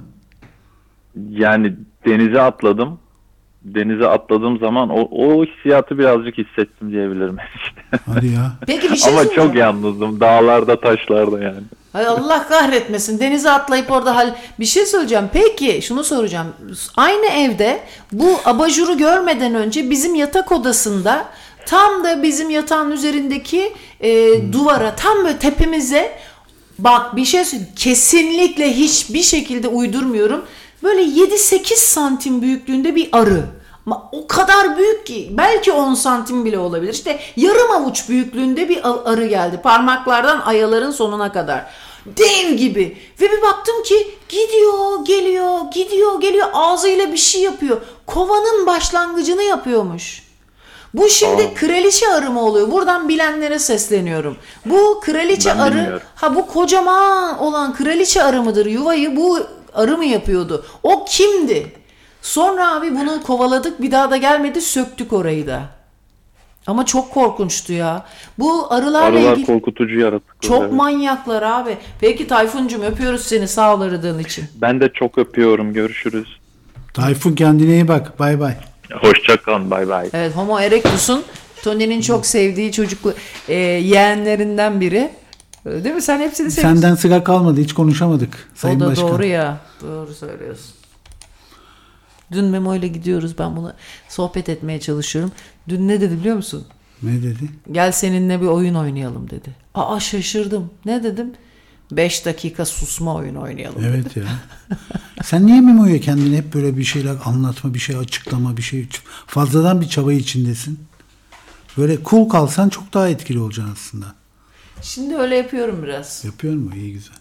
Yani denize atladım. Denize atladığım zaman o, o hissiyatı birazcık hissettim diyebilirim işte. Hadi ya. Peki bir şey Ama söyleyeceğim. çok yalnızdım. Dağlarda, taşlarda yani. Hay Allah kahretmesin. Denize atlayıp orada hal... Bir şey söyleyeceğim. Peki şunu soracağım. Aynı evde bu abajuru görmeden önce bizim yatak odasında tam da bizim yatağın üzerindeki e, duvara, tam böyle tepemize Bak bir şey söyleyeyim. Kesinlikle hiçbir şekilde uydurmuyorum. Böyle yedi sekiz santim büyüklüğünde bir arı. Ama o kadar büyük ki belki on santim bile olabilir. İşte yarım avuç büyüklüğünde bir arı geldi. Parmaklardan ayaların sonuna kadar. Dev gibi. Ve bir baktım ki gidiyor, geliyor, gidiyor, geliyor. Ağzıyla bir şey yapıyor. Kovanın başlangıcını yapıyormuş. Bu şimdi Aa. kraliçe arı mı oluyor? Buradan bilenlere sesleniyorum. Bu kraliçe ben arı, bilmiyorum. Ha bu kocaman olan kraliçe arı mıdır? Yuvayı bu arı mı yapıyordu? O kimdi? Sonra abi bunu kovaladık, bir daha da gelmedi, söktük orayı da. Ama çok korkunçtu ya. Bu arılarla Arılar ilgili korkutucu yaratıklar. Çok evet. manyaklar abi. Peki Tayfuncuğum, öpüyoruz seni, sağ ol aradığın için. Ben de çok öpüyorum. Görüşürüz. Tayfun kendine iyi bak. Bay bay. Hoşça kalın. Bay bay. Evet, Homo erectus'un Tony'nin çok sevdiği çocuklu e, yeğenlerinden biri. Değil mi? Sen hepsini seviyorsun. Senden sıra kalmadı. Hiç konuşamadık. Sayın O da Başkan. doğru ya. Doğru söylüyorsun. Dün Memo ile gidiyoruz. Ben bunu sohbet etmeye çalışıyorum. Dün ne dedi biliyor musun? Ne dedi? Gel seninle bir oyun oynayalım dedi. Aa, şaşırdım. Ne dedim? beş dakika susma oyunu oynayalım evet dedi. ya. Sen niye Memo'ya kendini hep böyle bir şeyler anlatma, bir şey açıklama, bir şey fazladan bir çaba içindesin? Böyle cool kalsan çok daha etkili olacaksın aslında. Şimdi öyle yapıyorum biraz. Yapıyor mu? İyi, güzel.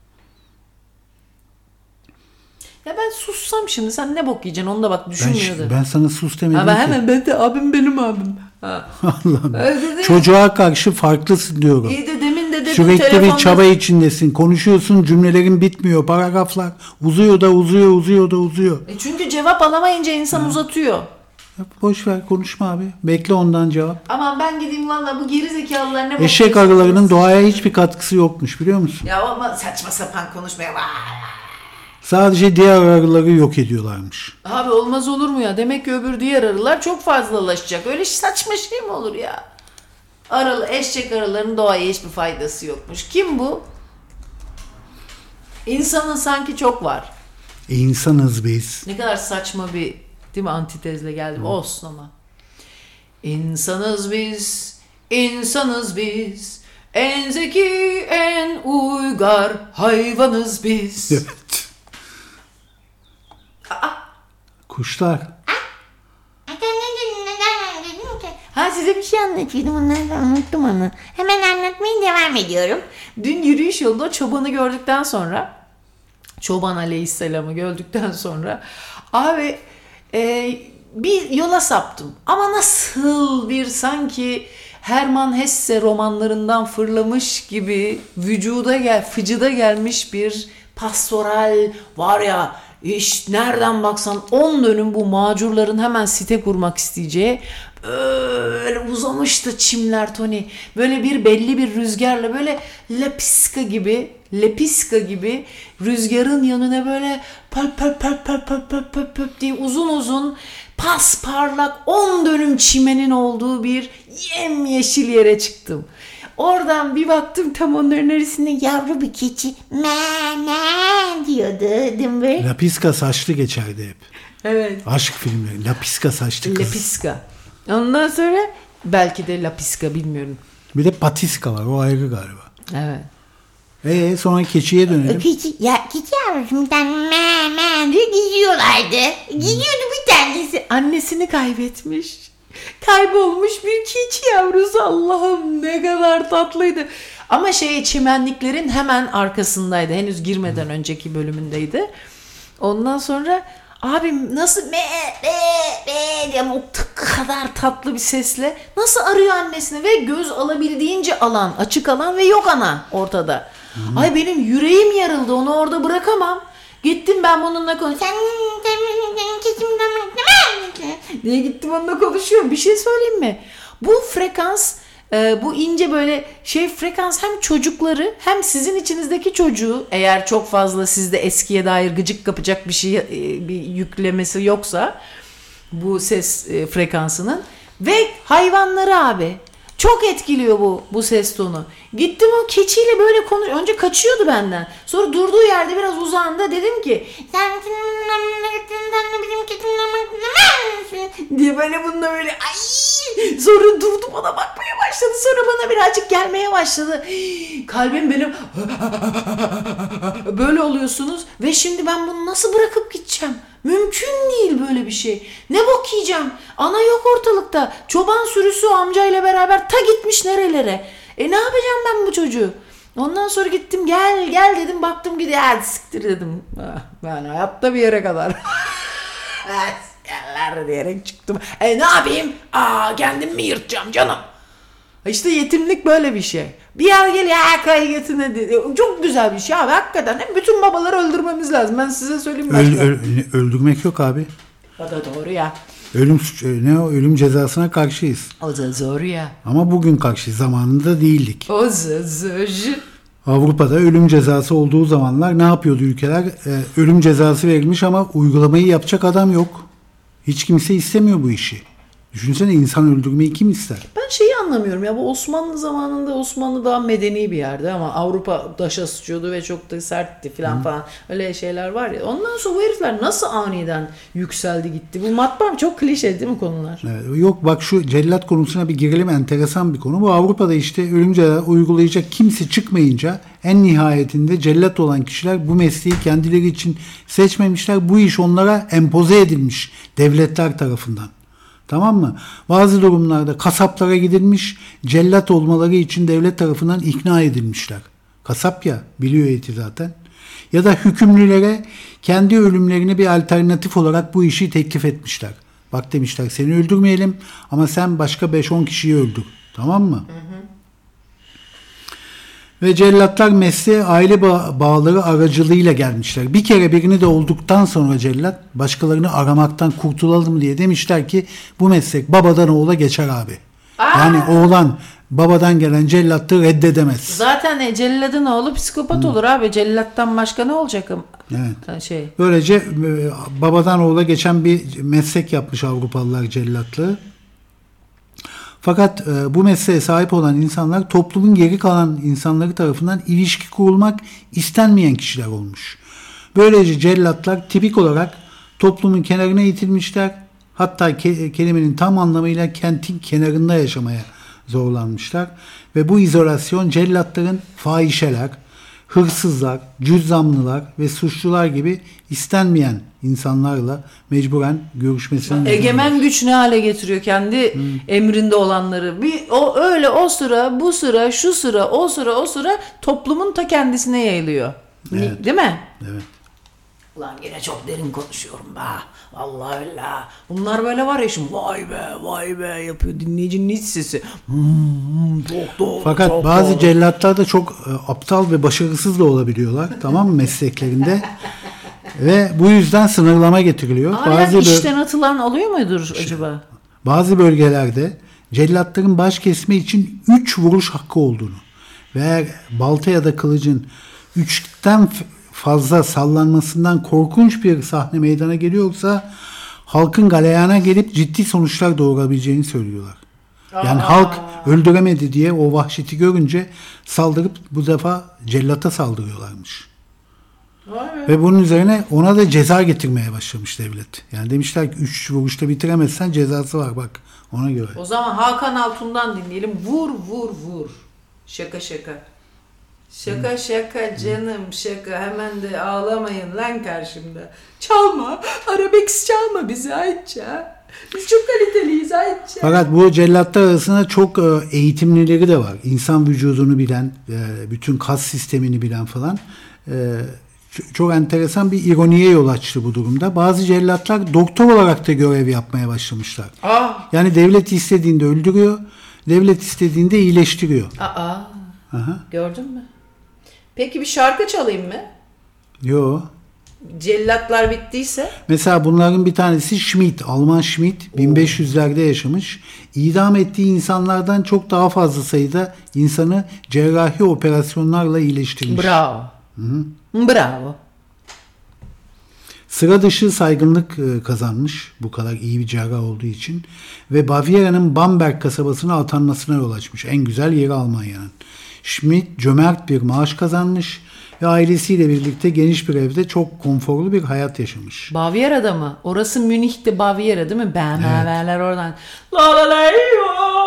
Ya ben sussam şimdi sen ne bok yiyeceksin, onu da bak düşünmüyordu. Ben, ben sana sus demedim ha, ben ki. hemen ben de abim benim abim. Ha. Allah'ım. Çocuğa karşı farklısın diyorum. İyi de demin de dedim Sürekli telefonda... bir çaba içindesin. Konuşuyorsun, cümlelerin bitmiyor. Paragraflar uzuyor da uzuyor, uzuyor da uzuyor. E çünkü cevap alamayınca insan ha. uzatıyor. Ya boş ver, konuşma abi. Bekle ondan cevap. Aman ben gideyim valla, bu geri zekalılar ne Eşek arılarının doğaya hiçbir katkısı yokmuş, biliyor musun? Ya ama saçma sapan konuşmaya bak. Sadece diğer arıları yok ediyorlarmış. Abi olmaz olur mu ya? Demek ki öbür diğer arılar çok fazlalaşacak. Öyle saçma şey mi olur ya? Arılı, eşek arıların doğaya hiçbir faydası yokmuş. Kim bu? İnsanın sanki çok var. E insanız biz. Ne kadar saçma bir, değil mi, antitezle geldim. Hı. Olsun ama. İnsanız biz, insanız biz. En zeki, en uygar hayvanız biz. Evet. Kuşlar. Ha, size bir şey anlatıyordum, ondan sonra unuttum onu. Hemen anlatmaya devam ediyorum. Dün yürüyüş yolunda çobanı gördükten sonra, çoban aleyhisselamı gördükten sonra abi e, bir yola saptım. Ama nasıl bir sanki Hermann Hesse romanlarından fırlamış gibi vücuda gel, fıcıda gelmiş bir pastoral var ya. İş nereden baksan on dönüm bu macurların hemen site kurmak isteyeceği böyle uzamıştı çimler Tony. Böyle bir belli bir rüzgarla böyle lepiska gibi lepiska gibi rüzgarın yanına böyle pöp pöp pöp pöp pöp pöp pöp pöp diye uzun uzun pasparlak on dönüm çimenin olduğu bir yemyeşil yere çıktım. Oradan bir baktım, tam onların arasında yavru bir keçi me me diyordu, değil mi? Lapiska saçlı geçerdi hep. Evet. Aşk filmleri. Lapiska saçlı kız. Lapiska. Ondan sonra belki de Lapiska, bilmiyorum. Bir de Patiska var, o ayrı galiba. Evet. Ee sonra keçiye dönelim. Keçi, ya keçi yavrusu bir tane me me diye gidiyorlardı. Gidiyordu bir tanesi. Annesini kaybetmiş. Kaybolmuş bir keçi yavrusu, Allah'ım ne kadar tatlıydı. Ama şey, çimenliklerin hemen arkasındaydı. Henüz girmeden önceki bölümündeydi. Ondan sonra abim nasıl me me me diye o kadar tatlı bir sesle nasıl arıyor annesini ve göz alabildiğince alan, açık alan ve yok ana ortada. Hı-hı. Ay benim yüreğim yarıldı, onu orada bırakamam. Gittim ben bununla konuşuyorum. Sen diye gittim onunla konuşuyorum. Bir şey söyleyeyim mi? Bu frekans, e, bu ince böyle şey frekans hem çocukları hem sizin içinizdeki çocuğu, eğer çok fazla sizde eskiye dair gıcık kapacak bir şey, e, bir yüklemesi yoksa bu ses e, frekansının ve hayvanları abi. Çok etkiliyor bu bu ses tonu. Gittim o keçiyle böyle konuş. Önce kaçıyordu benden. Sonra durduğu yerde biraz uzağında dedim ki sen bizim keçimden diye böyle bununla böyle ay sonra durdu, bana bakmaya başladı. başladı. Sonra bana birazcık gelmeye başladı. Kalbim benim böyle oluyorsunuz ve şimdi ben bunu nasıl bırakıp gideceğim? Mümkün değil böyle bir şey. Ne bok yiyeceğim? Ana yok ortalıkta. Çoban sürüsü amcayla beraber ta gitmiş nerelere. E ne yapacağım ben bu çocuğu? Ondan sonra gittim gel gel dedim baktım gidiyor. Hadi siktir dedim. Ah, ben hayatta bir yere kadar. Yerler diyerek çıktım. E ne yapayım? Aa kendim mi yırtacağım canım? İşte yetimlik böyle bir şey. Bir yer geliyor kayı götüne dedi. Çok güzel bir şey abi hakikaten. Bütün babaları öldürmemiz lazım. Ben size söyleyeyim başka. Öl, öl, öldürmek yok abi. O da doğru ya. Ölüm suç, ne o ölüm cezasına karşıyız. O da doğru ya. Ama bugün karşı zamanında değildik. O da Avrupa'da ölüm cezası olduğu zamanlar ne yapıyordu ülkeler? Ee, ölüm cezası verilmiş ama uygulamayı yapacak adam yok. Hiç kimse istemiyor bu işi. Düşünsene insan öldürmeyi kim ister? Ben şeyi anlamıyorum ya bu Osmanlı zamanında Osmanlı daha medeni bir yerde ama Avrupa daşa sıçıyordu ve çok da sertti falan Hı. falan öyle şeyler var ya. Ondan sonra bu herifler nasıl aniden yükseldi gitti? Bu matbaa çok klişe değil mi konular? Evet, yok bak şu cellat konusuna bir girelim, enteresan bir konu. Bu Avrupa'da işte ölüm cezası uygulayacak kimse çıkmayınca en nihayetinde cellat olan kişiler bu mesleği kendileri için seçmemişler. Bu iş onlara empoze edilmiş devletler tarafından. Tamam mı? Bazı durumlarda kasaplara gidilmiş, cellat olmaları için devlet tarafından ikna edilmişler. Kasap ya, biliyor eti zaten. Ya da hükümlülere kendi ölümlerine bir alternatif olarak bu işi teklif etmişler. Bak demişler seni öldürmeyelim ama sen başka beş on kişiyi öldür. Tamam mı? Hı hı. Ve cellatlar mesleğe aile ba- bağları aracılığıyla gelmişler. Bir kere birini de olduktan sonra cellat başkalarını aramaktan kurtulalım diye demişler ki bu meslek babadan oğula geçer abi. Aa! Yani oğlan babadan gelen cellatlığı reddedemez. Zaten e, celladın oğlu psikopat Hı. olur abi. Cellattan başka ne olacak? Evet. Şey. Böylece e, babadan oğula geçen bir meslek yapmış Avrupalılar cellatlığı. Fakat e, bu mesleğe sahip olan insanlar toplumun geri kalan insanları tarafından ilişki kurulmak istenmeyen kişiler olmuş. Böylece cellatlar tipik olarak toplumun kenarına itilmişler. Hatta ke- kelimenin tam anlamıyla kentin kenarında yaşamaya zorlanmışlar. Ve bu izolasyon cellatların fahişeler, hırsızlar, cüzzamlılar ve suçlular gibi istenmeyen insanlarla mecburen görüşmesini... Egemen güç ne hale getiriyor kendi hmm. emrinde olanları. Bir o öyle o sıra, bu sıra, şu sıra, o sıra, o sıra toplumun ta kendisine yayılıyor. Evet. Değil mi? Evet. Ulan yine çok derin konuşuyorum be. Vallahi öyle. Bunlar böyle var ya şimdi vay be vay be yapıyor dinleyicinin iç sesi. Hmm, çok doğru, Fakat çok bazı doğru. cellatlar da çok e, aptal ve başarısız da olabiliyorlar. Tamam mı mesleklerinde? Ve bu yüzden sınırlama getiriliyor. Aa, bazı yani işten atılan oluyor mudur acaba? Bazı bölgelerde cellatların baş kesme için üç vuruş hakkı olduğunu ve eğer balta ya da kılıcın üçten fazla sallanmasından korkunç bir sahne meydana geliyorsa halkın galeyana gelip ciddi sonuçlar doğurabileceğini söylüyorlar. Yani Aa. halk öldüremedi diye o vahşeti görünce saldırıp bu defa cellata saldırıyorlarmış. Aynen. Ve bunun üzerine ona da ceza getirmeye başlamış devlet. Yani demişler ki üç vuruşta bitiremezsen cezası var bak ona göre. O zaman Hakan Altun'dan dinleyelim. Vur vur vur. Şaka şaka. Şaka hmm. şaka canım şaka. Hemen de ağlamayın lan karşımda. Çalma. Arabesk çalma bizi Ayça. Biz çok kaliteliyiz Ayça. Fakat bu cellatlar arasında çok eğitimlileri de var. İnsan vücudunu bilen, bütün kas sistemini bilen falan. Çok enteresan bir ironiye yol açtı bu durumda. Bazı cellatlar doktor olarak da görev yapmaya başlamışlar. Aa. Yani devlet istediğinde öldürüyor, devlet istediğinde iyileştiriyor. Aa. Aha. Gördün mü? Peki bir şarkı çalayım mı? Yo. Cellatlar bittiyse? Mesela bunların bir tanesi Schmidt, Alman Schmidt, bin beş yüzlerde yaşamış. İdam ettiği insanlardan çok daha fazla sayıda insanı cerrahi operasyonlarla iyileştirmiş. Bravo. Hı-hı. Bravo. Sıra dışı saygınlık kazanmış bu kadar iyi bir cerrah olduğu için ve Bavyera'nın Bamberg kasabasına atanmasına yol açmış. En güzel yeri Almanya'nın. Schmidt cömert bir maaş kazanmış ve ailesiyle birlikte geniş bir evde çok konforlu bir hayat yaşamış. Bavyera'da mı? Orası Münih'te Bavyera değil mi? B M W'ler evet. Oradan. La la la yo,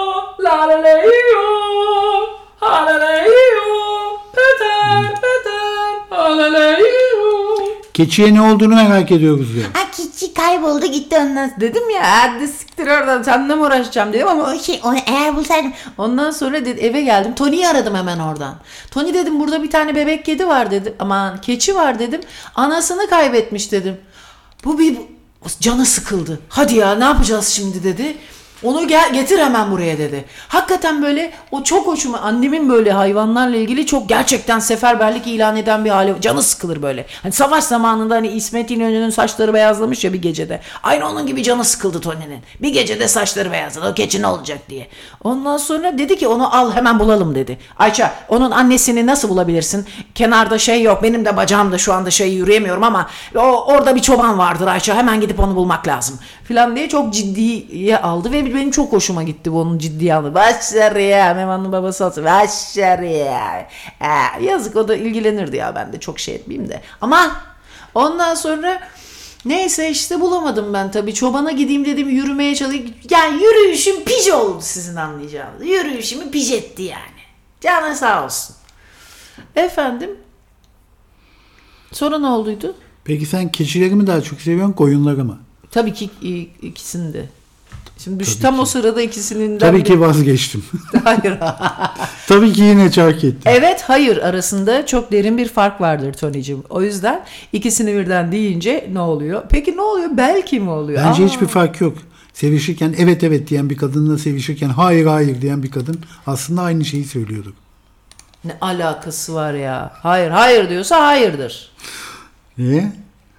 La la la yo, ha la la yo, Peter Peter, ha la la yo. Keçiye ne olduğunu merak ediyoruz diyor. Ha keçi kayboldu gitti ondan. Dedim ya hadi siktir oradan seninle mi uğraşacağım dedim ama O şey onu eğer bulsaydım. ondan sonra dedi, eve geldim. Tony'yi aradım hemen oradan. Tony dedim burada bir tane bebek kedi var dedim. Aman keçi var dedim. Anasını kaybetmiş dedim. Bu bir canı sıkıldı. Hadi ya ne yapacağız şimdi dedi. Onu gel, getir hemen buraya dedi. Hakikaten böyle o çok hoşuma, annemin böyle hayvanlarla ilgili çok gerçekten seferberlik ilan eden bir hali. Canı sıkılır böyle. Hani savaş zamanında hani İsmet İnönü'nün saçları beyazlamış ya bir gecede. Aynı onun gibi canı sıkıldı Tony'nin. Bir gecede saçları beyazladı. O keçi ne olacak diye. Ondan sonra dedi ki onu al hemen bulalım dedi. Ayça onun annesini nasıl bulabilirsin? Kenarda şey yok. Benim de bacağımda şu anda şey yürüyemiyorum ama o, orada bir çoban vardır Ayça. Hemen gidip onu bulmak lazım. Falan diye çok ciddiye aldı ve benim çok hoşuma gitti bu onun ciddiye aldı. Başarıya. Meman'ın babası olsun. Başarıya. Ee, yazık o da ilgilenirdi ya, ben de çok şey etmeyeyim de. Ama ondan sonra neyse işte bulamadım ben tabii. Çobana gideyim dedim, yürümeye çalışayım. Yani yürüyüşüm pij oldu sizin anlayacağınız. Yürüyüşümü pij etti yani. Canı sağ olsun. Efendim? Sonra ne olduydu? Peki sen keçileri mi daha çok seviyorsun, koyunları mı? Tabii ki ikisini de. Şimdi düş, Tabii tam ki. o sırada ikisinden Tabii biri- ki vazgeçtim. Hayır. Tabii ki yine çark ettim. Evet hayır arasında çok derin bir fark vardır Tony'cim. O yüzden ikisini birden deyince ne oluyor? Peki ne oluyor? Belki mi oluyor? Bence Aa. hiçbir fark yok. Sevişirken evet evet diyen bir kadınla sevişirken hayır hayır diyen bir kadın aslında aynı şeyi söylüyordu. Ne alakası var ya? Hayır hayır diyorsa hayırdır. Niye?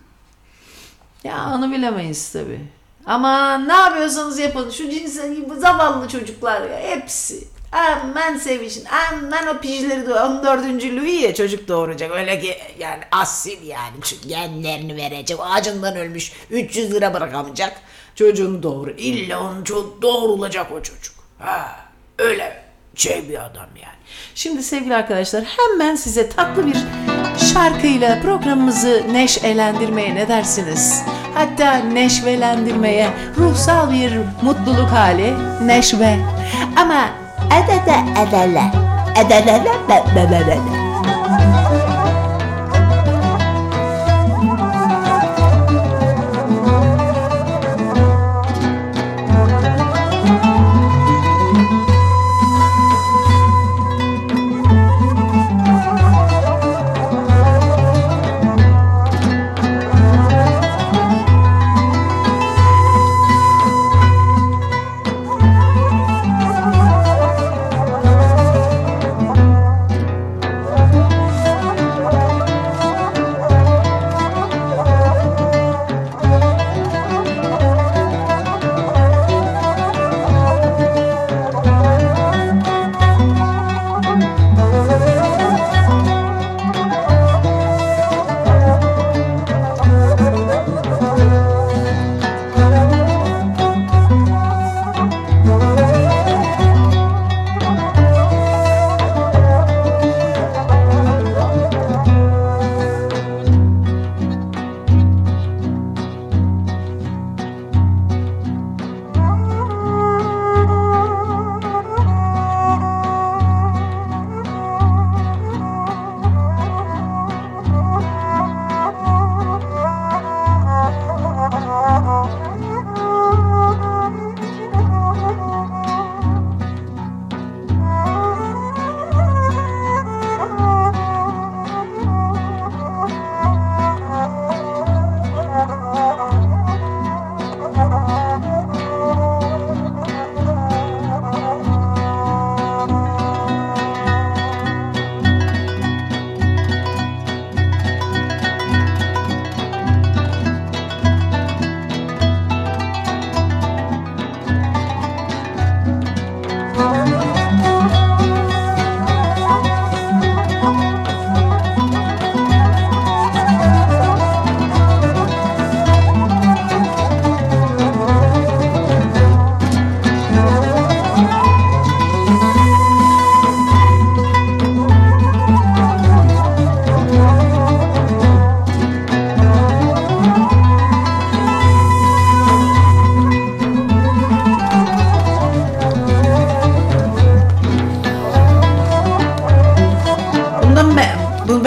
Ya onu bilemeyiz tabii. Ama ne yapıyorsanız yapın. Şu cinsel zavallı çocuklar ya hepsi. Hemen sevişin. Hemen o pijleri doğru. on dördüncü Louis ya çocuk doğuracak. Öyle ki yani asil yani. Çünkü genlerini verecek. Acından ölmüş. üç yüz lira bırakamayacak. Çocuğunu doğur. İlla onun çok doğrulacak o çocuk. Ha, öyle şey bir adam yani. Şimdi sevgili arkadaşlar hemen size tatlı bir şarkıyla programımızı neşelendirmeye ne dersiniz? Hatta neşvelendirmeye, ruhsal bir mutluluk hali, neşve. Ama Edede edele. Edele edele.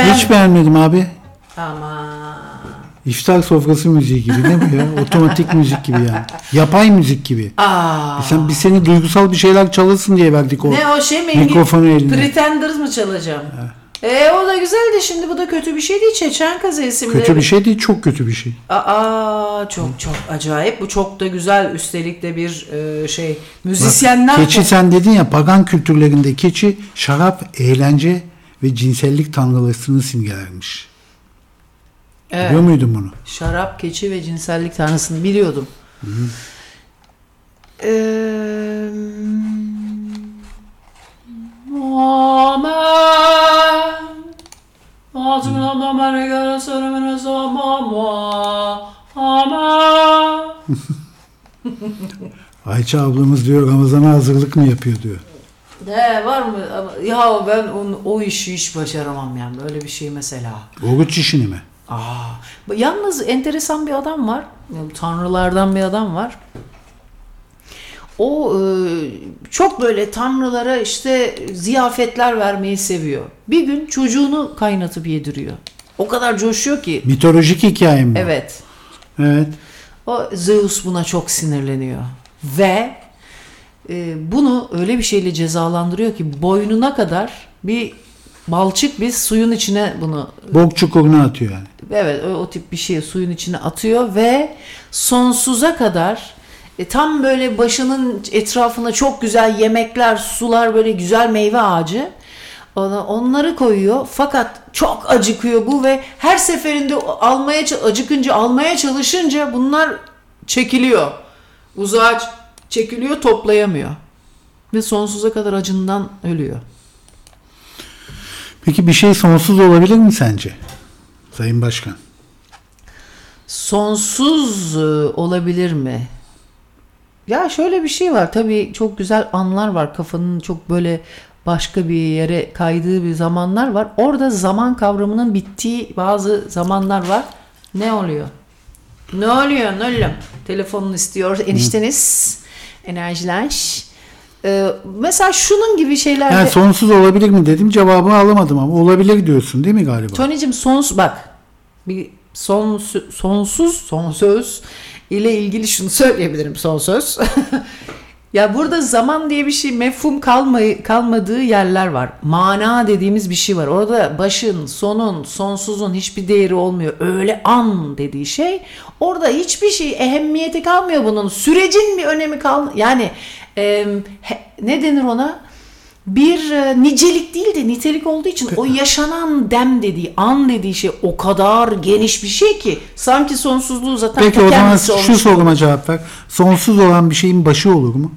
Hiç beğenmedim abi. Ama İftar sofrası müziği gibi ne bu ya? Otomatik müzik gibi yani. Yapay müzik gibi. Aa. E sen biz seni duygusal bir şeyler çalırsın diye verdik o Ne o şey mi? mikrofonu eline. Pretenders mı çalacağım? E o da güzeldi, şimdi bu da kötü bir şey değil. Çeçen Kazı isimli. Kötü bir şey değil, çok kötü bir şey. Aa çok çok acayip. Bu çok da güzel. Üstelik de bir e, şey müzisyenler. Bak, keçi sen dedin ya, pagan kültürlerinde keçi şarap, eğlence ve cinsellik tanrılarını simgelermiş. Evet. Biliyor muydun bunu? Şarap, keçi ve cinsellik tanrısını biliyordum. Hı hı. Eee Amen. Ağzımdan da mergara söylemene zaman. Amen. Ayça ablamız diyor Ramazan'a hazırlık mı yapıyor diyor. Ne var mı? Ya ben onu, o işi hiç başaramam yani. Böyle bir şey mesela. Oruç işini mi? Aa, yalnız enteresan bir adam var. Tanrılardan bir adam var. O e, çok böyle tanrılara işte ziyafetler vermeyi seviyor. Bir gün çocuğunu kaynatıp yediriyor. O kadar coşuyor ki. Mitolojik hikaye mi? Evet. Evet. O Zeus buna çok sinirleniyor. Ve e, bunu öyle bir şeyle cezalandırıyor ki boynuna kadar bir balçık bir suyun içine bunu. Bok çukuruna atıyor yani. Evet, o, o tip bir şeyi suyun içine atıyor ve sonsuza kadar E, tam böyle başının etrafına çok güzel yemekler, sular, böyle güzel meyve ağacı. Ona, onları koyuyor. Fakat çok acıkıyor bu ve her seferinde almaya acıkınca almaya çalışınca bunlar çekiliyor. Uzağa çekiliyor, toplayamıyor. Ve sonsuza kadar acından ölüyor. Peki bir şey sonsuz olabilir mi sence? Sayın Başkan. Sonsuz olabilir mi? Ya şöyle bir şey var, tabii çok güzel anlar var, kafanın çok böyle başka bir yere kaydığı bir zamanlar var. Orada zaman kavramının bittiği bazı zamanlar var. Ne oluyor? Ne oluyor? Ne oluyor? Telefonunu istiyor enişteniz. Enerjiler. Ee, mesela şunun gibi şeylerde. Yani sonsuz olabilir mi dedim, cevabını alamadım ama olabilir diyorsun değil mi galiba? Tony'cim sonsuz bak. Bir son sonsuz son söz ile ilgili şunu söyleyebilirim, son söz. Ya burada zaman diye bir şey, mefhum kalmay- kalmadığı yerler var. Mana dediğimiz bir şey var. Orada başın, sonun, sonsuzun hiçbir değeri olmuyor. Öyle an dediği şey. Orada hiçbir şey ehemmiyeti kalmıyor bunun. Sürecin bir önemi kalmıyor. Yani e, he, ne denir ona? Bir e, nicelik değil de nitelik olduğu için o yaşanan dem dediği, an dediği şey o kadar geniş bir şey ki sanki sonsuzluğu zaten peki o zaman şu soruma cevap ver. Sonsuz olan bir şeyin başı olur mu?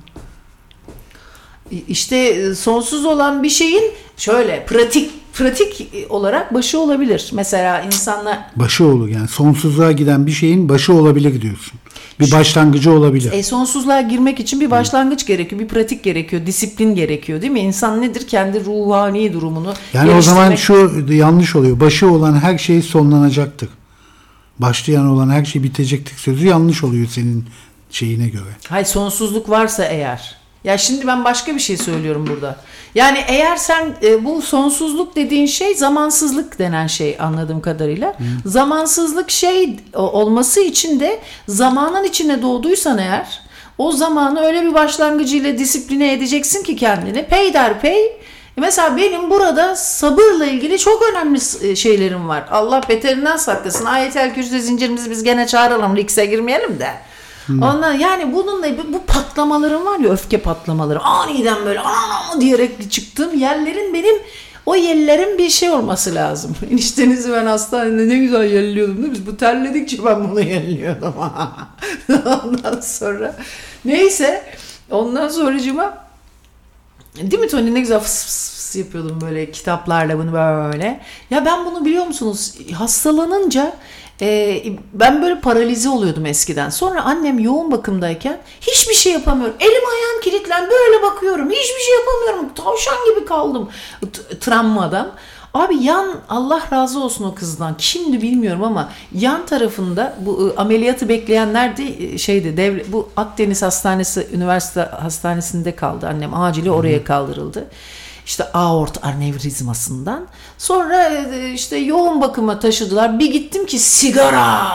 İşte sonsuz olan bir şeyin şöyle pratik pratik olarak başı olabilir. Mesela insanlar başı olur yani sonsuzluğa giden bir şeyin başı olabilir diyorsun. Bir başlangıcı olabilir. E, sonsuzluğa girmek için bir başlangıç gerekiyor, bir pratik gerekiyor, disiplin gerekiyor değil mi? İnsan nedir? Kendi ruhani durumunu yani o zaman şu yanlış oluyor. Başı olan her şey sonlanacaktır. Başlayan olan her şey bitecektir sözü yanlış oluyor senin şeyine göre. Hayır, sonsuzluk varsa eğer. Ya şimdi ben başka bir şey söylüyorum burada. Yani eğer sen e, bu sonsuzluk dediğin şey zamansızlık denen şey anladığım kadarıyla. Hı. Zamansızlık şey olması için de zamanın içine doğduysan eğer o zamanı öyle bir başlangıcıyla disipline edeceksin ki kendini peyderpey. Mesela benim burada sabırla ilgili çok önemli şeylerim var. Allah beterinden saklasın. Ayetel Kürsü zincirimizi biz gene çağıralım. Riks'e girmeyelim de. Hmm. Ondan yani bununla bu patlamalarım var ya, öfke patlamaları, aniden böyle aa diyerek çıktığım yerlerin benim o yerlerin bir şey olması lazım. Eniştenizi ben hastanede ne güzel yelliyordum değil mi? Biz bu terledikçe ben bunu yelliyordum. Ondan sonra neyse ondan sonracıma değil mi Tony, ne güzel fıs fıs fıs yapıyordum böyle kitaplarla bunu böyle. Ya ben bunu biliyor musunuz, hastalanınca Ee, ben böyle paralize oluyordum eskiden. Sonra annem yoğun bakımdayken hiçbir şey yapamıyorum. Elim ayağım kilitlen, böyle bakıyorum. Hiçbir şey yapamıyorum. Tavşan gibi kaldım T- travmadan. Abi yan, Allah razı olsun o kızdan. Kimdi bilmiyorum ama yan tarafında bu ameliyatı bekleyenler de şeydi, devlet, bu Akdeniz Hastanesi, üniversite hastanesinde kaldı annem. Acili oraya kaldırıldı. İşte aort anevrizmasından. Sonra e, işte yoğun bakıma taşıdılar. Bir gittim ki sigara.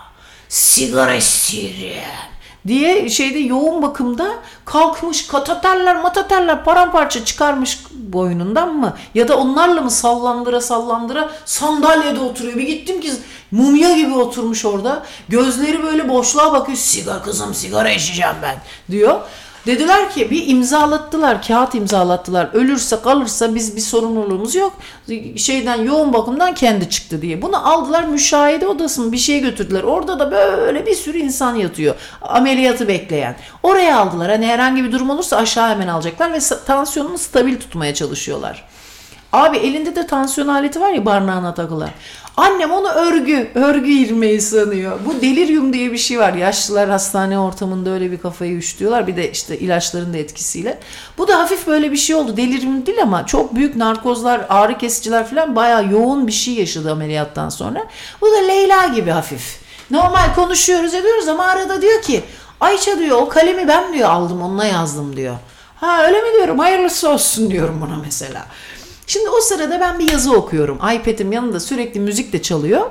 Sigara içiren diye şeyde yoğun bakımda kalkmış kateterler mataterler paramparça çıkarmış boynundan mı ya da onlarla mı sallandıra sallandıra sandalyede oturuyor. Bir gittim ki mumya gibi oturmuş orada, gözleri böyle boşluğa bakıyor, sigara kızım sigara içeceğim ben diyor. Dediler ki bir imzalattılar, kağıt imzalattılar. Ölürse kalırsa biz bir sorumluluğumuz yok. Şeyden yoğun bakımdan kendi çıktı diye. Bunu aldılar müşahede odasına bir şeye götürdüler. Orada da böyle bir sürü insan yatıyor. Ameliyatı bekleyen. Oraya aldılar. Hani herhangi bir durum olursa aşağı hemen alacaklar ve tansiyonunu stabil tutmaya çalışıyorlar. Abi elinde de tansiyon aleti var ya barnağına takılan. Annem onu örgü, örgü ilmeği sanıyor. Bu delirium diye bir şey var. Yaşlılar hastane ortamında öyle bir kafayı üşütüyorlar. Bir de işte ilaçların da etkisiyle. Bu da hafif böyle bir şey oldu. Delirium değil ama çok büyük narkozlar, ağrı kesiciler falan bayağı yoğun bir şey yaşadı ameliyattan sonra. Bu da Leyla gibi hafif. Normal konuşuyoruz ediyoruz ama arada diyor ki Ayça diyor o kalemi ben diyor aldım onunla yazdım diyor. Ha öyle mi diyorum, hayırlısı olsun diyorum buna mesela. Şimdi o sırada ben bir yazı okuyorum. iPad'im yanında sürekli müzik de çalıyor.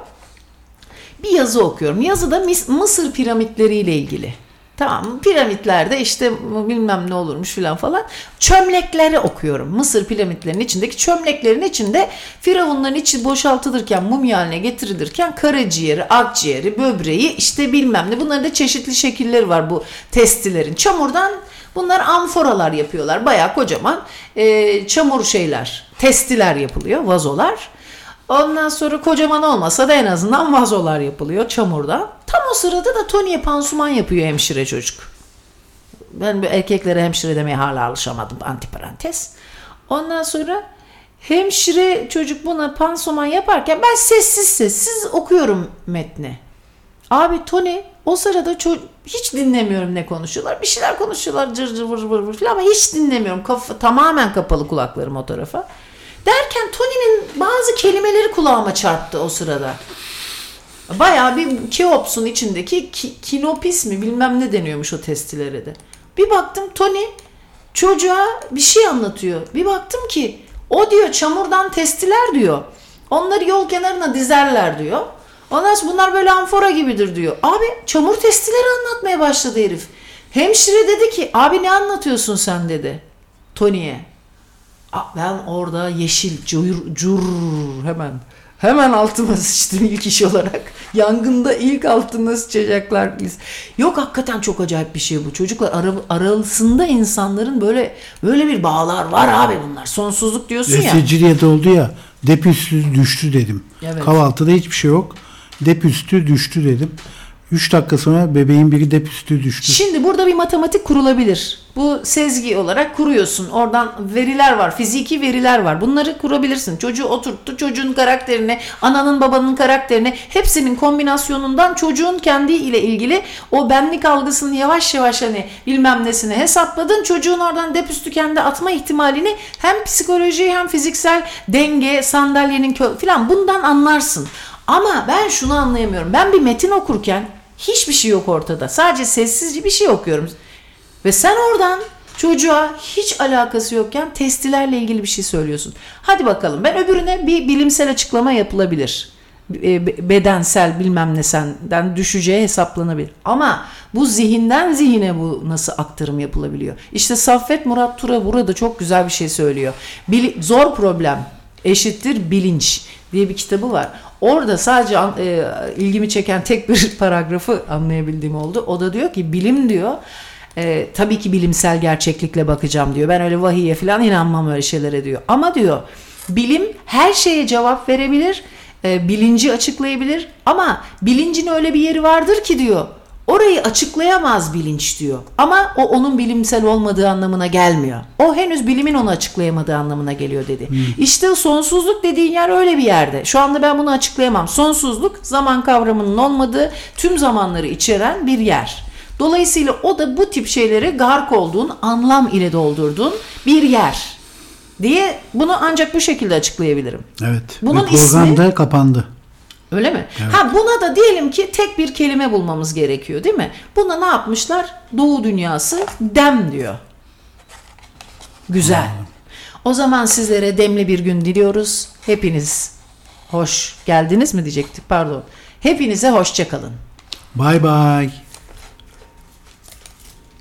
Bir yazı okuyorum. Yazı da Mısır piramitleriyle ilgili. Tamam, piramitlerde işte bilmem ne olurmuş filan falan. Çömlekleri okuyorum. Mısır piramitlerinin içindeki çömleklerin içinde firavunların içi boşaltılırken, mumya haline getirilirken karaciğeri, akciğeri, böbreği işte bilmem ne. Bunların da çeşitli şekilleri var bu testilerin. Çamurdan bunlar amforalar yapıyorlar. Bayağı kocaman e, çamur şeyler, testiler yapılıyor, vazolar. Ondan sonra kocaman olmasa da en azından vazolar yapılıyor çamurdan. Tam o sırada da Tony'ye pansuman yapıyor hemşire çocuk. Ben bu erkeklere hemşire demeye hala alışamadım, antiparantez. Ondan sonra hemşire çocuk buna pansuman yaparken ben sessiz sessiz okuyorum metni. Abi Tony o sırada ço- hiç dinlemiyorum ne konuşuyorlar. Bir şeyler konuşuyorlar cır cır vır vır vır falan ama hiç dinlemiyorum. Kafa, tamamen kapalı kulaklarım o tarafa. Derken Tony'nin bazı kelimeleri kulağıma çarptı o sırada. Bayağı bir Keops'un içindeki ki, kinopis mi bilmem ne deniyormuş o testilere de. Bir baktım Tony çocuğa bir şey anlatıyor. Bir baktım ki o diyor çamurdan testiler diyor. Onları yol kenarına dizerler diyor. Ondan sonra bunlar böyle amfora gibidir diyor. Abi çamur testileri anlatmaya başladı herif. Hemşire dedi ki abi ne anlatıyorsun sen dedi Tony'ye. Ben orada yeşil cur, cur hemen hemen altıma sıçtım ilk iş olarak. Yangında ilk altına sıçacaklar. Yok hakikaten çok acayip bir şey bu. Çocuklar ara, arasında insanların böyle böyle bir bağlar var abi bunlar. Sonsuzluk diyorsun ya. Resiciliyet oldu ya. Depüstü düştü dedim. Evet. Kahvaltıda hiçbir şey yok. Depüstü düştü dedim. üç dakika sonra bebeğin biri depüstü düştü. Şimdi burada bir matematik kurulabilir. Bu sezgi olarak kuruyorsun. Oradan veriler var. Fiziki veriler var. Bunları kurabilirsin. Çocuğu oturttu. Çocuğun karakterini, ananın babanın karakterini hepsinin kombinasyonundan çocuğun kendi ile ilgili o benlik algısını yavaş yavaş hani bilmem nesini hesapladın. Çocuğun oradan depüstü kendi atma ihtimalini hem psikoloji hem fiziksel denge, sandalyenin kö falan bundan anlarsın. Ama ben şunu anlayamıyorum. Ben bir metin okurken hiçbir şey yok ortada. Sadece sessizce bir şey okuyorum. Ve sen oradan çocuğa hiç alakası yokken testilerle ilgili bir şey söylüyorsun. Hadi bakalım ben öbürüne bir bilimsel açıklama yapılabilir. Bedensel bilmem ne senden düşeceği hesaplanabilir. Ama bu zihinden zihine bu nasıl aktarım yapılabiliyor? İşte Saffet Murat Tura burada çok güzel bir şey söylüyor. Bil- zor problem eşittir bilinç diye bir kitabı var. Orada sadece e, ilgimi çeken tek bir paragrafı anlayabildiğim oldu. O da diyor ki bilim diyor e, tabii ki bilimsel gerçeklikle bakacağım diyor. Ben öyle vahiye falan inanmam öyle şeylere diyor. Ama diyor bilim her şeye cevap verebilir, e, bilinci açıklayabilir ama bilincin öyle bir yeri vardır ki diyor orayı açıklayamaz bilinç diyor. Ama o onun bilimsel olmadığı anlamına gelmiyor. O henüz bilimin onu açıklayamadığı anlamına geliyor dedi. Hmm. İşte sonsuzluk dediğin yer öyle bir yerde. Şu anda ben bunu açıklayamam. Sonsuzluk zaman kavramının olmadığı tüm zamanları içeren bir yer. Dolayısıyla o da bu tip şeyleri gark olduğun, anlam ile doldurduğun bir yer diye bunu ancak bu şekilde açıklayabilirim. Evet. Bunun Ve program ismi da kapandı. Öyle mi? Evet. Ha buna da diyelim ki tek bir kelime bulmamız gerekiyor değil mi? Buna ne yapmışlar? Doğu dünyası dem diyor. Güzel. O zaman sizlere demli bir gün diliyoruz. Hepiniz hoş geldiniz mi diyecektik, pardon. Hepinize hoşça kalın. Bay bay.